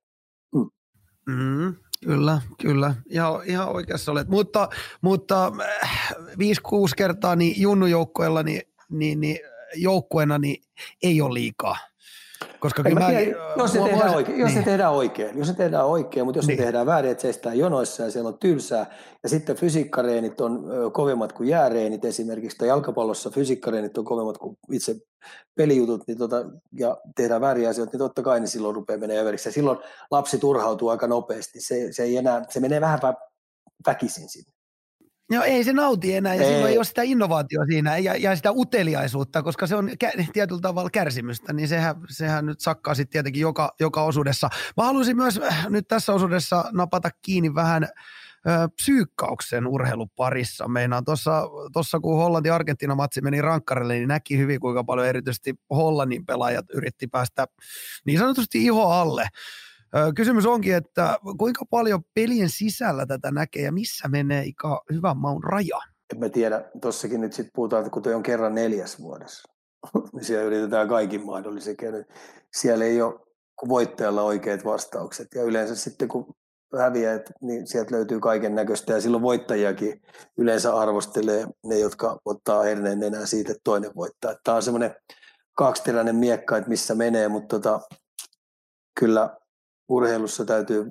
Kyllä. Ihan oikeassa olet. Mutta 5-6 kertaa niin junnujoukkoilla niin joukkueena niin ei ole liikaa. Koska jos se tehdään oikein, mutta jos se tehdään väärin, että seistään jonoissa ja siellä on tylsää, ja sitten fysiikkareenit on kovemmat kuin jääreenit esimerkiksi, tai jalkapallossa fysiikkareenit on kovemmat kuin itse pelijutut, niin ja tehdään väärin asioita, niin totta kai niin silloin rupeaa menemään överiksi. Ja silloin lapsi turhautuu aika nopeasti. Se menee vähän väkisin sinne. No ei se nauti enää ja silloin ei ole sitä innovaatiota siinä ja sitä uteliaisuutta, koska se on tietyllä tavalla kärsimystä, niin sehän nyt sakkaa sitten tietenkin joka osuudessa. Mä haluaisin myös nyt tässä osuudessa napata kiinni vähän psyykkauksen urheiluparissa. Meinaan tuossa kun Hollanti-Argentiina-matsi meni rankkarille, niin näki hyvin kuinka paljon erityisesti Hollannin pelaajat yritti päästä niin sanotusti iho alle Kysymys onkin, että kuinka paljon pelien sisällä tätä näkee ja missä menee hyvän maun raja? En mä tiedä, tossakin nyt sitten puhutaan, että kun toi on kerran 4 vuodessa, niin siellä yritetään kaikin mahdollisen kerran. Siellä ei ole voittajalla oikeat vastaukset ja yleensä sitten kun häviää, niin sieltä löytyy kaiken näköistä ja silloin voittajiakin yleensä arvostelee ne, jotka ottaa herneen nenää siitä, että toinen voittaa. Tämä on semmoinen kaksiteräinen miekka, että missä menee, mutta kyllä urheilussa täytyy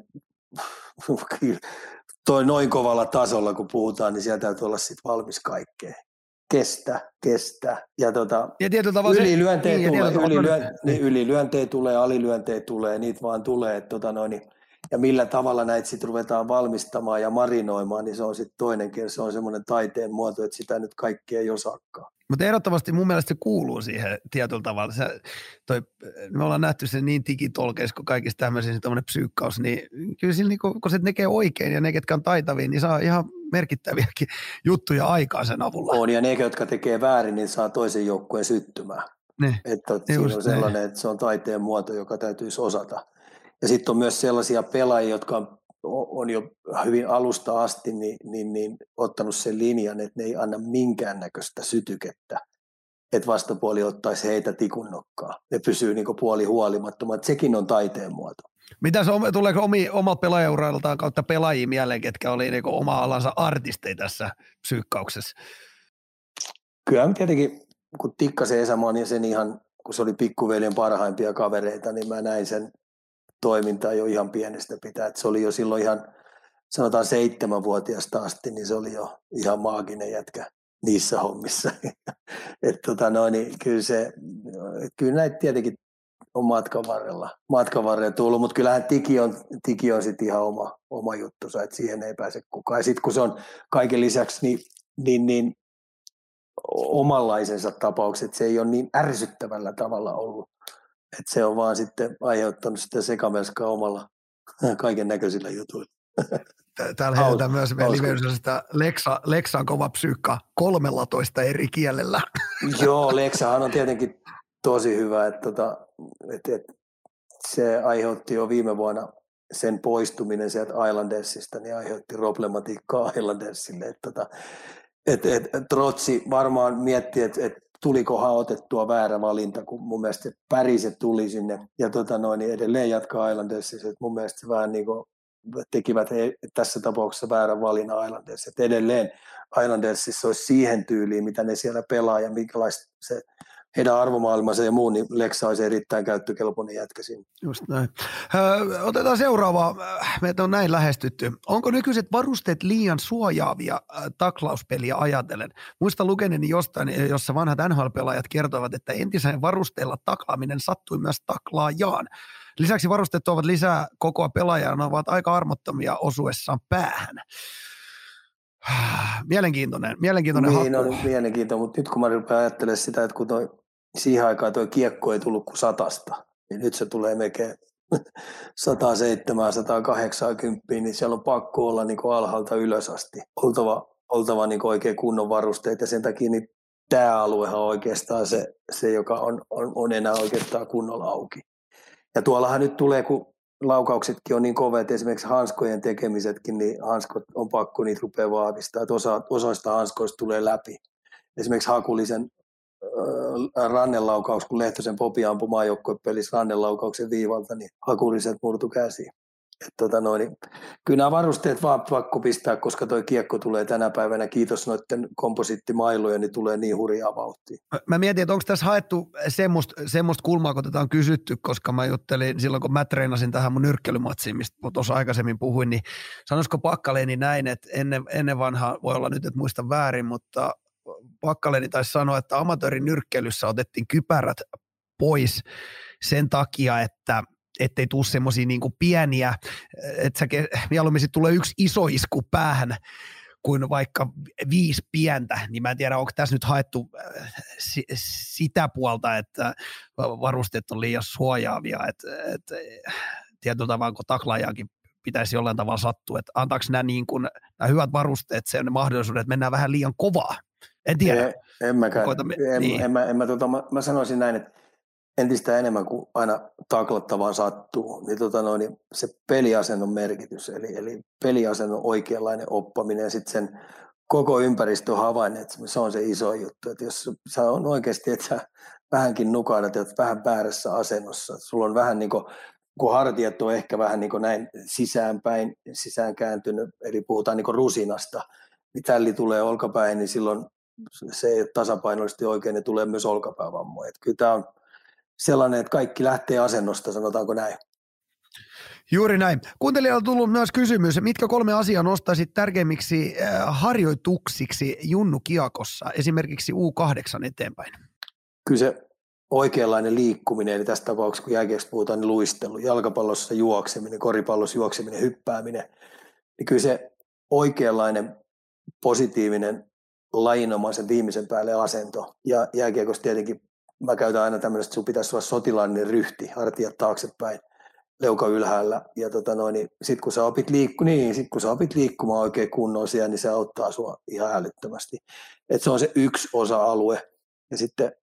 toi noin kovalla tasolla, kun puhutaan, niin siellä täytyy olla sit valmis kaikkeen. Kestä. Ja ylilyöntejä tulee, alilyöntejä tulee, niitä vaan tulee. Ja millä tavalla näitä sitten ruvetaan valmistamaan ja marinoimaan, niin se on sitten toinen kerta. Se on semmoinen taiteen muoto, että sitä nyt kaikkea ei osaakaan. Mutta ehdottomasti mun mielestä se kuuluu siihen tietyllä tavalla. Me ollaan nähty sen niin digitolkeissa kuin kaikissa tämmöisissä tämmöinen psyykkaus, niin kyllä sillä, kun se tekee oikein ja ne, ketkä on taitavia, niin saa ihan merkittäviäkin juttuja aikaan sen avulla. On, ja ne, jotka tekee väärin, niin saa toisen joukkueen syttymään. Että siinä on sellainen, että se on taiteen muoto, joka täytyisi osata. Ja sitten on myös sellaisia pelaajia, jotka on jo hyvin alusta asti niin ottanut sen linjan, että ne ei anna minkäännäköistä sytykettä, että vastapuoli ottaisi heitä tikunnokkaa. Ne pysyy niin kuin puoli huolimattomat. Sekin on taiteen muoto. Tuleeko omalta pelaajauraltaan kautta pelaajia mieleen, ketkä oli niin kuin oma alansa artisteja tässä psyykkauksessa? Kyllä tietenkin, kun tikkasen Esamaan ja sen ihan, kun se oli pikkuveljen parhaimpia kavereita, niin mä näin sen toimintaa jo ihan pienestä pitää. Et se oli jo silloin ihan, sanotaan 7-vuotiaasta asti, niin se oli jo ihan maaginen jätkä niissä hommissa. Niin kyllä näitä tietenkin on matkan varrella tullut, mutta kyllähän Tiki on sitten ihan oma juttusa, että siihen ei pääse kukaan. Ja sitten kun se on kaiken lisäksi niin omanlaisensa tapaukset, se ei ole niin ärsyttävällä tavalla ollut. Että se on vaan sitten aiheuttanut sitä sekamelskaa omalla kaiken näköisillä jutuilla. Täällä heitetään myös meidän live-yhdessä Leksan kova psyykka 13 eri kielellä. Joo, Leksahan on tietenkin tosi hyvä, että se aiheutti jo viime vuonna sen poistuminen sieltä Islandersista, niin aiheutti problematiikkaa Islandersille. Trotsi varmaan mietti, että tulikohan otettua väärä valinta, kun mun mielestä Päriset tuli sinne ja niin edelleen jatkaa Islandersissa. Mun mielestä se vähän niin kuin tekivät tässä tapauksessa väärän valinnan Islandersissa. Et edelleen Islandersissa olisi siihen tyyliin, mitä ne siellä pelaa ja minkälaista se heidän arvomaailmansa ja muu, niin Leksa olisi erittäin käyttökelpoinen jätkä siinä. Just näin. Otetaan seuraavaa. Meitä on näin lähestytty. Onko nykyiset varusteet liian suojaavia taklauspeliä ajatellen? Muistan lukeneeni jostain, jossa vanhat NHL-pelaajat kertovat, että entiseen varusteella taklaaminen sattui myös taklaajaan. Lisäksi varusteet tuovat lisää kokoa pelaajaan, ne ovat aika armottomia osuessaan päähän. Mielenkiintoinen niin, on mielenkiintoinen, mutta nyt kun mä rupean ajattelemaan sitä, että kun siihen aikaan tuo kiekko ei tullut kuin 100, niin nyt se tulee melkein 107, 180, niin siellä on pakko olla niin kuin alhaalta ylös asti. Oltava niin kuin oikein kunnon varusteet ja sen takia niin tämä aluehan on oikeastaan se joka on enää oikeastaan kunnolla auki. Ja tuollahan nyt tulee, kun laukauksetkin on niin koveet, esimerkiksi hanskojen tekemisetkin, niin hanskot on pakko niitä rupeaa vahvistaa, että osa hanskoista tulee läpi. Esimerkiksi Hakulisen rannelaukaus, kun Lehtosen Popi ampui maajoukkuepelissä rannelaukauksen viivalta, niin Hakuliset murtu käsiin. Niin, kyllä nämä varusteet vaan pakko pistää, koska tuo kiekko tulee tänä päivänä, kiitos noiden komposittimailuja, niin tulee niin hurjaa vauhtia. Mä mietin, että onko tässä haettu semmoista kulmaa, kun tätä on kysytty, koska mä juttelin silloin, kun mä treenasin tähän mun nyrkkeilymatsiin, mistä tuossa aikaisemmin puhuin, niin sanoisiko Pakkaleeni näin, että ennen vanhaa, voi olla nyt, että muistan väärin, mutta Pakkaleeni taisi sanoa, että amatöörin nyrkkeilyssä otettiin kypärät pois sen takia, ettei tule semmoisia niin kuin pieniä, että mieluummin sitten tulee yksi iso isku päähän kuin vaikka 5 pientä, niin mä en tiedä, onko tässä nyt haettu sitä puolta, että varusteet on liian suojaavia, että tietyllä tavalla, kun taklaajaankin pitäisi jollain tavalla sattua, että antaako nämä, niin kuin, nämä hyvät varusteet sen mahdollisuuden, että mennään vähän liian kovaa? En tiedä. En mäkään. Mä sanoisin näin, että entistä enemmän kuin aina taklattavaan sattuu, niin se peliasennon merkitys, eli peliasennon oikeanlainen oppaminen ja sitten sen koko ympäristön havainneet, se on se iso juttu, että jos sä on oikeasti, että sä vähänkin nukahdat ja vähän väärässä asennossa, sulla on vähän niin kuin, kun hartiat on ehkä vähän niin kuin näin sisäänpäin, sisään kääntynyt, eli puhutaan niin kuin rusinasta, niin tälli tulee olkapäin, niin silloin se ei ole tasapainoisesti oikein, ne tulee myös olkapäävammoja. Että kyllä tämä on sellainen, että kaikki lähtee asennosta, sanotaanko näin. Juuri näin. Kuuntelijoilla on tullut myös kysymys, mitkä 3 asiaa nostaisit tärkeimmiksi harjoituksiksi junnukiekossa, esimerkiksi U8 eteenpäin? Kyllä se oikeanlainen liikkuminen, eli tässä tapauksessa kun jääkiekosta puhutaan, niin luistelu, jalkapallossa juokseminen, koripallossa juokseminen, hyppääminen, niin kyllä se oikeanlainen positiivinen lajinomaisen viimeisen päälle asento. Ja jääkiekossa tietenkin mä käytän aina tämmöistä, että sun pitäisi olla sotilaallinen ryhti, hartiat taaksepäin, leuka ylhäällä. Ja niin sitten kun sä opit liikkumaan oikein kunnolla siellä, niin se auttaa sua ihan älyttömästi. Et se on se yksi osa-alue. Ja sitten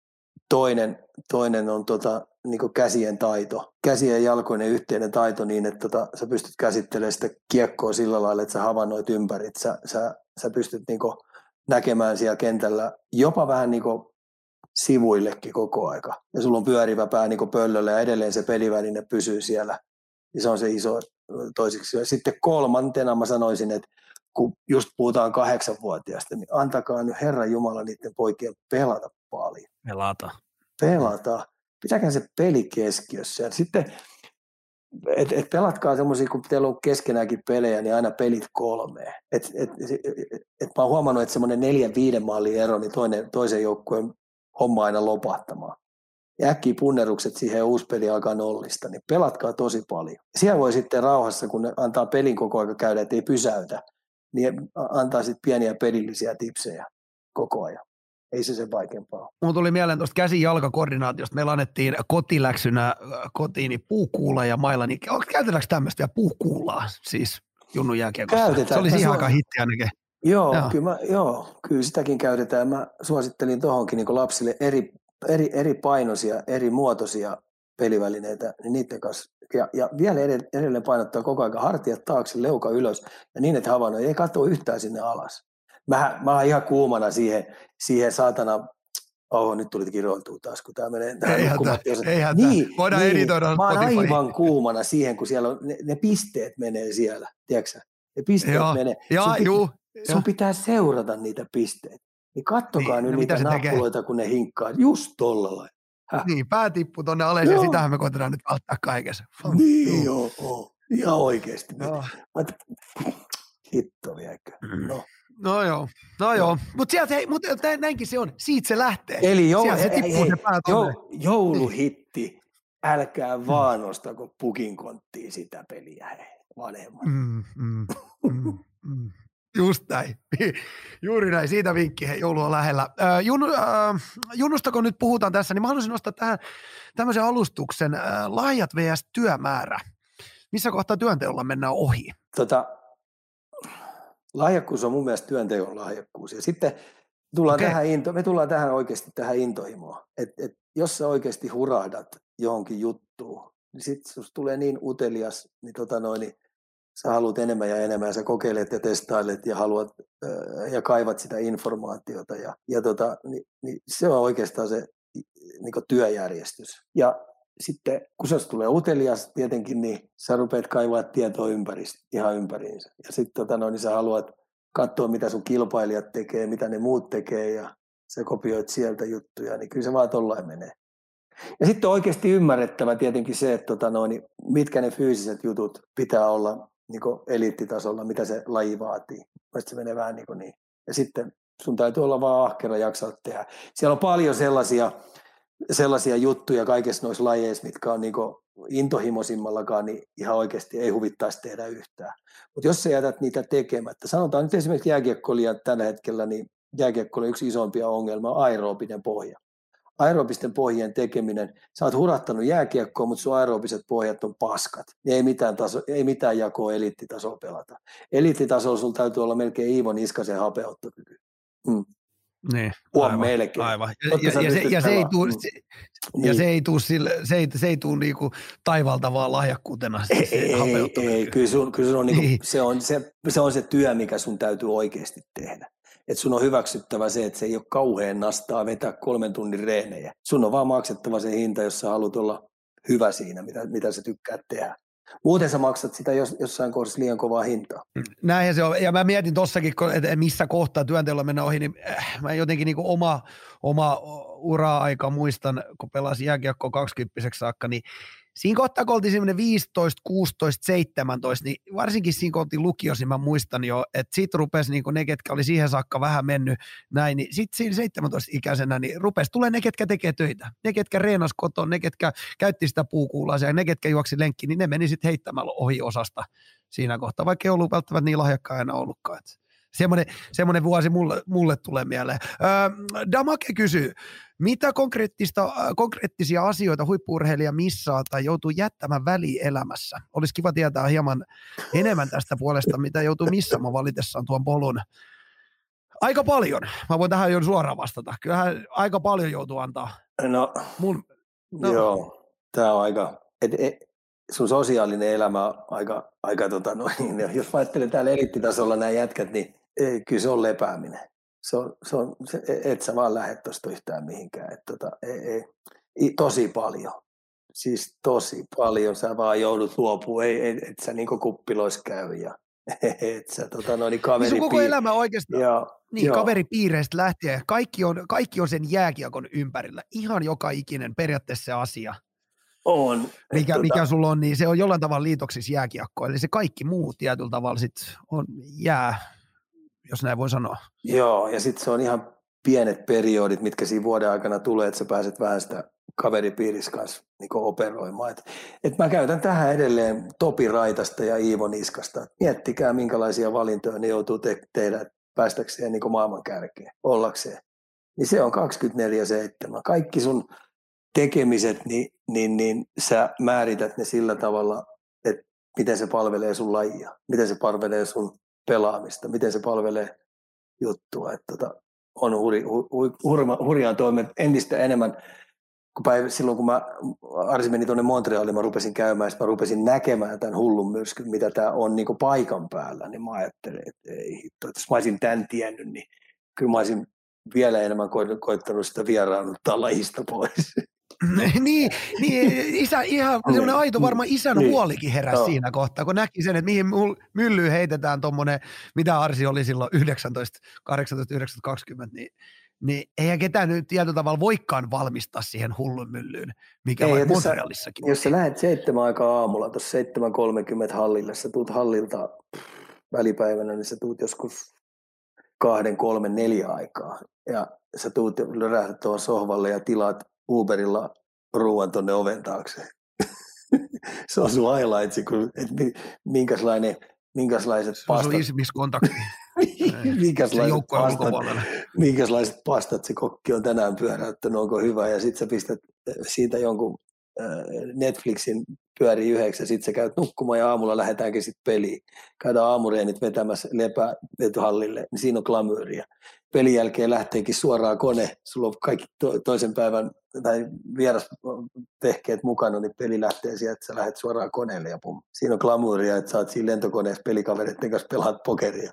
toinen on niin käsien taito, käsien ja jalkoinen yhteinen taito niin, että sä pystyt käsittelemään sitä kiekkoa sillä lailla, että sä havainnoit ympäri. Sä pystyt niin näkemään siellä kentällä jopa vähän niin sivuillekin koko aika. Ja sulla on pyörivä pää niin pöllöllä ja edelleen se peliväline pysyy siellä. Ja se on se iso toiseksi. Ja sitten kolmantena mä sanoisin, että kun just puhutaan 8-vuotiaasta, niin antakaa nyt Herran Jumala niiden poikien pelata paljon. Pelata. Pitäkää se peli keskiössä. Ja sitten, et pelatkaa semmoisia, kun teillä on keskenäänkin pelejä, niin aina pelit 3. Mä oon huomannut, että semmoinen 4-5 maalin ero, niin toisen joukkueen homma aina lopahtamaan. Ja äkkiä punnerukset siihen uusi peli alkaa nollista, niin pelatkaa tosi paljon. Siellä voi sitten rauhassa, kun ne antaa pelin koko ajan käydä, ettei pysäytä, niin antaa sitten pieniä pelillisiä tipsejä koko ajan. Ei se sen vaikeampaa. Mulla tuli mieleen tuosta käsi-jalkakoordinaatiosta. Meillä annettiin kotiläksynä kotiin niin puukuula ja mailla. Niin käytetäänkö tämmöistä vielä puukuulaa siis junnun jääkiekossa? Käytetään. Se oli siihen aikaan hitti ainakin. Kyllä sitäkin käytetään. Mä suosittelin tuohonkin niin lapsille eri painoisia, eri muotoisia pelivälineitä, niin niiden kanssa. Ja vielä edelleen painottaa koko ajan hartiat taakse, leuka ylös ja niin, että havainnoi, ei katso yhtään sinne alas. Mä oon ihan kuumana siihen saatana, nyt tuli kiroiltua taas, kun tää menee. Ei hätää. Voidaan editoida. Mä oon aivan kuumana siihen, kun siellä on, ne pisteet menee siellä, tiedätkö? Ne pisteet menee. Sun pitää seurata niitä pisteitä. Niin kattokaa nyt niitä nappuloita, kun ne hinkkaa. Just tolla lailla. Niin, pää tippuu tonne alas ja sitähän me koitetaan nyt välttää kaikessa. Niin joo. Ihan oikeesti. Hitto viekö. No joo. Mutta näinkin se on. Siitä se lähtee. Eli jouluhitti. Älkää vaan ostako pukin konttiin sitä peliä, vanhemmat. Just näin. Juuri näin. Siitä vinkki, hei, joulu on lähellä. Junnusta kun nyt puhutaan tässä, niin mä haluaisin nostaa tähän tämmöisen alustuksen. Lahjat vs. työmäärä. Missä kohtaa työnteolla mennään ohi? Lahjakkuus on mun mielestä työnteon lahjakkuus. Ja sitten me tullaan tähän oikeasti tähän intohimoon. Et jos sä oikeasti hurahdat johonkin juttuun, niin sitten susta tulee niin utelias, niin sä haluat enemmän ja enemmän, sä kokeilet ja testailet ja haluat ja kaivat sitä informaatiota niin se on oikeastaan se niin työjärjestys. Ja sitten kun se tulee utelias tietenkin, niin sä rupeat kaivaa tietoa ihan ympäriinsä. Ja sitten niin sä haluat katsoa, mitä sun kilpailijat tekee, mitä ne muut tekee ja sä kopioit sieltä juttuja, niin kyllä se vaan tollain menee. Ja sitten on oikeasti ymmärrettävä tietenkin se, että mitkä ne fyysiset jutut pitää olla niin eliittitasolla, mitä se laji vaatii. Mielestäni se menee vähän niin. Ja sitten sun täytyy olla vaan ahkera jaksaa tehdä. Siellä on paljon sellaisia juttuja kaikissa noissa lajeissa, mitkä on niin intohimoisimmallakaan, niin ihan oikeasti ei huvittaisi tehdä yhtään. Mutta jos sä jätät niitä tekemättä, sanotaan nyt esimerkiksi jääkiekkoilijat tällä hetkellä, niin jääkiekkoilla yksi isompia ongelma on aerobinen pohja. Aerobisten pohjien tekeminen, sä oot hurattanut jääkiekkoa, mutta sun aerobiset pohjat on paskat. Ei mitään jakoa eliittitasoa pelata. Eliittitasolla sulla täytyy olla melkein Iivo Niskasen hapeuttokyky. Niin, Huom melkein. Aivan. Ja se ei tule niinku taivalta vaan lahjakkuutena. Ei, kyllä sun on, niinku, se on se työ, mikä sun täytyy oikeasti tehdä. Et sun on hyväksyttävä se, että se ei ole kauhean nastaa vetää 3 tunnin reenejä. Sun on vaan maksettava se hinta, jos sä haluat olla hyvä siinä, mitä sä tykkäät tehdä. Muuten sä maksat sitä jossain kohdassa liian kovaa hintaa. Näinhän se on. Ja mä mietin tossakin, että missä kohtaa työnteolla mennä ohi, niin mä jotenkin niin kuin oma ura-aika muistan, kun pelasin jääkiekkoa 20-vuotiaaksi saakka, niin siinä kohtaa, kun oltiin semmoinen 15, 16, 17, niin varsinkin siinä, kun oltiin lukiossa, niin mä muistan jo, että sitten rupesi niin ne, ketkä oli siihen saakka vähän mennyt näin, niin sitten siinä 17-ikäisenä, niin rupesi tulee ne, ketkä tekee töitä. Ne, ketkä reenas koton, ne, ketkä käytti sitä puukuulaisia, ne, ketkä juoksi lenkkiin, niin ne meni sitten heittämällä ohi osasta siinä kohtaa, vaikka ei ollut välttämättä niin lahjakkaan aina ollutkaan. Semmoinen vuosi mulle tulee mieleen. Damake kysyy, mitä konkreettisia asioita huippu-urheilija missaa tai joutuu jättämään väliin elämässä? Olisi kiva tietää hieman enemmän tästä puolesta, mitä joutuu missaamaan valitessaan tuon polun. Aika paljon. Mä voin tähän jo suoraan vastata. Kyllähän aika paljon joutuu antaa. No. Joo. Tämä on aika... sun sosiaalinen elämä on aika jos mä ajattelen täällä eliittitasolla nämä jätkät, niin kyllä se on lepääminen. Et sä vaan lähde tosta yhtään mihinkään. Tosi paljon. Siis tosi paljon. Sä vaan joudut luopumaan. Et sä niinku kuppilois käy ja et sä kaveri. Sun koko elämä oikeastaan. Niin, kaveripiireistä lähtien. Kaikki on sen jääkiekon ympärillä. Ihan joka ikinen periaatteessa se asia. On. Mikä sulla on, niin se on jollain tavalla liitoksissa jääkiekkoon. Eli se kaikki muu tietyllä tavalla sit on jää, jos näin voi sanoa. Joo, ja sitten se on ihan pienet periodit, mitkä siinä vuoden aikana tulee, että sä pääset vähän sitä kaveripiirissä kanssa niin operoimaan. Et mä käytän tähän edelleen Topi Raitasta ja Iivo Niskasta. Miettikää, minkälaisia valintoja ne joutuu tehdä päästäkseen niin maailman kärkeen, ollakseen. Niin se on 24/7. Kaikki sun tekemiset, niin sä määrität ne sillä tavalla, että miten se palvelee sun lajia, miten se palvelee sun pelaamista, miten se palvelee juttua. Että on hurjaa toimen entistä enemmän. Silloin kun Arsi meni tuonne Montrealiin, mä rupesin käymään, mä rupesin näkemään tämän hullun myrskyn, mitä tämä on niin kuin paikan päällä, niin mä ajattelin, että ei hitto, että jos mä olisin tämän tiennyt, niin kyllä mä olisin vielä enemmän koittanut sitä vieraannuttaa lajista pois. niin, ihan semmoinen aito varma isän huolikin heräsi siinä kohtaa, kun näki sen, että mihin myllyyn heitetään tuommoinen, mitä Arsi oli silloin 19, 18, 19, 20, niin eihän ketään nyt tietyllä tavalla voikaan valmistaa siihen hullun myllyyn, mikä vaikka Montrealissakin. Jos sä lähdet 7 aikaa aamulla, tuossa 7:30 hallille, sä tuut hallilta välipäivänä, niin sä tuut joskus 2, 3, 4 aikaa, ja sä tuut lähdät tuohon sohvalle ja tilaat Uberilla ruuan tuonne oven taakse. Se on sun highlights, että minkälaiset pastat. Se on ihmiskontakti. minkälaiset pastat se kokki on tänään pyöräyttänyt, onko hyvä. Ja sitten sä pistät siitä jonkun Netflixin pyörii 9, sitten sä käyt nukkumaan ja aamulla lähdetäänkin sitten peliin. Käydään aamureenit vetämässä lepävetyhallille, niin siinä on glamyyriä. Pelin jälkeen lähteekin suoraan kone, sulla on kaikki toisen päivän tai vierastehkeet mukana, niin peli lähtee sieltä, että sä lähdet suoraan koneelle ja pum. Siinä on glamouria, että sä oot siinä lentokoneessa pelikavereiden kanssa pelaat pokeria.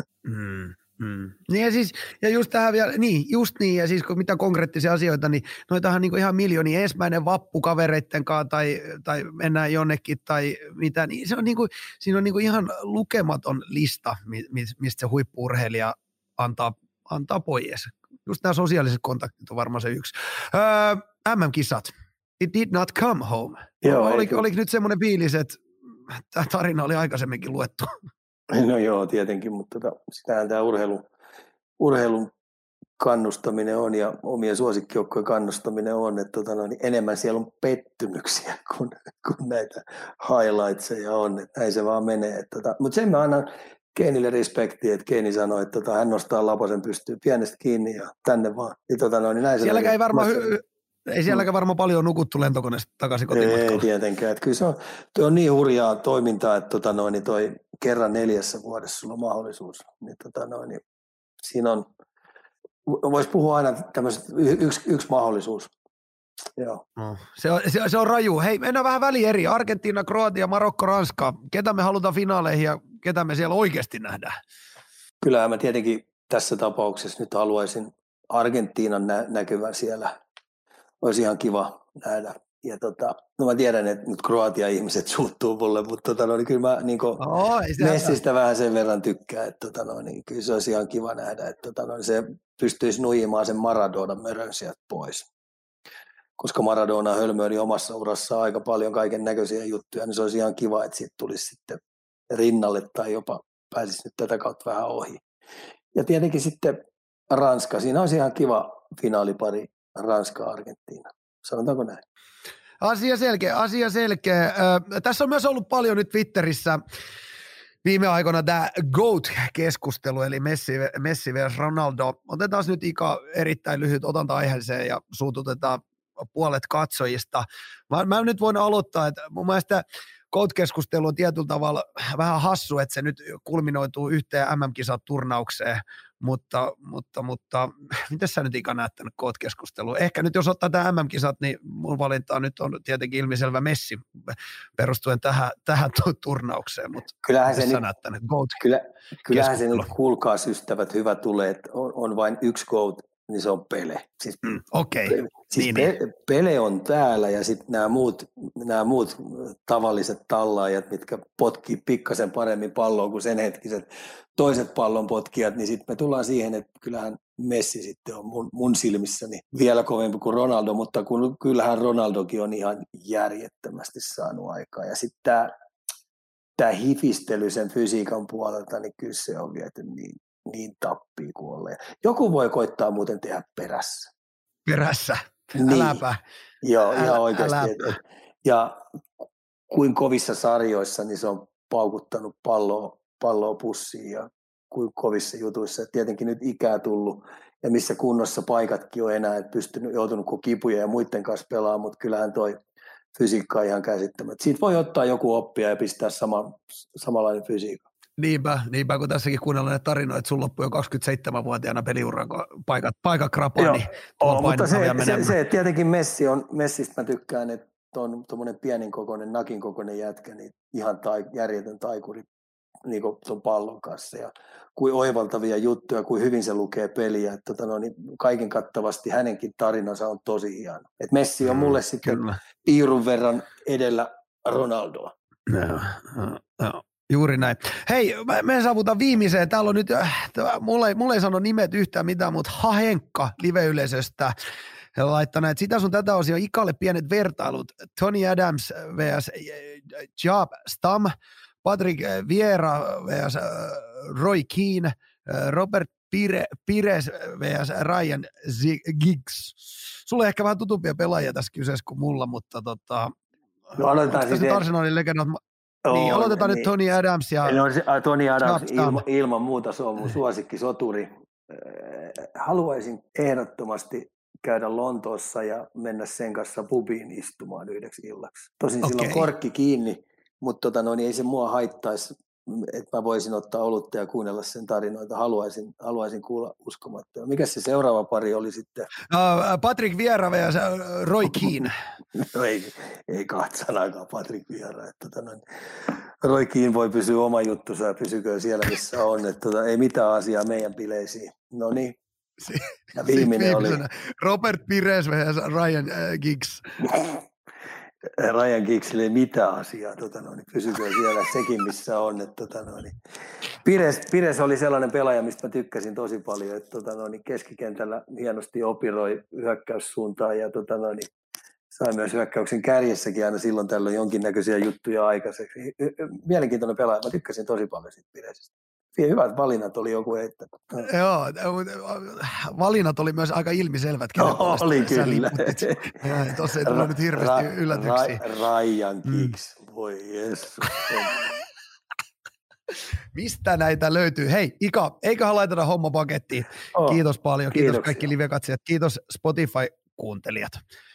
Niin ja just tähän vielä, ja siis kun mitä konkreettisia asioita, niin noitahan niin ihan miljoonia, ensimmäinen vappu kavereitten kanssa tai mennään jonnekin tai mitä, niin se on niin kuin, siinä on niin kuin ihan lukematon lista, mistä se huippu-urheilija antaa pois. Just nämä sosiaaliset kontaktit on varmaan se yksi. MM-kisat. It did not come home. Joo, oliko nyt semmoinen fiilis, että tämä tarina oli aikaisemminkin luettu? No joo, tietenkin, mutta sitähän tämä urheilun kannustaminen on ja omien suosikkijoukkojen kannustaminen on, että enemmän siellä on pettymyksiä kuin näitä highlightseja on, että näin se vaan menee. Mutta sen mä annan Keenille respektiä, että Keeni sanoi, että hän nostaa lapasen pystyyn pienestä kiinni ja tänne vaan. Ja näin sielläkään ei varmaan ei sielläkään varmaan paljon nukuttu lentokoneesta takaisin kotimatkalla. Ei tietenkään. Että kyllä se on niin hurjaa toimintaa, että toi kerran 4 vuodessa sulla on mahdollisuus. Niin, siinä on Voisi puhua aina tämmöisestä yksi mahdollisuus. Joo. No, se on raju. Hei, mennään vähän väliin eri. Argentiina, Kroatia, Marokko, Ranska. Ketä me halutaan finaaleihin ja ketä me siellä oikeasti nähdään? Kyllähän mä tietenkin tässä tapauksessa nyt haluaisin Argentiinan näkyvän siellä. Olisi ihan kiva nähdä. Ja no mä tiedän, että nyt Kroatia-ihmiset suuttuu mulle, mutta niin kyllä mä niin Messistä vähän sen verran tykkään, että niin kyllä se olisi ihan kiva nähdä, että se pystyisi nuijimaan sen Maradonan mörön sieltä pois. Koska Maradona hölmöili omassa urassaan aika paljon kaiken näköisiä juttuja, niin se olisi ihan kiva, että siitä tulisi sitten rinnalle tai jopa pääsisi nyt tätä kautta vähän ohi. Ja tietenkin sitten Ranska, siinä olisi ihan kiva finaalipari Ranska-Argentiina. Sanotaanko näin? Asia selkeä. Tässä on myös ollut paljon nyt Twitterissä viime aikoina tämä GOAT-keskustelu, eli Messi vs. Ronaldo. Otetaan nyt Ika erittäin lyhyt otanta aiheeseen ja suututetaan puolet katsojista. Mä nyt voin aloittaa, että mun mielestä GOAT-keskustelu on tietyllä tavalla vähän hassu, että se nyt kulminoituu yhteen MM-kisat-turnaukseen, mutta miten sä nyt Ika näet tämän GOAT-keskustelun? Ehkä nyt jos ottaa tämä MM-kisat, niin mun valinta nyt on tietenkin ilmiselvä Messi perustuen tähän turnaukseen, mutta kyllähän se nyt näet tämän GOAT? Kyllähän se nyt, kuulkaas ystävät, hyvä tulee, että on vain yksi GOAT, niin se on Pele. Siis, niin. Pele on täällä ja sitten nämä muut tavalliset tallaajat, mitkä potkii pikkasen paremmin palloa kuin sen hetkiset toiset pallonpotkijat, niin sitten me tullaan siihen, että kyllähän Messi sitten on mun silmissäni vielä kovempi kuin Ronaldo, mutta kyllähän Ronaldokin on ihan järjettömästi saanut aikaa. Ja sitten tämä hifistely sen fysiikan puolelta, niin kyllä se on viety niin tappii kuin olleen. Joku voi koittaa muuten tehdä perässä. Perässä? Niin. Äläpä. Joo, ihan oikeasti. Ja kuin kovissa sarjoissa, niin se on paukuttanut palloa pussiin ja kuin kovissa jutuissa. Et tietenkin nyt ikää tullut ja missä kunnossa paikatkin on enää, että joutunut kipuja ja muiden kanssa pelaamaan, mutta kyllähän toi fysiikka on ihan käsittämättä. Siitä voi ottaa joku oppia ja pistää samanlainen fysiikka. Niinpä, kun tässäkin kuunnellaan ne tarinoita, että sun loppui jo 27-vuotiaana peliuran, kun paikat krapaa, niin mutta se tietenkin Messistä mä tykkään, että on tuommoinen pienin kokoinen, nakin kokoinen jätkä, niin ihan järjetön taikuri niin tuon pallon kanssa ja kuin oivaltavia juttuja, kuin hyvin se lukee peliä. Että niin kaiken kattavasti hänenkin tarinansa on tosi hieno. Et Messi on mulle sitten piirun verran edellä Ronaldoa. Joo. Juuri näin. Hei, me saavutaan viimeiseen. Täällä on nyt, mulle ei sano nimet yhtään mitään, mutta Hahenkka live-yleisöstä laittanut, että sitä sun tätä osia Ikalle pienet vertailut. Tony Adams vs. Job Stam, Patrick Vieira vs. Roy Keane, Robert Pires vs. Ryan Giggs. Sulla on ehkä vähän tutumpia pelaajia tässä kyseessä kuin mulla, mutta no aloitetaan sitten. Arsenalin legendat. Niin, aloitetaan nyt Tony Adams ja Tony Adams ilman muuta, se on mun suosikkisoturi. Haluaisin ehdottomasti käydä Lontoossa ja mennä sen kanssa pubiin istumaan yhdeksi illaksi. Tosin sillä on korkki kiinni, mutta ei se mua haittaisi, että mä voisin ottaa olutta ja kuunnella sen tarinoita. Haluaisin kuulla uskomattomia. Mikä se seuraava pari oli sitten? Patrick Vieira vs. Roy Keane. No ei kahta sanaakaan Patrick Vieira. Roy Keane voi pysyä oma juttusa ja pysyköön siellä, missä on. Ei mitään asiaa meidän bileisiin. No niin. Ja viimeinen oli Robert Pires vs. Ryan Giggs. Ryan Giggsille ei mitään asiaa, pysyköön siellä sekin, missä on. Pires oli sellainen pelaaja, mistä mä tykkäsin tosi paljon, että keskikentällä hienosti operoi hyökkäyssuuntaan ja sai myös hyökkäyksen kärjessäkin aina silloin tällöin jonkinnäköisiä juttuja aikaiseksi. Mielenkiintoinen pelaaja, mä tykkäsin tosi paljon siitä Piresestä. Hyvät valinnat oli joku heittänyt. Joo, valinnat oli myös aika ilmiselvät. Oli kyllä. Tuossa ei tullut nyt hirveästi yllätyksiä. Ryan Giggs, voi Jeesus. Mistä näitä löytyy? Hei Ika, eiköhän laiteta homma pakettiin. Kiitos paljon, kiitos kaikki live-katsojat, kiitos Spotify-kuuntelijat.